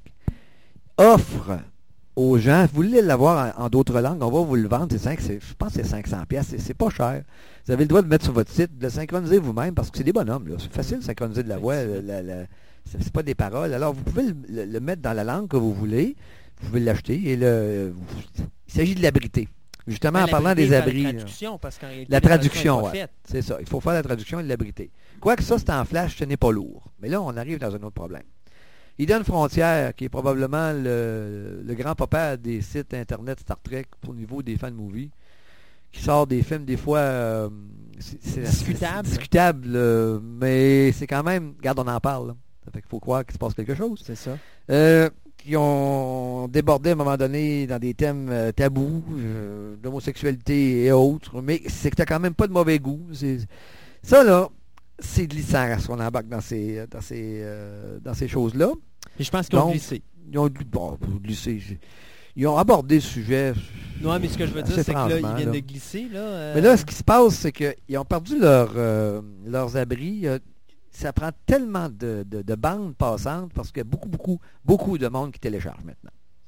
offre aux gens, vous voulez l'avoir en, en d'autres langues, on va vous le vendre, c'est cinq, c'est- je pense que c'est cinq cents pièces, c'est, c'est pas cher. Vous avez le droit de mettre sur votre site, de le synchroniser vous-même, parce que c'est des bonhommes, là. C'est facile de synchroniser de la voix, la- la- la- c'est, c'est pas des paroles. Alors, vous pouvez le, le- le mettre dans la langue que vous voulez, vous pouvez l'acheter, et le, vous- il s'agit de l'abriter. Justement, en La parlant vérité, des faire abris. La là. traduction, parce qu'en réalité, La traduction, est pas ouais. faite. C'est ça. Il faut faire la traduction et l'abriter. Quoique ça, c'est en flash, ce n'est pas lourd. Mais là, on arrive dans un autre problème. Hidden Frontier, qui est probablement le, le grand papa des sites internet Star Trek au niveau des fan movies, qui sort des films des fois euh, c'est, c'est- Discutable. c'est discutable, euh, mais c'est quand même, regarde, on en parle. Là. Ça fait qu'il faut croire qu'il se passe quelque chose. C'est ça. Euh, qui ont débordé à un moment donné dans des thèmes euh, tabous, euh, d'homosexualité et autres, mais c'est que t'as quand même pas de mauvais goût. C'est, ça là, c'est glissant qu'on embarque dans ces dans ces euh, dans ces choses-là. Et je pense qu'ils ont Donc, glissé. Ils ont bon, glissé. j'ai- Ils ont abordé le sujet. Non, mais ce que je veux dire, assez c'est que là, ils franchement, viennent là. de glisser. Là, euh, Mais là, ce qui se passe, c'est qu'ils ont perdu leur, euh, leurs abris. Euh, ça prend tellement de, de, de bandes passantes parce qu'il y a beaucoup, beaucoup, beaucoup de monde qui télécharge maintenant.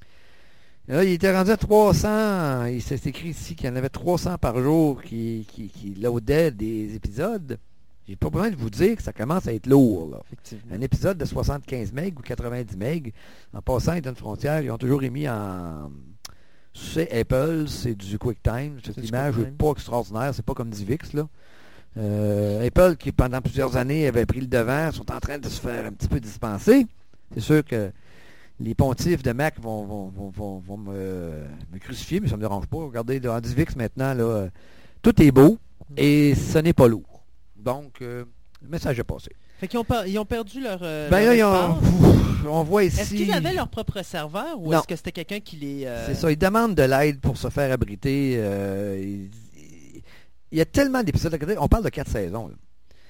Et là, il était rendu à trois cents. Il s'est écrit ici qu'il y en avait trois cents par jour qui, qui, qui loadaient des épisodes. J'ai pas besoin de vous dire que ça commence à être lourd. Là. Effectivement. Un épisode de soixante-quinze mégas ou quatre-vingt-dix mégas, en passant, Hidden Frontier, ils ont toujours émis en... C'est Apple, c'est du QuickTime. Cette C'est du image n'est QuickTime. pas extraordinaire, c'est pas comme DivX, là. Euh, Apple, qui pendant plusieurs années avait pris le devant, sont en train de se faire un petit peu dispenser. C'est sûr que les pontifs de Mac vont, vont, vont, vont, vont me, me crucifier, mais ça ne me dérange pas. Regardez, là, en DivX maintenant, là, euh, tout est beau et ce n'est pas lourd. Donc, euh, le message est passé. Fait qu'ils ont, per- ils ont perdu leur. Euh, Ben leur là, ils ont- espace. on voit ici... Est-ce qu'ils avaient leur propre serveur ou Non. est-ce que c'était quelqu'un qui les. euh, C'est ça, ils demandent de l'aide pour se faire abriter. euh, il, il y a tellement d'épisodes. On parle de quatre saisons. là.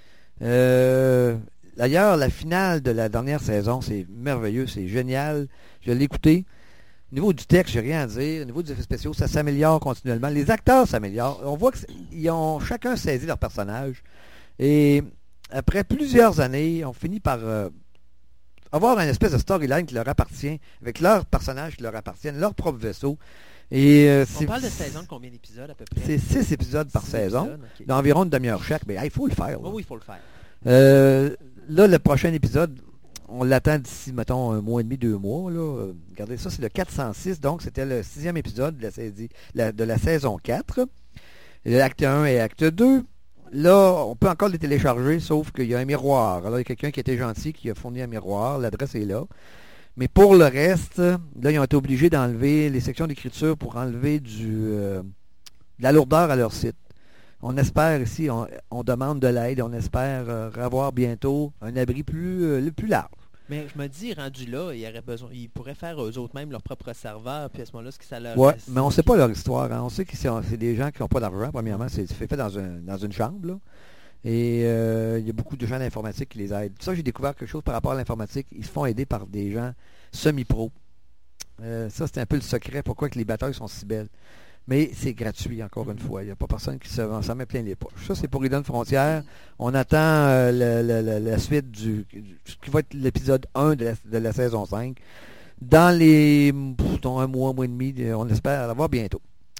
Euh, D'ailleurs, la finale de la dernière saison, c'est merveilleux, c'est génial. Je l'ai écouté. Au niveau du texte, j'ai rien à dire. Au niveau des effets spéciaux, ça s'améliore continuellement. Les acteurs s'améliorent. On voit qu'ils ont chacun saisi leur personnage. Et après plusieurs années, on finit par euh, avoir une espèce de storyline qui leur appartient, avec leurs personnages qui leur appartiennent, leur propre vaisseau. Et euh, On c'est, parle de saison de combien d'épisodes à peu près? c'est six épisodes par Six saison, épisodes, ok. d'environ une demi-heure chaque. Mais il faut le faire. là. Oui, oui, il faut le faire. Euh, là, le prochain épisode, on l'attend d'ici, mettons, un mois et demi, deux mois. Là. Euh, Regardez ça, c'est le quatre cent six, donc c'était le sixième épisode de la, saisi- la- de la saison quatre. L'acte un et acte deux. Là, on peut encore les télécharger, sauf qu'il y a un miroir. Alors, il y a quelqu'un qui était gentil, qui a fourni un miroir. L'adresse est là. Mais pour le reste, là, ils ont été obligés d'enlever les sections d'écriture pour enlever du, euh, de la lourdeur à leur site. On espère ici, on, on demande de l'aide, on espère euh, avoir bientôt un abri plus, euh, le plus large. Mais je me dis, rendu là, il y aurait besoin, ils pourraient faire eux autres même leur propre serveur, puis à ce moment-là, ce que ça leur. Ouais, mais on ne sait pas leur histoire. hein. On sait que c'est, c'est des gens qui n'ont pas d'argent, premièrement. C'est fait, fait dans, un, dans une chambre. Là. Et euh, il y a beaucoup de gens d'informatique qui les aident. Ça, j'ai découvert quelque chose par rapport à l'informatique. Ils se font aider par des gens semi-pro. Euh, ça, c'est un peu le secret. Pourquoi que les batailles sont si belles. Mais c'est gratuit, encore une fois. Il n'y a pas personne qui se s'en met plein les poches. Ça, c'est pour Hidden Frontières. On attend euh, le- le- le- la suite du, du- ce qui va être l'épisode un de la, de la saison cinq. Dans les pff, dans un mois, un mois et demi, on espère l'avoir bientôt.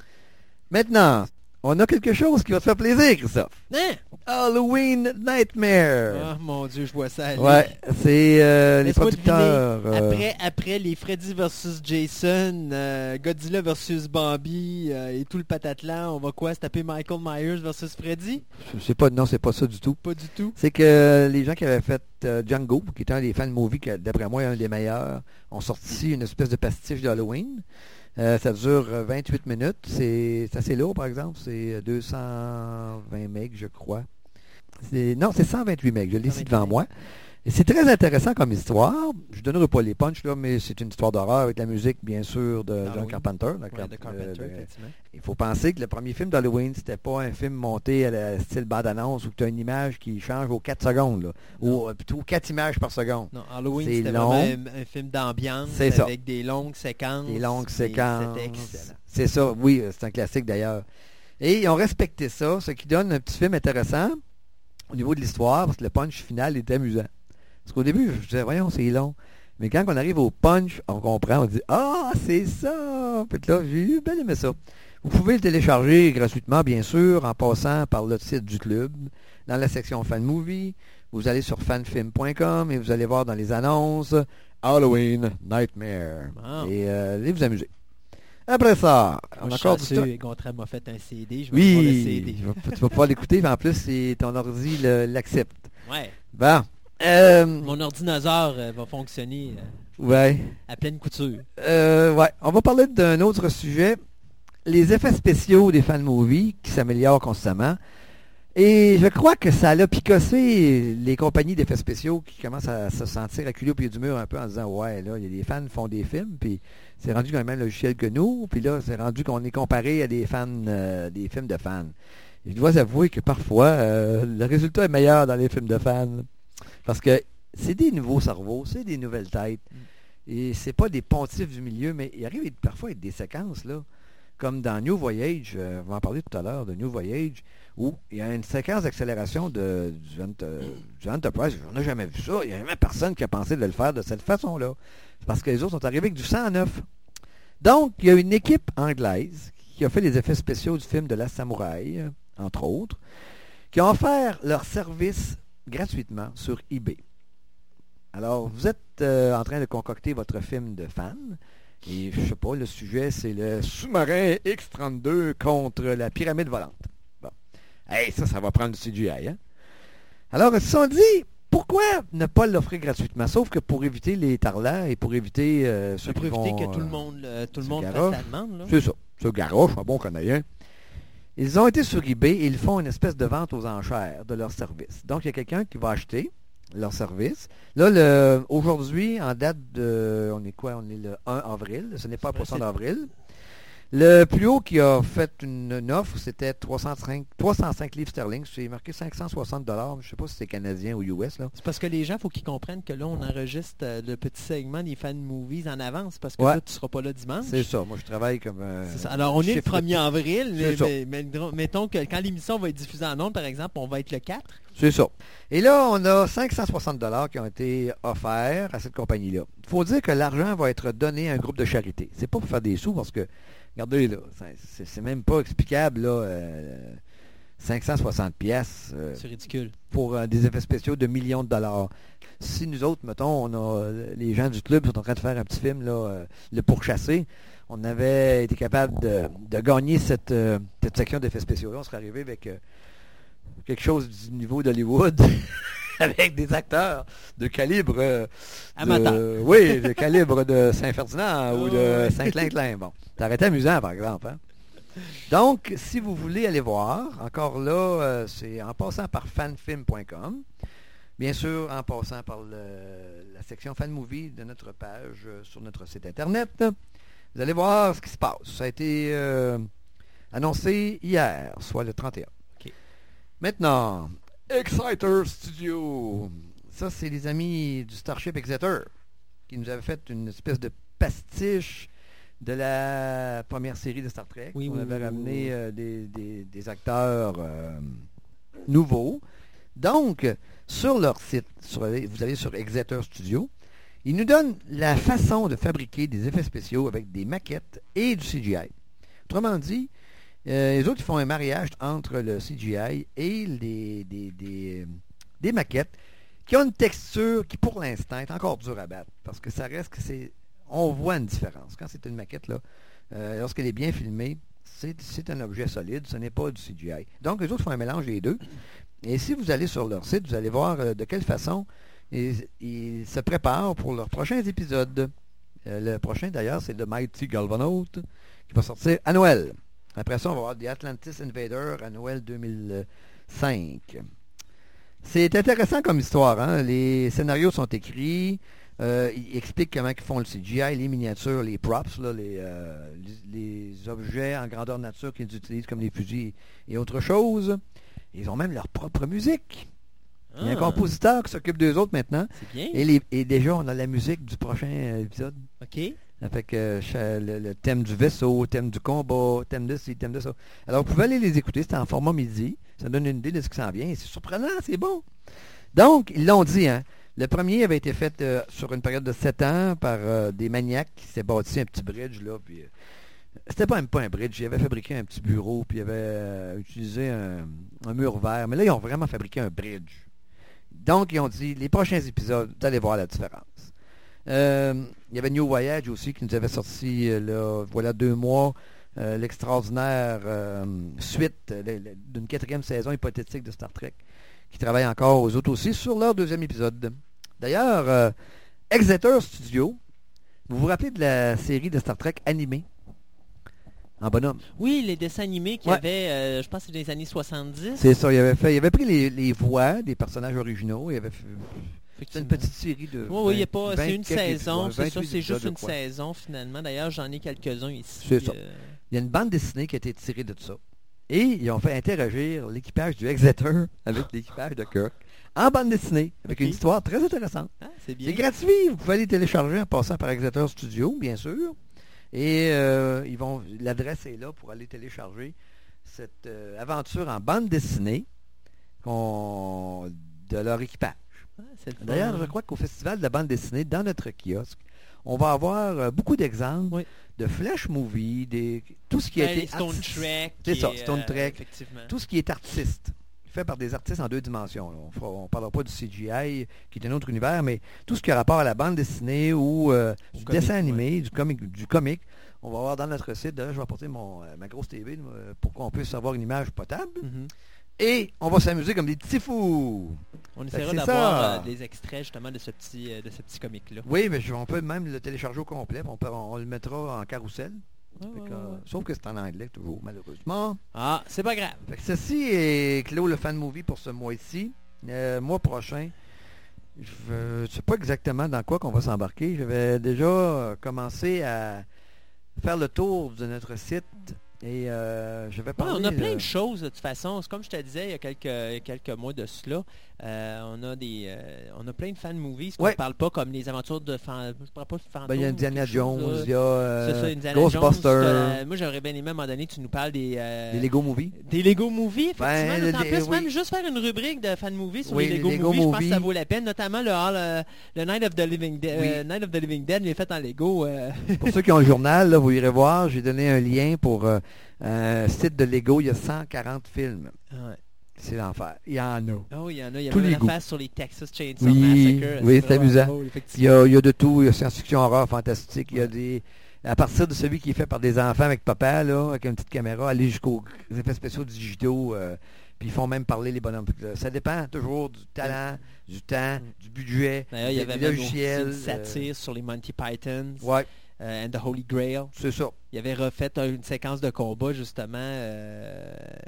Maintenant, on a quelque chose qui va te faire plaisir, Christophe. Hein? Halloween Nightmare. Ah, mon Dieu, je vois ça aller. Ouais, c'est euh, les Laisse-moi producteurs. deviner, euh, Après, après les Freddy versus Jason, euh, Godzilla versus Bambi euh, et tout le patatlan, on va quoi se taper Michael Myers versus Freddy? je sais pas, non, c'est pas ça du tout. Pas du tout. C'est que les gens qui avaient fait euh, Django, qui était un des fan movies, qui d'après moi est un des meilleurs, ont sorti une espèce de pastiche d'Halloween. Euh, ça dure euh, vingt-huit minutes. C'est c'est assez lourd, par exemple. C'est deux cent vingt mégas, je crois. C'est- Non, c'est cent vingt-huit mégas. Je l'ai ici devant moi. Et c'est très intéressant comme histoire. Je ne donnerai pas les punchs, là, mais c'est une histoire d'horreur avec la musique, bien sûr, de John Halloween. Carpenter. le Ouais, Carp- de Carpenter, euh, de- effectivement. Il faut penser que le premier film d'Halloween, c'était pas un film monté à la style bande-annonce où tu as une image qui change aux quatre secondes, là, ou euh, plutôt quatre images par seconde. Non, Halloween, C'est c'était long. vraiment un, un film d'ambiance C'est ça. avec des longues séquences. Des longues et séquences. C'était excellent. C'est ça, oui, c'est un classique d'ailleurs. Et ils ont respecté ça, ce qui donne un petit film intéressant au niveau de l'histoire, parce que le punch final est amusant. Parce qu'au début, je disais, voyons, c'est long. Mais quand on arrive au punch, on comprend, on dit, ah, c'est ça! Puis là, j'ai bien aimé ça. Vous pouvez le télécharger gratuitement, bien sûr, en passant par le site du club, dans la section Fan Movie. Vous allez sur fanfilm point com et vous allez voir dans les annonces Halloween Nightmare. Wow. Et euh, allez vous amuser. Après ça, on a encore du stock. Et Gontran m'a fait un C D, je vais pouvoir le C Oui, D. tu vas- tu vas pouvoir l'écouter, mais en plus, c'est- ton ordi le- l'accepte. Ouais. Bon. Euh, Mon ordinateur euh, va fonctionner euh, ouais. à pleine couture. Euh, ouais. On va parler d'un autre sujet. Les effets spéciaux des fan movies qui s'améliorent constamment. Et je crois que ça a picossé les compagnies d'effets spéciaux qui commencent à se sentir acculés au pied du mur un peu en disant ouais, là, il y a des fans qui font des films, puis c'est rendu quand même le même logiciel que nous, puis là, c'est rendu qu'on est comparé à des fans, euh, des films de fans. Et je dois avouer que parfois, euh, le résultat est meilleur dans les films de fans. Parce que c'est des nouveaux cerveaux, c'est des nouvelles têtes. Et c'est pas des pontifs du milieu, mais il arrive parfois avec des séquences, là, comme dans New Voyage, euh, on va en parler tout à l'heure de New Voyage, où il y a une séquence d'accélération de, du, Ent- du Enterprise. On n'a jamais vu ça. Il n'y a jamais personne qui a pensé de le faire de cette façon-là. C'est parce que les autres sont arrivés avec du cent neuf. Donc, il y a une équipe anglaise qui a fait les effets spéciaux du film de La Samouraï, entre autres, qui ont offert leur service gratuitement sur eBay. Alors, vous êtes euh, en train de concocter votre film de fan. Et je sais pas, le sujet, c'est le sous-marin X trente-deux contre la pyramide volante. Bon. Hey, ça, ça va prendre du C G I, hein? Alors, ils se sont dit, pourquoi ne pas l'offrir gratuitement? Sauf que pour éviter les tarlats et pour éviter euh, ceux Pour qui éviter vont, que tout le euh, monde, euh, tout le se monde fasse garoche. sa demande. Là. C'est ça. Ce garoche, un bon canadien. Ils ont été sur eBay et ils font une espèce de vente aux enchères de leur service. Donc, il y a quelqu'un qui va acheter leur service. Là, le, aujourd'hui, en date de... On est quoi? On est le un avril. Ce n'est pas un poisson d'avril. Le plus haut qui a fait une, une offre, c'était trois cent cinq, trois cent cinq livres sterling. C'est marqué cinq cent soixante dollars. Je ne sais pas si c'est canadien ou U S. Là. C'est parce que les gens, il faut qu'ils comprennent que là, on enregistre euh, le petit segment des fan movies en avance parce que Ouais. là, tu ne seras pas là dimanche. C'est ça. Moi, je travaille comme... euh, C'est ça. Alors, on est le chiffre- premier avril, mais, C'est ça. mais- mais mettons que quand l'émission va être diffusée en ondes, par exemple, on va être le quatre. C'est ça. Et là, on a cinq cent soixante dollars qui ont été offerts à cette compagnie-là. Il faut dire que l'argent va être donné à un groupe de charité. C'est pas pour faire des sous parce que, regardez là, c'est, c'est même pas explicable, là, euh, cinq cent soixante pièces euh, C'est ridicule. pour euh, des effets spéciaux de millions de dollars. Si nous autres, mettons, on a euh, les gens du club sont en train de faire un petit film, là, euh, Le Pourchassé, on avait été capable de, de gagner cette, euh, cette section d'effets spéciaux-là, on serait arrivé avec... euh, quelque chose du niveau d'Hollywood avec des acteurs de calibre euh, Amateur. de- oui, de calibre de Saint-Ferdinand ou Oh, de ouais. Saint-Clinclin. Bon, ça aurait été amusant par exemple. Hein? Donc, si vous voulez aller voir, encore là, euh, c'est en passant par fanfilm point com. Bien sûr, en passant par le- la section fan movie de notre page euh, sur notre site internet. Vous allez voir ce qui se passe. Ça a été euh, annoncé hier, soit le trente et un. Maintenant, Exciter Studio. Ça, c'est les amis du Starship Exeter qui nous avaient fait une espèce de pastiche de la première série de Star Trek. Oui, On oui, avait oui, ramené oui, oui. euh, des, des- des acteurs euh, nouveaux. Donc, sur leur site, sur- vous allez sur Exeter Studio, ils nous donnent la façon de fabriquer des effets spéciaux avec des maquettes et du C G I. Autrement dit, Euh, les autres, ils font un mariage entre le C G I et les, des, des, euh, des maquettes qui ont une texture qui, pour l'instant, est encore dure à battre. Parce que ça reste que c'est... On voit une différence. Quand c'est une maquette, là, euh, lorsqu'elle est bien filmée, c'est, c'est un objet solide, ce n'est pas du C G I. Donc, les autres font un mélange des deux. Et si vous allez sur leur site, vous allez voir euh, de quelle façon ils, ils se préparent pour leurs prochains épisodes. Euh, le prochain, d'ailleurs, c'est The Mighty Galvanout, qui va sortir à Noël. Après ça, on va avoir The Atlantis Invader à Noël deux mille cinq. C'est intéressant comme histoire. Hein? Les scénarios sont écrits. Euh, ils expliquent comment ils font le C G I, les miniatures, les props, là, les, euh, les, les objets en grandeur nature qu'ils utilisent comme les fusils et autre chose. Ils ont même leur propre musique. Il y a un Ah, compositeur qui s'occupe d'eux autres maintenant. C'est bien. Et, les, et déjà, on a la musique du prochain euh, épisode. OK. Avec euh, cha- le, le thème du vaisseau, thème du combat, thème de ci, thème de ça. Alors, vous pouvez aller les écouter, c'est en format midi. Ça donne une idée de ce qui s'en vient. Et c'est surprenant, c'est bon. Donc, ils l'ont dit, hein. Le premier avait été fait euh, sur une période de sept ans par euh, des maniaques qui s'est bâti un petit bridge, là. Puis, euh, c'était pas même pas un bridge. Ils avaient fabriqué un petit bureau, puis ils avaient euh, utilisé un, un mur vert. Mais là, ils ont vraiment fabriqué un bridge. Donc, ils ont dit, les prochains épisodes, vous allez voir la différence. Euh, il y avait New Voyage aussi qui nous avait sorti, euh, là, voilà deux mois, euh, l'extraordinaire euh, suite euh, le- le- d'une quatrième saison hypothétique de Star Trek, qui travaille encore aux autres aussi sur leur deuxième épisode. D'ailleurs, euh, Exeter Studio, vous vous rappelez de la série de Star Trek animée en bonhomme? Oui, les dessins animés qu'il y Ouais. avait, euh, je pense que c'est des années soixante-dix. C'est ça, il avait fait, il avait pris les, les voix des personnages originaux, il avait fait, c'est une Effectivement. petite série de Oui, oui, il y a vingt, pas, vingt c'est une quelques saison, épisodes, c'est ça, vingt-huit c'est juste épisodes, une je crois. saison finalement. D'ailleurs, j'en ai quelques-uns ici. C'est ça. euh, Il y a une bande dessinée qui a été tirée de ça. Et ils ont fait interagir l'équipage du Exeter avec l'équipage de Kirk en bande dessinée, avec Ok. une histoire très intéressante. Ah, c'est bien. C'est gratuit, vous pouvez aller télécharger en passant par Exeter Studio, bien sûr. Et euh, ils vont, l'adresse est là pour aller télécharger cette euh, aventure en bande dessinée qu'on- de leur équipage. Ah, c'est le fun. D'ailleurs, je crois qu'au Festival de la bande dessinée, dans notre kiosque, on va avoir euh, beaucoup d'exemples Oui. de flash movie, des, tout ce qui a Ben, été les Stone artiste- Trek. C'est et, ça, Stone euh, Trek. Effectivement. tout ce qui est artiste, fait par des artistes en deux dimensions. là. On ne parlera pas du C G I, qui est un autre univers, mais tout ce qui a rapport à la bande dessinée ou euh, Au du comique, dessin animé, du comique, du comique, on va voir dans notre site. D'ailleurs, je vais apporter mon, euh, ma grosse T V euh, pour qu'on puisse avoir une image potable. Mhm. Et on va s'amuser comme des petits fous. On Fait essaiera que c'est d'avoir ça. euh, des extraits justement de ce petit, euh, de ce petit comique-là. Oui, mais je- on peut même le télécharger au complet. On, peut- on le mettra en carrousel. Ouais, Fait ouais, que, euh, ouais. sauf que c'est en anglais toujours, malheureusement. Ah, c'est pas grave. Fait que ceci est clos le fan movie pour ce mois-ci. Euh, mois prochain, Je ne sais pas exactement dans quoi qu'on va s'embarquer. Je vais déjà euh, commencer à faire le tour de notre site et euh, je vais Ouais, parler... on a plein euh, de choses de toute façon. C'est comme je te disais il y a quelques, il y a quelques mois de cela. Euh, on a des, euh, on a plein de fan movies qu'on Ouais. ne parle pas comme les aventures de fan, je parle pas de fantômes. ben, il y a ou Indiana quelque chose, Jones, là. il y a euh, C'est ça, Indiana Ghostbusters, Jones, euh, moi j'aurais bien aimé à un moment donné que tu nous parles des, euh, les Lego Movies. des Lego Movies. Effectivement, Ben, d'autant des- plus, oui. même juste faire une rubrique de fan movies sur Oui, les Lego, les Lego Movies, je pense que Movies. ça vaut la peine, notamment le, Hall, euh, le Night of the Living Dead, Oui. euh, Night of the Living Dead, mais fait en Lego. euh, Pour ceux qui ont le journal, là, vous irez voir, j'ai donné un lien pour euh, un site de Lego, il y a cent quarante films. ouais. C'est l'enfer. Il y en a. Oh, il y en a, il y a Tous même les une goûts. affaire sur les Texas Chainsaw Oui, Massacre. oui, c'est vraiment amusant. drôle, Il y, effectivement. a, il y a de tout, il y a science-fiction, horreur, fantastique, il y a des... À partir de celui qui est fait par des enfants avec papa, là, avec une petite caméra, aller jusqu'aux effets spéciaux digitaux, euh, puis ils font même parler les bonhommes. Ça dépend toujours du talent, du temps, du budget, D'ailleurs, il y des avait même aussi logiciels. une satire sur les Monty Python euh, ouais, euh, and the Holy Grail. c'est ça. Il avait refait euh, une séquence de combat, justement, euh,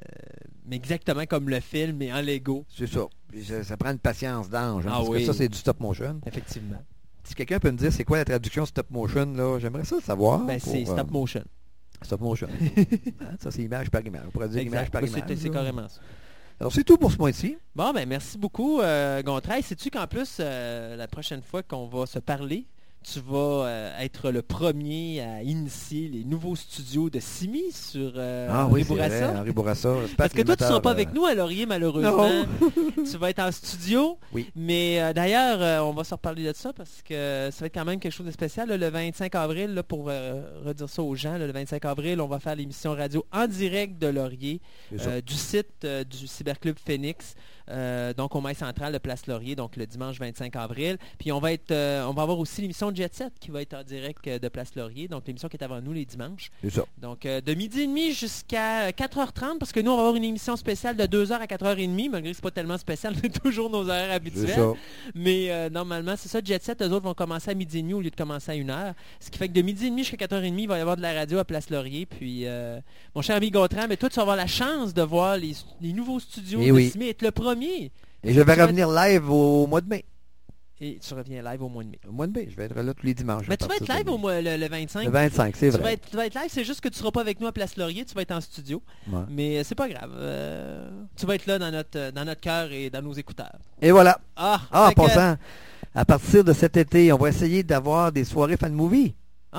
mais exactement comme le film, mais en Lego. C'est ça. Puis ça. Ça prend une patience d'ange, hein, Ah parce oui. que ça, c'est du stop motion. Effectivement. Si quelqu'un peut me dire c'est quoi la traduction stop motion, là, j'aimerais ça le savoir. Ben, pour, c'est euh, stop motion. Stop motion. Hein, ça, c'est image par image. On pourrait dire image Exact. par Ben, image. c'est, c'est là. carrément ça. Alors, c'est tout pour ce mois-ci. Bon, ben merci beaucoup, euh, Gontrai. Sais-tu qu'en plus, euh, la prochaine fois qu'on va se parler, tu vas euh, être le premier à initier les nouveaux studios de Simi sur euh, Ah oui, c'est Bourassa. vrai, Henri Bourassa. J'espère Parce que toi, tu ne seras pas euh, avec nous à Laurier, malheureusement. Tu vas être en studio. Oui. Mais euh, d'ailleurs, euh, on va se reparler de ça parce que ça va être quand même quelque chose de spécial. Là, le vingt-cinq avril, là, pour euh, redire ça aux gens, là, le vingt-cinq avril, on va faire l'émission radio en direct de Laurier, C'est ça. euh, du site euh, du Cyberclub Phoenix. Euh, donc au Mail Central de Place Laurier, donc le dimanche vingt-cinq avril. Puis on va être, euh, on va avoir aussi l'émission Jet Set qui va être en direct euh, de Place Laurier, donc l'émission qui est avant nous les dimanches. C'est ça. Donc euh, de midi et demi jusqu'à quatre heures trente, parce que nous on va avoir une émission spéciale de deux heures à quatre heures trente, malgré que c'est pas tellement spécial, c'est toujours nos horaires C'est habituels. ça. Mais euh, normalement, c'est ça, Jet Set, eux autres vont commencer à midi et demi au lieu de commencer à une heure. Ce qui fait que de midi et demi jusqu'à quatre heures trente, il va y avoir de la radio à Place Laurier. Puis euh, mon cher ami Gautran, mais toi tu vas avoir la chance de voir les, les nouveaux studios Eh de oui. Simi, être le premier. Et je vais Tu vas revenir live au mois de mai. Et tu reviens live au mois de mai. Au mois de mai, je vais être là tous les dimanches. Mais à tu vas être partir de live au mai. mois, le, le vingt-cinq. Le vingt-cinq, c'est Tu vas, vrai. être, tu vas être live, c'est juste que tu seras pas avec nous à Place Laurier, tu vas être en studio. Ouais. Mais euh, c'est pas grave. euh, tu vas être là dans notre, euh, dans notre cœur et dans nos écouteurs. Et voilà. Ah, Ah, en fait que- passant, à partir de cet été, on va essayer d'avoir des soirées fan movie.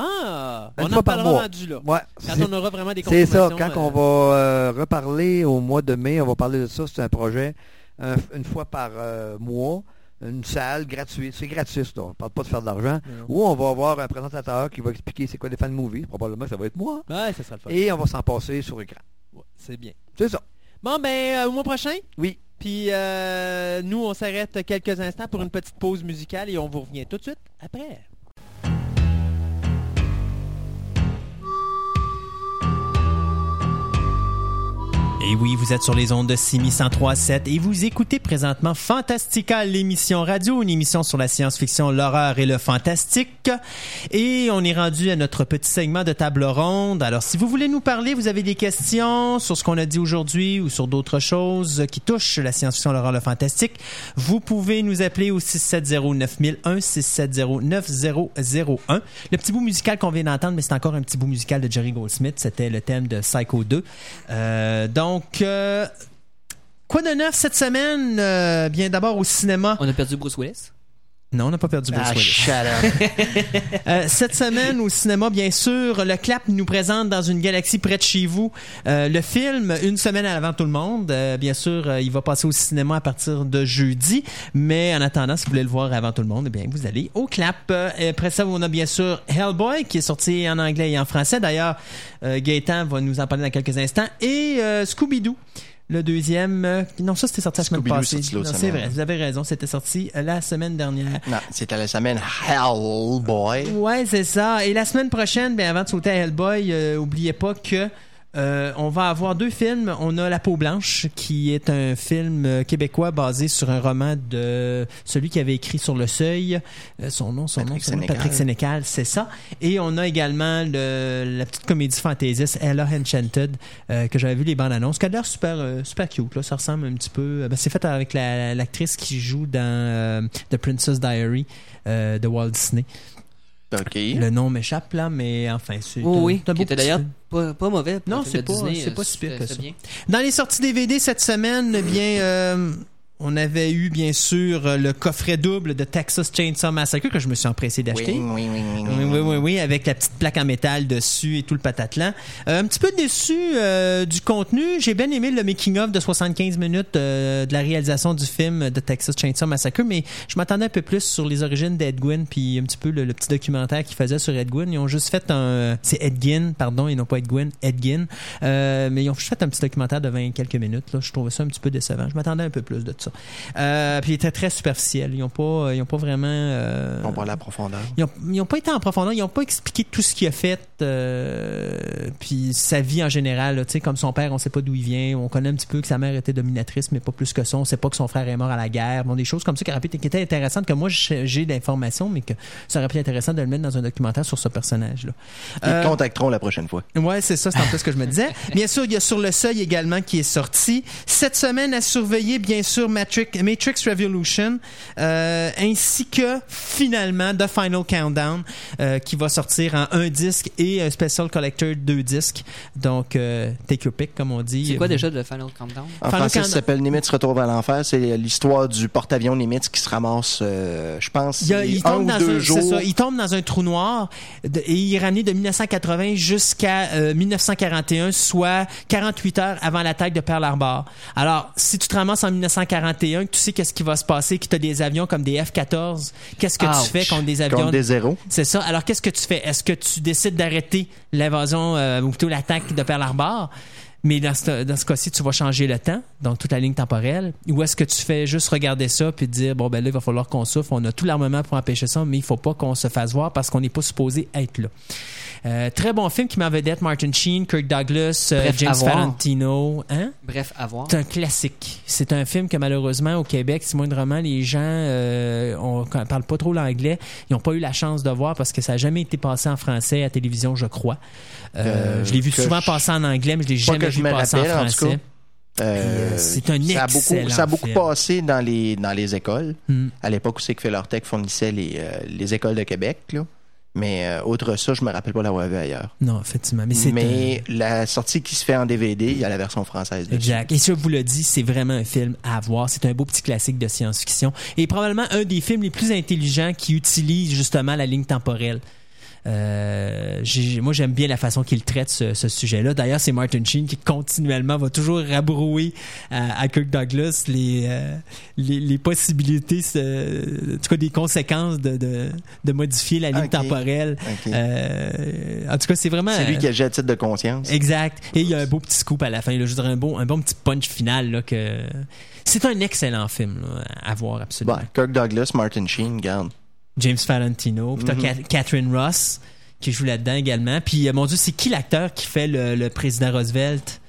Ah, Une on fois en par parlera mois. rendu là. Ouais, Quand c'est- on aura vraiment des c'est ça. confirmations. Quand euh, on va euh, reparler au mois de mai, on va parler de ça. C'est un projet un- une fois par euh, mois. Une salle gratuite. C'est gratuit, ça. On ne parle pas de faire de l'argent. Non. Où on va avoir un présentateur qui va expliquer c'est quoi les fan movies. Probablement, ça va être moi. Ouais, ça sera le fun. Et on va s'en passer sur écran. Ouais, c'est bien. C'est ça. Bon, ben, euh, au mois prochain. Oui. Puis euh, nous, on s'arrête quelques instants pour une petite pause musicale et on vous revient tout de suite après. Et oui, vous êtes sur les ondes de Simi cent trois sept et vous écoutez présentement Fantastica, l'émission radio, une émission sur la science-fiction, l'horreur et le fantastique. Et on est rendu à notre petit segment de table ronde. Alors, si vous voulez nous parler, vous avez des questions sur ce qu'on a dit aujourd'hui ou sur d'autres choses qui touchent la science-fiction, l'horreur, le fantastique, vous pouvez nous appeler au six sept zéro neuf mille un, six sept zéro neuf zéro zéro un. Le petit bout musical qu'on vient d'entendre, mais c'est encore un petit bout musical de Jerry Goldsmith. C'était le thème de Psycho deux. Euh, donc, Donc, euh, quoi de neuf cette semaine? Euh, bien d'abord au cinéma. On a perdu Bruce Willis. Non, on n'a pas perdu Bruce Ah, Willis. shut up. Euh, cette semaine au cinéma, bien sûr, le Clap nous présente Dans une galaxie près de chez vous euh, le film une semaine avant tout le monde. Euh, bien sûr, euh, il va passer au cinéma à partir de jeudi, mais en attendant, si vous voulez le voir avant tout le monde, eh bien, vous allez au Clap. Euh, après ça, on a bien sûr Hellboy qui est sorti en anglais et en français. D'ailleurs, euh, Gaëtan va nous en parler dans quelques instants. Et euh, Scooby-Doo. Le deuxième... euh, non, ça, c'était sorti la semaine Scooby-Doo, passée. sorti l'autre Non, c'est semaine. vrai, vous avez raison. C'était sorti euh, la semaine dernière. Non, c'était la semaine Hellboy. Ouais, c'est ça. Et la semaine prochaine, ben avant de sauter à Hellboy, euh, oubliez pas que Euh, on va avoir deux films. On a La Peau Blanche, qui est un film euh, québécois basé sur un roman de celui qui avait écrit Sur le Seuil. Euh, son nom, son Patrick nom, son nom, Sénécal. Patrick Sénécal, c'est ça. Et on a également le, la petite comédie fantaisiste Ella Enchanted, euh, que j'avais vu les bandes annonces, qui a l'air super, euh, super cute. Là. Ça ressemble un petit peu. Ben, c'est fait avec la, l'actrice qui joue dans euh, The Princess Diary euh, de Walt Disney. OK. Le nom m'échappe là, mais enfin, c'est Oh un, oui, c'est un qui beau était petit d'ailleurs film. pas, pas mauvais. pour Non, un film c'est de pas- Disney, c'est pas euh, si pire fait- que fait ça. bien. Dans les sorties D V D cette semaine, eh bien, euh, on avait eu bien sûr euh, le coffret double de Texas Chainsaw Massacre que je me suis empressé d'acheter. Oui, oui, oui, oui, Oui, oui, oui, oui, avec la petite plaque en métal dessus et tout le patatlan. Euh, un petit peu déçu euh, du contenu. J'ai bien aimé le making-of de soixante-quinze minutes euh, de la réalisation du film de Texas Chainsaw Massacre, mais je m'attendais un peu plus sur les origines d'Ed Gein, puis un petit peu le, le petit documentaire qu'ils faisaient sur Ed Gein. Ils ont juste fait un... C'est Ed Gein, pardon, ils n'ont pas Ed Gein, Ed Gein. Euh, mais ils ont juste fait un petit documentaire de vingt quelques minutes. Là. Je trouvais ça un petit peu décevant. Je m'attendais un peu plus de ça. Euh, puis il était très superficiel. Ils n'ont pas, ils ont pas vraiment... Euh, On va à la profondeur. ils ont, ils ont pas été en profondeur, ils ont pas expliqué tout ce qu'il a fait, euh, puis sa vie en général. Tu sais, comme son père, on sait pas d'où il vient, on connaît un petit peu que sa mère était dominatrice, mais pas plus que ça. On sait pas que son frère est mort à la guerre. Bon, des choses comme ça qui, auraient pu- qui étaient intéressantes, que moi j'ai d'informations, mais que ça aurait pu être intéressant de le mettre dans un documentaire sur ce personnage-là. Ils Euh, te contacteront la prochaine fois. Ouais, c'est ça, c'est un peu ce que je me disais. Bien sûr, il y a Sur le Seuil également qui est sorti. Cette semaine, à surveiller, bien sûr, Matrix, Matrix Revolution, euh, ainsi que, finalement, The Final Countdown, euh, qui va sortir en un disque et un Special Collector deux disques. Donc, euh, take your pick, comme on dit. C'est quoi déjà le Final Countdown? En Final français, Countdown- ça s'appelle Nimitz Retour vers l'enfer. C'est l'histoire du porte-avions Nimitz qui se ramasse, euh, je pense, Il, y a- il un tombe ou dans deux un, jours. c'est ça, il tombe dans un trou noir de- et il est ramené de dix-neuf cent quatre-vingts jusqu'à euh, dix-neuf cent quarante et un, soit quarante-huit heures avant l'attaque de Pearl Harbor. Alors, si tu te ramasses en dix-neuf cent quarante et un, que tu sais qu'est-ce qui va se passer, que tu as des avions comme des F quatorze, qu'est-ce que Ouch. tu fais contre des avions? Contre des zéros. C'est ça. Alors, qu'est-ce que tu fais? Est-ce que tu décides d'arrêter l'invasion euh, ou plutôt l'attaque de Pearl Harbor? Mais dans ce, dans ce cas-ci, tu vas changer le temps, donc toute la ligne temporelle. Ou est-ce que tu fais juste regarder ça puis te dire, bon, ben là, il va falloir qu'on souffle. On a tout l'armement pour empêcher ça, mais il faut pas qu'on se fasse voir parce qu'on n'est pas supposé être là. Euh, très bon film qui m'a vedette Martin Sheen, Kirk Douglas, euh, Bref, James à voir. Valentino. Hein? Bref, à voir. C'est un classique. C'est un film que malheureusement au Québec, si moindrement les gens euh, on ne parle pas trop l'anglais, ils n'ont pas eu la chance de voir parce que ça n'a jamais été passé en français à télévision, je crois. Euh, Euh, je l'ai vu que souvent je- passer en anglais, mais je l'ai Pas jamais que je vu me passer en rappelle, en tout français. cas. Euh, Puis, euh, c'est un ça a beaucoup, excellent ça a beaucoup film. passé dans les, dans les écoles. Hmm. À l'époque où c'est que Felortech fournissait les, euh, les écoles de Québec. Là. Mais euh, autre ça, je me rappelle pas l'avoir vu ailleurs. Non, effectivement. Mais c'est Mais la sortie qui se fait en D V D, il y a la version française. un- Exact. Et si je vous le dis, c'est vraiment un film à voir. C'est un beau petit classique de science-fiction. Et probablement un des films les plus intelligents qui utilise justement la ligne temporelle. Euh, j'ai- moi, j'aime bien la façon qu'il traite ce, ce sujet-là. D'ailleurs, c'est Martin Sheen qui continuellement va toujours rabrouer à, à Kirk Douglas les, euh, les, les possibilités, ce- en tout cas des conséquences de, de, de modifier la ligne Ok. temporelle. Ok. Euh, en tout cas, c'est vraiment... C'est lui qui a le jet titre de conscience. Exact. Et il y a un beau petit scoop à la fin. Là, je dirais un bon, un bon petit punch final. Là, que... C'est un excellent film là, à voir absolument. Ouais, Kirk Douglas, Martin Sheen, garde. James Valentino. Puis t'as Mhm. Ca- Catherine Ross qui joue là-dedans également. Puis, euh, mon Dieu, c'est qui l'acteur qui fait le, le président Roosevelt?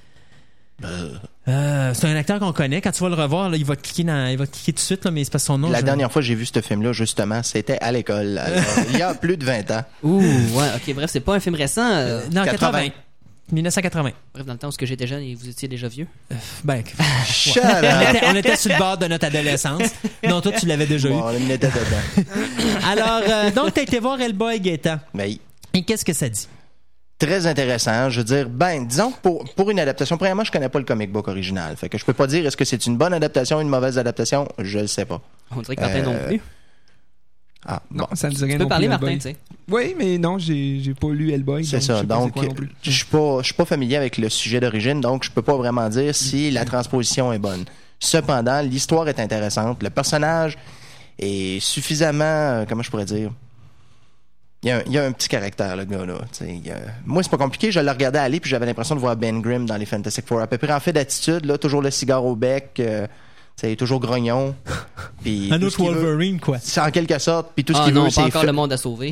Euh, c'est un acteur qu'on connaît. Quand tu vas le revoir, là, il va te cliquer dans, il va te cliquer tout de suite, là, mais c'est pas son nom. La je- dernière fois que j'ai vu ce film-là, justement, c'était à l'école. Alors, il y a plus de vingt ans. Ouh, ouais, ok, bref, c'est pas un film récent. euh, Non, quatre-vingts. quatre-vingts. dix-neuf cent quatre-vingts. Bref, dans le temps où j'étais jeune et vous étiez déjà vieux. Ben, Shut on, up! était, on était sur le bord de notre adolescence. Non, toi, tu l'avais déjà Bon, on était dedans. eu. Alors, euh, donc, t'as été voir Hellboy, Gaëtan. Mais Et qu'est-ce que ça dit? très intéressant. Je veux dire, ben, disons que pour, pour une adaptation, premièrement, je connais pas le comic book original. Fait que je peux pas dire est-ce que c'est une bonne adaptation ou une mauvaise adaptation. Je le sais pas. On dirait que Martin non Euh, plus. Ah, Non, bon. ça me dit rien Tu peux non parler, plus, Martin, Hellboy. tu sais. Oui, mais non, j'ai j'ai pas lu Hellboy. C'est donc ça. Je sais pas c'est Donc, quoi non plus. je suis pas, je suis pas familier avec le sujet d'origine, donc je peux pas vraiment dire si la transposition est bonne. Cependant, l'histoire est intéressante. Le personnage est suffisamment, euh, comment je pourrais dire, il y a un, il y a un petit caractère, le gars-là. tu sais, il y a- Moi, c'est pas compliqué. Je le regardais aller, puis j'avais l'impression de voir Ben Grimm dans les Fantastic Four. À peu près en fait d'attitude, là, toujours le cigare au bec, euh, tu sais, toujours grognon. Puis Un tout autre ce qu'il veut- Wolverine, quoi. C'est en quelque sorte. Puis tout ce Ah qu'il non, veut, pas c'est encore fa- le monde à sauver.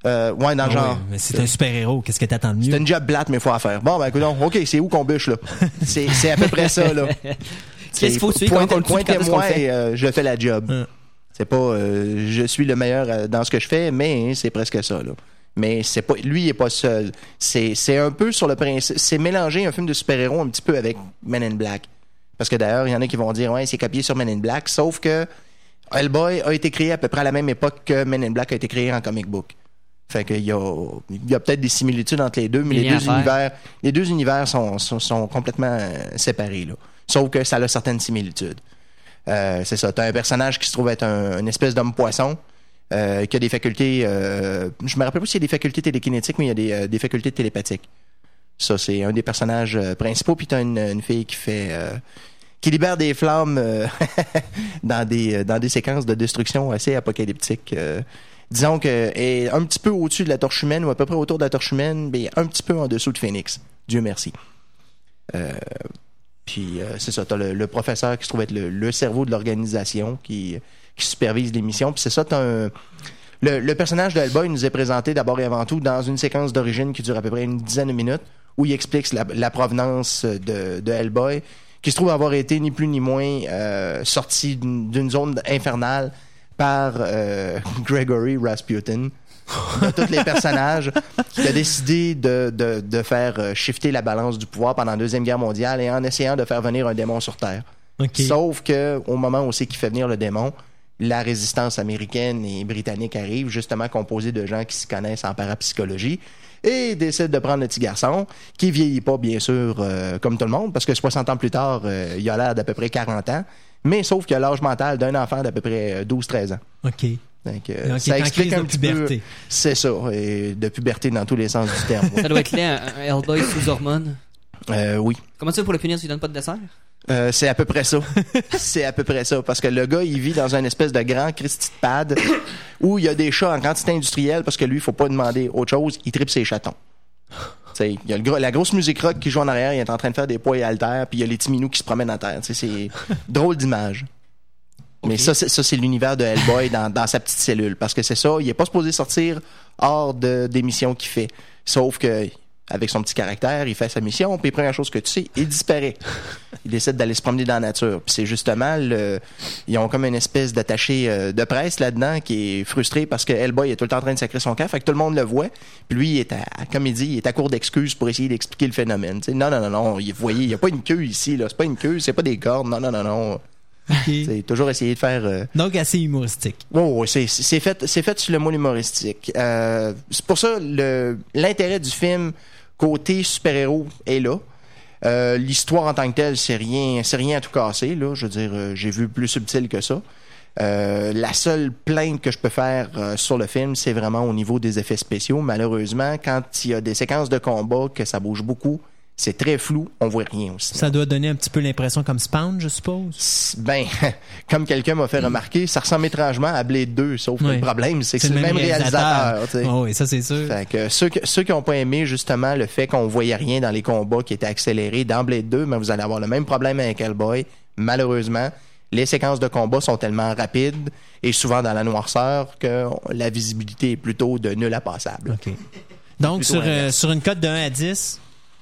Euh, ouais, dans le Ah genre. ouais, mais c'est un super-héros, qu'est-ce que t'attends de mieux? C'est une job plate, mais il faut en faire. Bon, ben, écoute, donc, OK, c'est où qu'on bûche, là? C'est, c'est à peu près ça, là. Qu'est-ce qu'il faut tuer Point- quand on le tue, quand est-ce qu'on Pointez-moi le fait? et euh, je fais la job. Hum. C'est pas euh, je suis le meilleur euh, dans ce que je fais, mais c'est presque ça, là. Mais c'est pas, lui, il est pas seul. C'est, c'est un peu sur le principe. C'est mélanger un film de super-héros un petit peu avec Men in Black. Parce que d'ailleurs, il y en a qui vont dire, ouais, c'est copié sur Men in Black, sauf que Hellboy a été créé à peu près à la même époque que Men in Black a été créé en comic book. Fait qu'il y a, il y a peut-être des similitudes entre les deux, mais Des les liens deux à faire. univers, les deux univers sont, sont, sont complètement euh, séparés, là. Sauf que ça a certaines similitudes. Euh, c'est ça. T'as un personnage qui se trouve être un, une espèce d'homme-poisson, euh, qui a des facultés, euh, je me rappelle pas s'il y a des facultés télékinétiques, mais il y a des, euh, des facultés télépathiques. Ça, c'est un des personnages euh, principaux. Puis t'as une, une fille qui fait, euh, qui libère des flammes euh, dans des, dans des séquences de destruction assez apocalyptiques. Euh, disons que est un petit peu au-dessus de la torche humaine ou à peu près autour de la torche humaine, mais un petit peu en dessous de Phoenix. Dieu merci. Euh, Puis euh, c'est ça, t'as le, le professeur qui se trouve être le, le cerveau de l'organisation qui, qui supervise les missions. Puis c'est ça, t'as un... Le, le personnage de Hellboy nous est présenté d'abord et avant tout dans une séquence d'origine qui dure à peu près une dizaine de minutes, où il explique la, la provenance de, de Hellboy, qui se trouve avoir été ni plus ni moins euh, sorti d'une, d'une zone infernale par euh, Gregory Rasputin. De tous les personnages, qui a décidé de, de, de faire euh, shifter la balance du pouvoir pendant la Deuxième Guerre mondiale et en essayant de faire venir un démon sur Terre. OK. Sauf que au moment où c'est qu'il fait venir le démon, la résistance américaine et britannique arrive, justement composée de gens qui s'y connaissent en parapsychologie, et décide de prendre le petit garçon, qui vieillit pas, bien sûr, euh, comme tout le monde, parce que soixante ans plus tard, euh, il a l'air d'à peu près quarante ans, mais sauf qu'il a l'âge mental d'un enfant d'à peu près douze treize ans. OK. Donc, euh, Donc, il ça est en explique crise un de petit puberté. peu. C'est ça, et de puberté dans tous les sens du terme. Ça doit être laid, un, un Hellboy sous hormones. Euh, oui. Comment tu fais pour le punir si tu lui donnes pas de dessert? Euh, c'est à peu près ça. C'est à peu près ça. Parce que le gars, il vit dans une espèce de grand Christy de pad où il y a des chats en quantité industrielle parce que lui, il faut pas demander autre chose. Il tripe ses chatons. T'sais, il y a le gros, la grosse musique rock qui joue en arrière, il est en train de faire des poids et haltères, puis il y a les petits minous qui se promènent à terre. T'sais, c'est drôle d'image. Mais ça, c'est, ça, c'est l'univers de Hellboy dans, dans sa petite cellule. Parce que c'est ça, il est pas supposé sortir hors de, des missions qu'il fait. Sauf que, avec son petit caractère, il fait sa mission, puis première chose que tu sais, il disparaît. Il décide d'aller se promener dans la nature. Puis c'est justement, le, ils ont comme une espèce d'attaché euh, de presse là-dedans qui est frustré parce que Hellboy est tout le temps en train de sacrer son camp, fait que tout le monde le voit. Puis lui, il est à, comme il dit, il est à court d'excuses pour essayer d'expliquer le phénomène. T'sais, non, non, non, non, vous voyez, il n'y a pas une queue ici, là. C'est pas une queue, c'est pas des cordes, non, non, non, non. OK. C'est toujours essayer de faire... Euh... Donc, assez humoristique. Oh, oui, c'est, c'est, fait, c'est fait sur le mot humoristique. Euh, c'est pour ça, le, l'intérêt du film, côté super-héros, est là. Euh, l'histoire en tant que telle, c'est rien, c'est rien à tout casser, là. Je veux dire, euh, j'ai vu plus subtil que ça. Euh, la seule plainte que je peux faire euh, sur le film, c'est vraiment au niveau des effets spéciaux. Malheureusement, quand il y a des séquences de combat, que ça bouge beaucoup, c'est très flou, on voit rien aussi. Ça doit donner un petit peu l'impression comme Spawn, je suppose. Ben, comme quelqu'un m'a fait remarquer, ça ressemble étrangement à Blade deux, sauf que Ouais. le problème, c'est que c'est, le même réalisateur. tu sais. Oh, oui, ça c'est sûr. Fait que ceux, que- ceux qui n'ont pas aimé justement le fait qu'on voyait rien dans les combats qui étaient accélérés dans Blade deux, mais vous allez avoir le même problème avec Hellboy. Malheureusement, les séquences de combat sont tellement rapides et souvent dans la noirceur que la visibilité est plutôt de nul à passable. OK. Donc, Plutôt sur, euh, inverse. sur une cote de un à dix,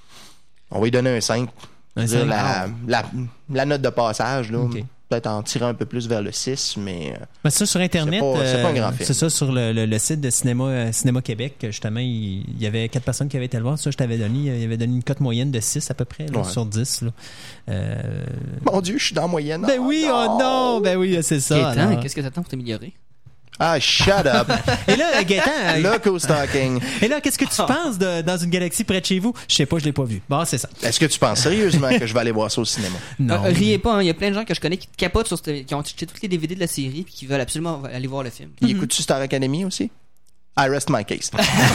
On va lui donner un cinq. Un Dire cinq. la, la, la note de passage, là, Ok. peut-être en tirer un peu plus vers le six, mais... euh, ben, ça sur Internet, C'est pas- c'est pas un euh, grand film. c'est ça sur le, le- le site de Cinéma, euh, Cinéma Québec, que, justement, il, il y avait quatre personnes qui avaient été le voir. Ça, je t'avais donné, il avait donné une cote moyenne de six à peu près, là, Ouais. sur dix. Là. Euh, Mon Dieu, je suis dans la moyenne. Ben oui, oh non, ben oui, c'est ça. Gaétan, alors. qu'est-ce que t'attends pour t'améliorer? Ah, shut up! Et là, Gaétan, euh, Look who's talking. et là, qu'est-ce que tu penses de Dans une galaxie près de chez vous? Je sais pas, je l'ai pas vu. Bon, c'est ça. Est-ce que tu penses sérieusement que je vais aller voir ça au cinéma? Non. Euh, riez pas, hein, il y a plein de gens que je connais qui capotent sur cette, qui ont acheté tous les D V D de la série puis qui veulent absolument aller voir le film. Il écoute-tu Star Academy aussi? I rest my case.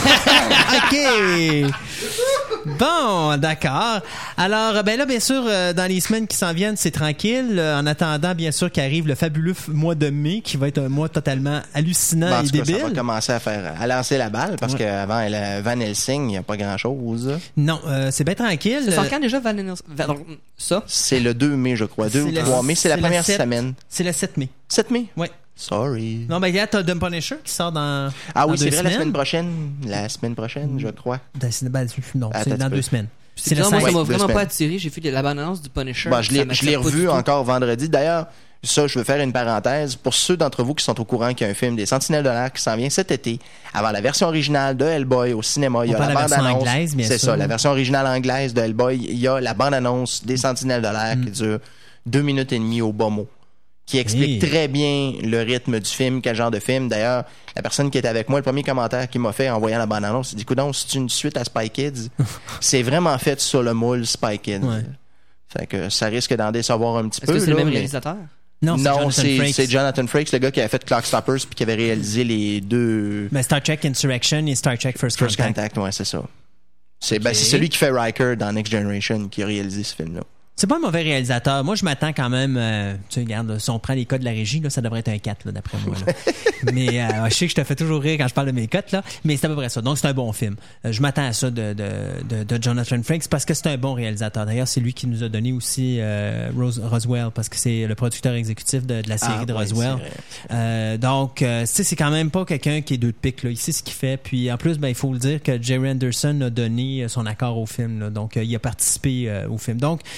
OK! Bon, d'accord. Alors, ben là, bien sûr, euh, dans les semaines qui s'en viennent, c'est tranquille. Euh, en attendant, bien sûr, qu'arrive le fabuleux f- mois de mai, qui va être un mois totalement hallucinant Bon, en et tout cas, ça va débile. commencer à faire, à lancer la balle, parce Ouais. qu'avant elle- Van Helsing, il n'y a pas grand-chose. Non, euh, c'est bien tranquille. Ça sort Euh, quand déjà, Val... Val- ça? C'est le deux mai, je crois. deux C'est ou le- trois mai, c'est la c'est le première sept. semaine. C'est le sept mai. sept mai? Ouais. Sorry. Non, mais regarde, t'as The Punisher qui sort dans. Ah dans oui, c'est deux vrai, la semaines. semaine prochaine. La semaine prochaine, je crois. Ben, c'est- ben, non, Attends c'est un dans petit deux peu. semaines. C'est C'est le bizarre, moi, cinq. ça m'a Ouais, deux vraiment pas semaines. attiré. J'ai fait la bande-annonce du Punisher. Bon, je l'ai, ça je m'attire l'ai pas revu du tout. encore vendredi. D'ailleurs, ça, je veux faire une parenthèse. Pour ceux d'entre vous qui sont au courant qu'il y a un film des Sentinelles de l'air qui s'en vient cet été, avant la version originale de Hellboy au cinéma, il y a On parle la de la version bande-annonce. anglaise, bien C'est sûr. ça, la version originale anglaise de Hellboy. Il y a la bande-annonce des Sentinelles de l'air Mm. qui dure deux minutes et demie au bas mot, qui explique Hey. très bien le rythme du film, quel genre de film. D'ailleurs, la personne qui était avec moi, le premier commentaire qu'il m'a fait en voyant la bande-annonce, il dit, coudonc, c'est une suite à Spy Kids. C'est vraiment fait sur le moule Spy Kids. Ouais. Fait que ça risque d'en décevoir un petit Est-ce peu. que c'est le là, même mais- réalisateur? Non, c'est Jonathan c'est Frakes. c'est Jonathan Frakes, le gars qui avait fait Clockstoppers puis qui avait réalisé les deux Ben, Star Trek Insurrection et Star Trek First, First Contact. Contact. Ouais, c'est ça. C'est ben, Ok. c'est celui qui fait Riker dans Next Generation qui a réalisé ce film-là. C'est pas un mauvais réalisateur. Moi, je m'attends quand même. Euh, tu sais, regarde, là, si on prend les codes de la régie, là, ça devrait être un quatre, là, d'après moi. Là. mais euh, je sais que je te fais toujours rire quand je parle de mes cotes, là. Mais c'est à peu près ça. Donc, c'est un bon film. Euh, je m'attends à ça de, de, de, de Jonathan Frakes parce que c'est un bon réalisateur. D'ailleurs, c'est lui qui nous a donné aussi euh, Rose, Roswell parce que c'est le producteur exécutif de, de la série Ah, de ouais, Roswell. c'est vrai. Euh, donc, euh, tu sais, c'est quand même pas quelqu'un qui est deux de pique, là. Il sait ce qu'il fait. Puis, en plus, ben, il faut le dire que Jerry Anderson a donné son accord au film, là. Donc, euh, il a participé euh, au film. Donc,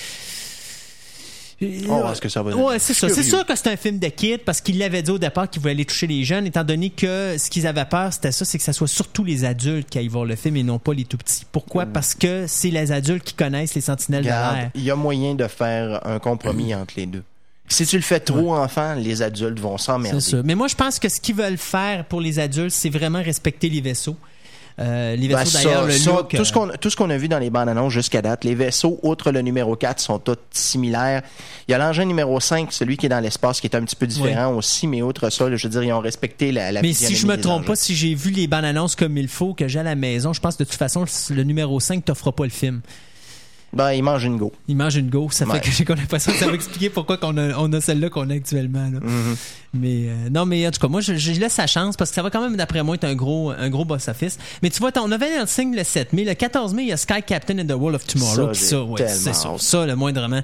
On va voir ce que ça va donner. Ouais, c'est ça. Je suis C'est curieux. sûr que c'est un film de kid parce qu'il l'avait dit au départ qu'il voulait aller toucher les jeunes, étant donné que ce qu'ils avaient peur, c'était ça, c'est que ça soit surtout les adultes qui aillent voir le film et non pas les tout petits. Pourquoi? Parce que c'est les adultes qui connaissent les Sentinelles de Regarde, l'air. il y a moyen de faire un compromis entre les deux. Si tu le fais trop enfant, les adultes vont s'emmerder. C'est ça. Mais moi, je pense que ce qu'ils veulent faire pour les adultes, c'est vraiment respecter les vaissaux. Euh, les Ben, vaisseaux, ça, d'ailleurs, le ça, look... tout ce qu'on tout ce qu'on a vu dans les bandes annonces jusqu'à date, les vaisseaux, outre le numéro quatre, sont tous similaires. Il y a l'engin numéro cinq, celui qui est dans l'espace, qui est un petit peu différent aussi, mais outre ça, là, je veux dire, ils ont respecté la, la Mais si je physionomie me des trompe engins. pas, si j'ai vu les bandes annonces comme il faut, que j'ai à la maison, je pense que de toute façon, le numéro cinq t'offre pas le film. Ben, ils mangent une go. Il mange une go, ça Ouais. fait que j'ai l'impression que ça va expliquer pourquoi qu'on a, on a celle-là qu'on a actuellement. Là. Mhm. Mais euh, non, mais en tout cas, moi, je, je laisse sa chance parce que ça va quand même, d'après moi, être un gros, un gros box-office. Mais tu vois, on avait un signe le sept mai. Le quatorze mai, il y a Sky Captain and the World of Tomorrow. Ça, Puis j'ai ça, ouais, tellement c'est ça. hâte. Ça, le moindrement.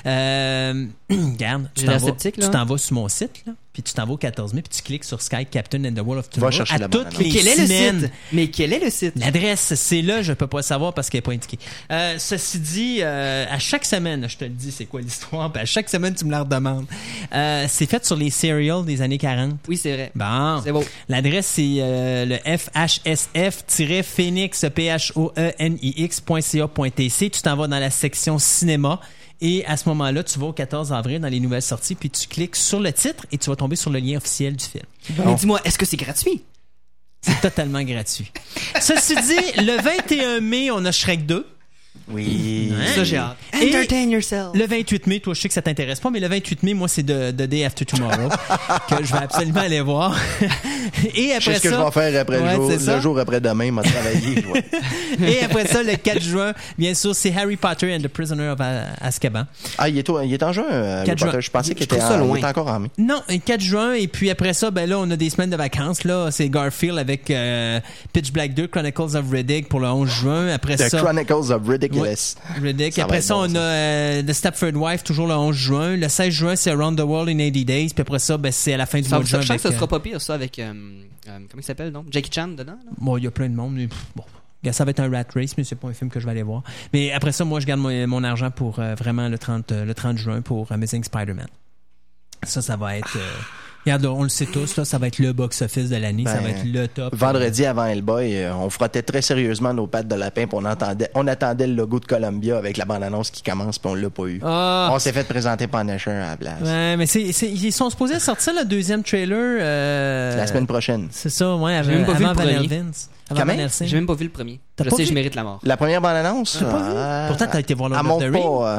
Euh, regarde, tu J'ai t'en, l'air vas, sceptique, là. tu t'en vas sur mon site, là, puis tu t'en vas au quatorze mai, puis tu cliques sur Sky Captain and the World of Tomorrow. chercher à la toutes bande-annonce. les Mais quel est le semaines. site? Mais quel est le site? L'adresse, c'est là, je peux pas savoir parce qu'elle n'est pas indiquée. Euh, ceci dit, euh, à chaque semaine, je te le dis, c'est quoi l'histoire, puis à chaque semaine, tu me la redemandes. Euh, c'est fait sur les serials des années quarante. Oui, c'est vrai. Bon. C'est beau. L'adresse, c'est euh, le f h s f-phoenix, p h o e n i x point c a point t c. Tu t'en vas dans la section cinéma. Et à ce moment-là, tu vas au quatorze avril dans les nouvelles sorties, puis tu cliques sur le titre et tu vas tomber sur le lien officiel du film. Mais dis-moi, est-ce que c'est gratuit? C'est totalement gratuit. Ceci dit, le vingt et un mai, on a Shrek deux. Oui. Ouais. Ça, j'ai hâte. Et Entertain yourself. Le vingt-huit mai, toi, je sais que ça t'intéresse pas, mais le vingt-huit mai, moi, c'est de, de Day After Tomorrow que je vais absolument aller voir. Et Je après sais ce que ça, je vais faire après Ouais, le jour, c'est ça. le jour après demain, m'a travaillé. je vais- et après ça, le quatre juin, bien sûr, c'est Harry Potter and the Prisoner of Azkaban. Ah, il est, au- il est en juin, euh, Harry quatre Potter. juin. Je pensais qu'il Je était, trouve ça en- il loin. était encore en mai. Non, le quatre juin, et puis après ça, ben là, on a des semaines de vacances. Là, c'est Garfield avec euh, Pitch Black deux, Chronicles of Riddick pour le onze juin. Après The ça, Chronicles of Ridiculous. Riddick. Ça va Après être ça, bon, on ça. a euh, The Stepford Wife, toujours le onze juin. Le seize juin, c'est Around the World in eighty days. Puis après ça, ben, c'est à la fin du Ça, mois de ça, juin. je sens que ça avec, sera euh, pas pire, ça, avec. euh, euh, comment il s'appelle, donc? Jackie Chan dedans, là? Bon, il y a plein de monde, mais pff, bon. Regarde, ça va être un rat race, mais c'est pas un film que je vais aller voir. Mais après ça, moi, je garde mon, mon argent pour euh, vraiment le trente, euh, le trente juin pour Amazing Spider-Man. Ça, ça va être... euh, regarde, on le sait tous, là, ça va être le box-office de l'année. ça Ben, va être le top. Vendredi avant Hellboy, euh, on frottait très sérieusement nos pattes de lapin, puis on entendait, on attendait le logo de Columbia avec la bande-annonce qui commence, puis on l'a pas eu. Ah! On s'est fait présenter Punisher à la place. Ouais, mais c'est, c'est- ils sont supposés sortir le deuxième trailer... euh, La semaine prochaine. C'est ça, ouais, avant, J'ai même pas vu avant le Van premier. Helsing. Avant Quand Van même? Helsing. J'ai même pas vu le premier. T'as Je pas sais, vu? je mérite la mort. La première bande-annonce? T'as pas vu? ah, Pourtant, t'as été voir Lord elle of monte the Rings. pas. euh,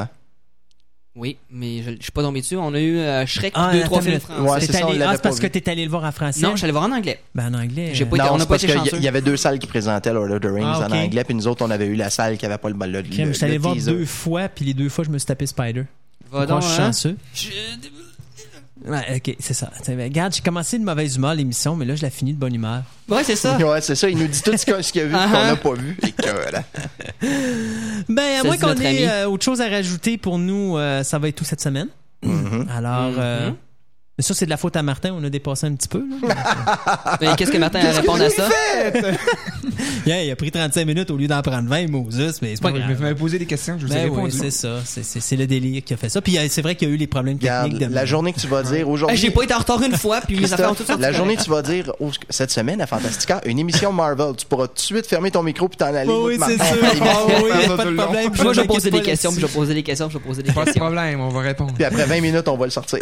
Oui, mais je, je suis pas tombé dessus. On a eu euh, Shrek, Ah, deux, attends trois une films minute. français. Ouais, T'es c'est ça, on allé- l'avait ah, c'est parce pas que vu. t'es allé le voir en français? Non, je suis allé voir en anglais. Ben, en anglais. J'ai euh, pas été- non, on n'a c'est pas parce été qu'il y- chanceux. il y avait deux salles qui présentaient Lord of the Rings Ah, en ok. anglais, puis nous autres, on avait eu la salle qui avait pas le, le, le, crème, je suis allé le voir teaser. deux fois, puis les deux fois, je me suis tapé Spider. Va Pourquoi donc, je suis hein? chanceux? Ouais, ok, c'est ça. T'sais, ben, regarde, j'ai commencé de mauvaise humeur l'émission, mais là, je la finis de bonne humeur. Ouais, c'est ça. Ouais, c'est ça, il nous dit tout ce qu'il ce qu'il a vu, Ah, qu'on ah. n'a pas vu. Et que, voilà. Ben, à Ça, moins c'est qu'on notre ait ami. euh, autre chose à rajouter pour nous, euh, ça va être tout cette semaine. Mhm. Alors, euh, Mhm. Mais ça, c'est de la faute à Martin. On a dépassé un petit peu. Là. Mais qu'est-ce que Martin a répondu à ça? Yeah, il a pris trente-cinq minutes au lieu d'en prendre vingt, Moses, mais c'est pas Ouais, grave. vous m'avez posé des questions, je vous ai Ben oui, répondu. c'est ça. C'est, c'est, c'est le délire qui a fait ça. Puis euh, c'est vrai qu'il y a eu les problèmes Regarde, techniques. De... la journée que tu vas dire aujourd'hui... Hey, j'ai pas été en retard une fois, puis mes affaires ont toutes Christophe, sorti. la journée que tu vas dire oh, cette semaine à Fantastica, une émission Marvel, tu pourras tout de suite fermer ton micro puis t'en aller. Oh, oui, Martin. c'est sûr. Oh, oui, Ça, y a ça, pas tout de le long. problème. Moi, je vais poser des m'inquiète pas questions, puis je là-dessus. vais poser des questions, puis je vais poser des Pas de questions. problème, on va répondre. Puis après vingt minutes, on va le sortir.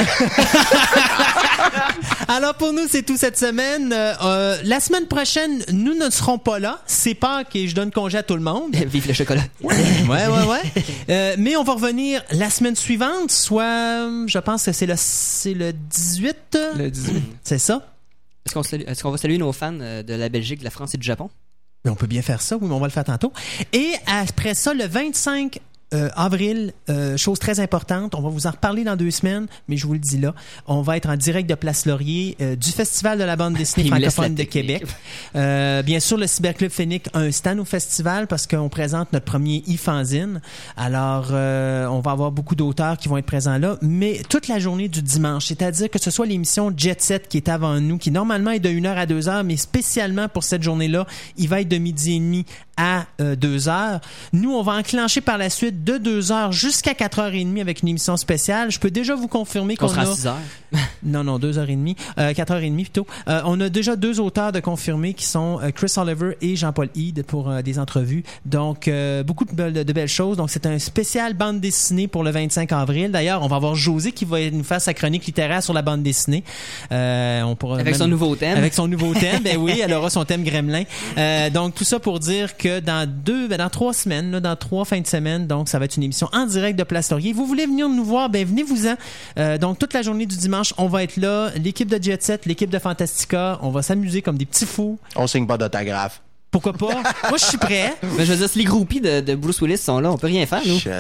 Alors pour nous, c'est tout cette semaine. Euh, euh, la semaine prochaine, nous ne serons pas là. C'est Pâques et je donne congé à tout le monde. Vive le chocolat. Ouais, ouais, ouais. Euh, mais on va revenir la semaine suivante, soit, je pense que c'est le, c'est le dix-huit. Le dix-huit. C'est ça? Est-ce qu'on, salue- est-ce qu'on va saluer nos fans euh, de la Belgique, de la France et du Japon? Mais on peut bien faire ça, oui, mais on va le faire tantôt. Et après ça, le vingt-cinq euh, avril, euh, chose très importante, on va vous en reparler dans deux semaines, mais je vous le dis là, on va être en direct de Place Laurier euh, du Festival de la bande dessinée Il me laisse francophone la de technique. Québec. Euh, bien sûr, le Cyberclub Phoenix a un stand au festival parce qu'on présente notre premier e-fanzine. Alors, euh, on va avoir beaucoup d'auteurs qui vont être présents là, mais toute la journée du dimanche, c'est-à-dire que ce soit l'émission Jet Set qui est avant nous, qui normalement est de une heure à deux heures, mais spécialement pour cette journée-là, il va être de midi et demi à euh, deux heures. Nous, on va enclencher par la suite de deux heures jusqu'à quatre heures trente avec une émission spéciale. Je peux déjà vous confirmer On qu'on sera a... à six heures. Non, non, deux heures trente. Euh, quatre heures trente plutôt. Euh, on a déjà deux auteurs de confirmés qui sont euh, Chris Oliver et Jean-Paul Hyde pour euh, des entrevues. Donc, euh, beaucoup de, be- de belles choses. Donc, c'est un spécial bande dessinée pour le vingt-cinq avril. D'ailleurs, on va avoir José qui va nous faire sa chronique littéraire sur la bande dessinée. Euh, on pourra Avec même- son nouveau thème. Avec son nouveau thème, ben oui, elle aura son thème Gremlin. Euh, donc, tout ça pour dire que dans deux, ben dans trois semaines, là, dans trois fins de semaine, donc ça va être une émission en direct de Place Laurier. Vous voulez venir nous voir, ben venez-vous-en. Euh, donc, toute la journée du dimanche, on va être là. L'équipe de Jet Set, l'équipe de Fantastica, on va s'amuser comme des petits fous. On signe pas d'autographe. Pourquoi pas? Moi, je suis prêt. Mais je veux dire, si les groupies de, de Bruce Willis sont là, on peut rien faire, nous. Shut up.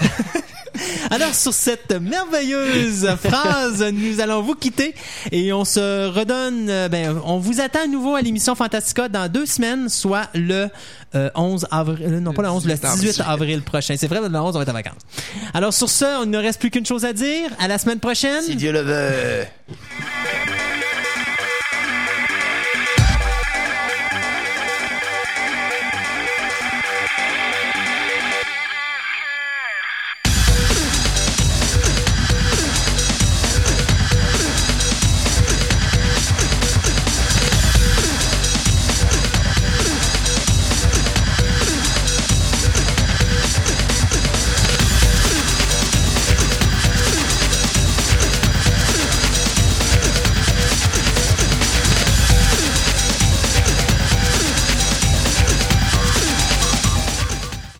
Alors, sur cette merveilleuse phrase, nous allons vous quitter et on se redonne, euh, ben, on vous attend à nouveau à l'émission Fantastica dans deux semaines, soit le euh, onze avril, euh, non pas le onze, le dix-huit avril prochain. C'est vrai, le onze, on va être en vacances. Alors, sur ce, on ne reste plus qu'une chose à dire. À la semaine prochaine. Si Dieu le veut.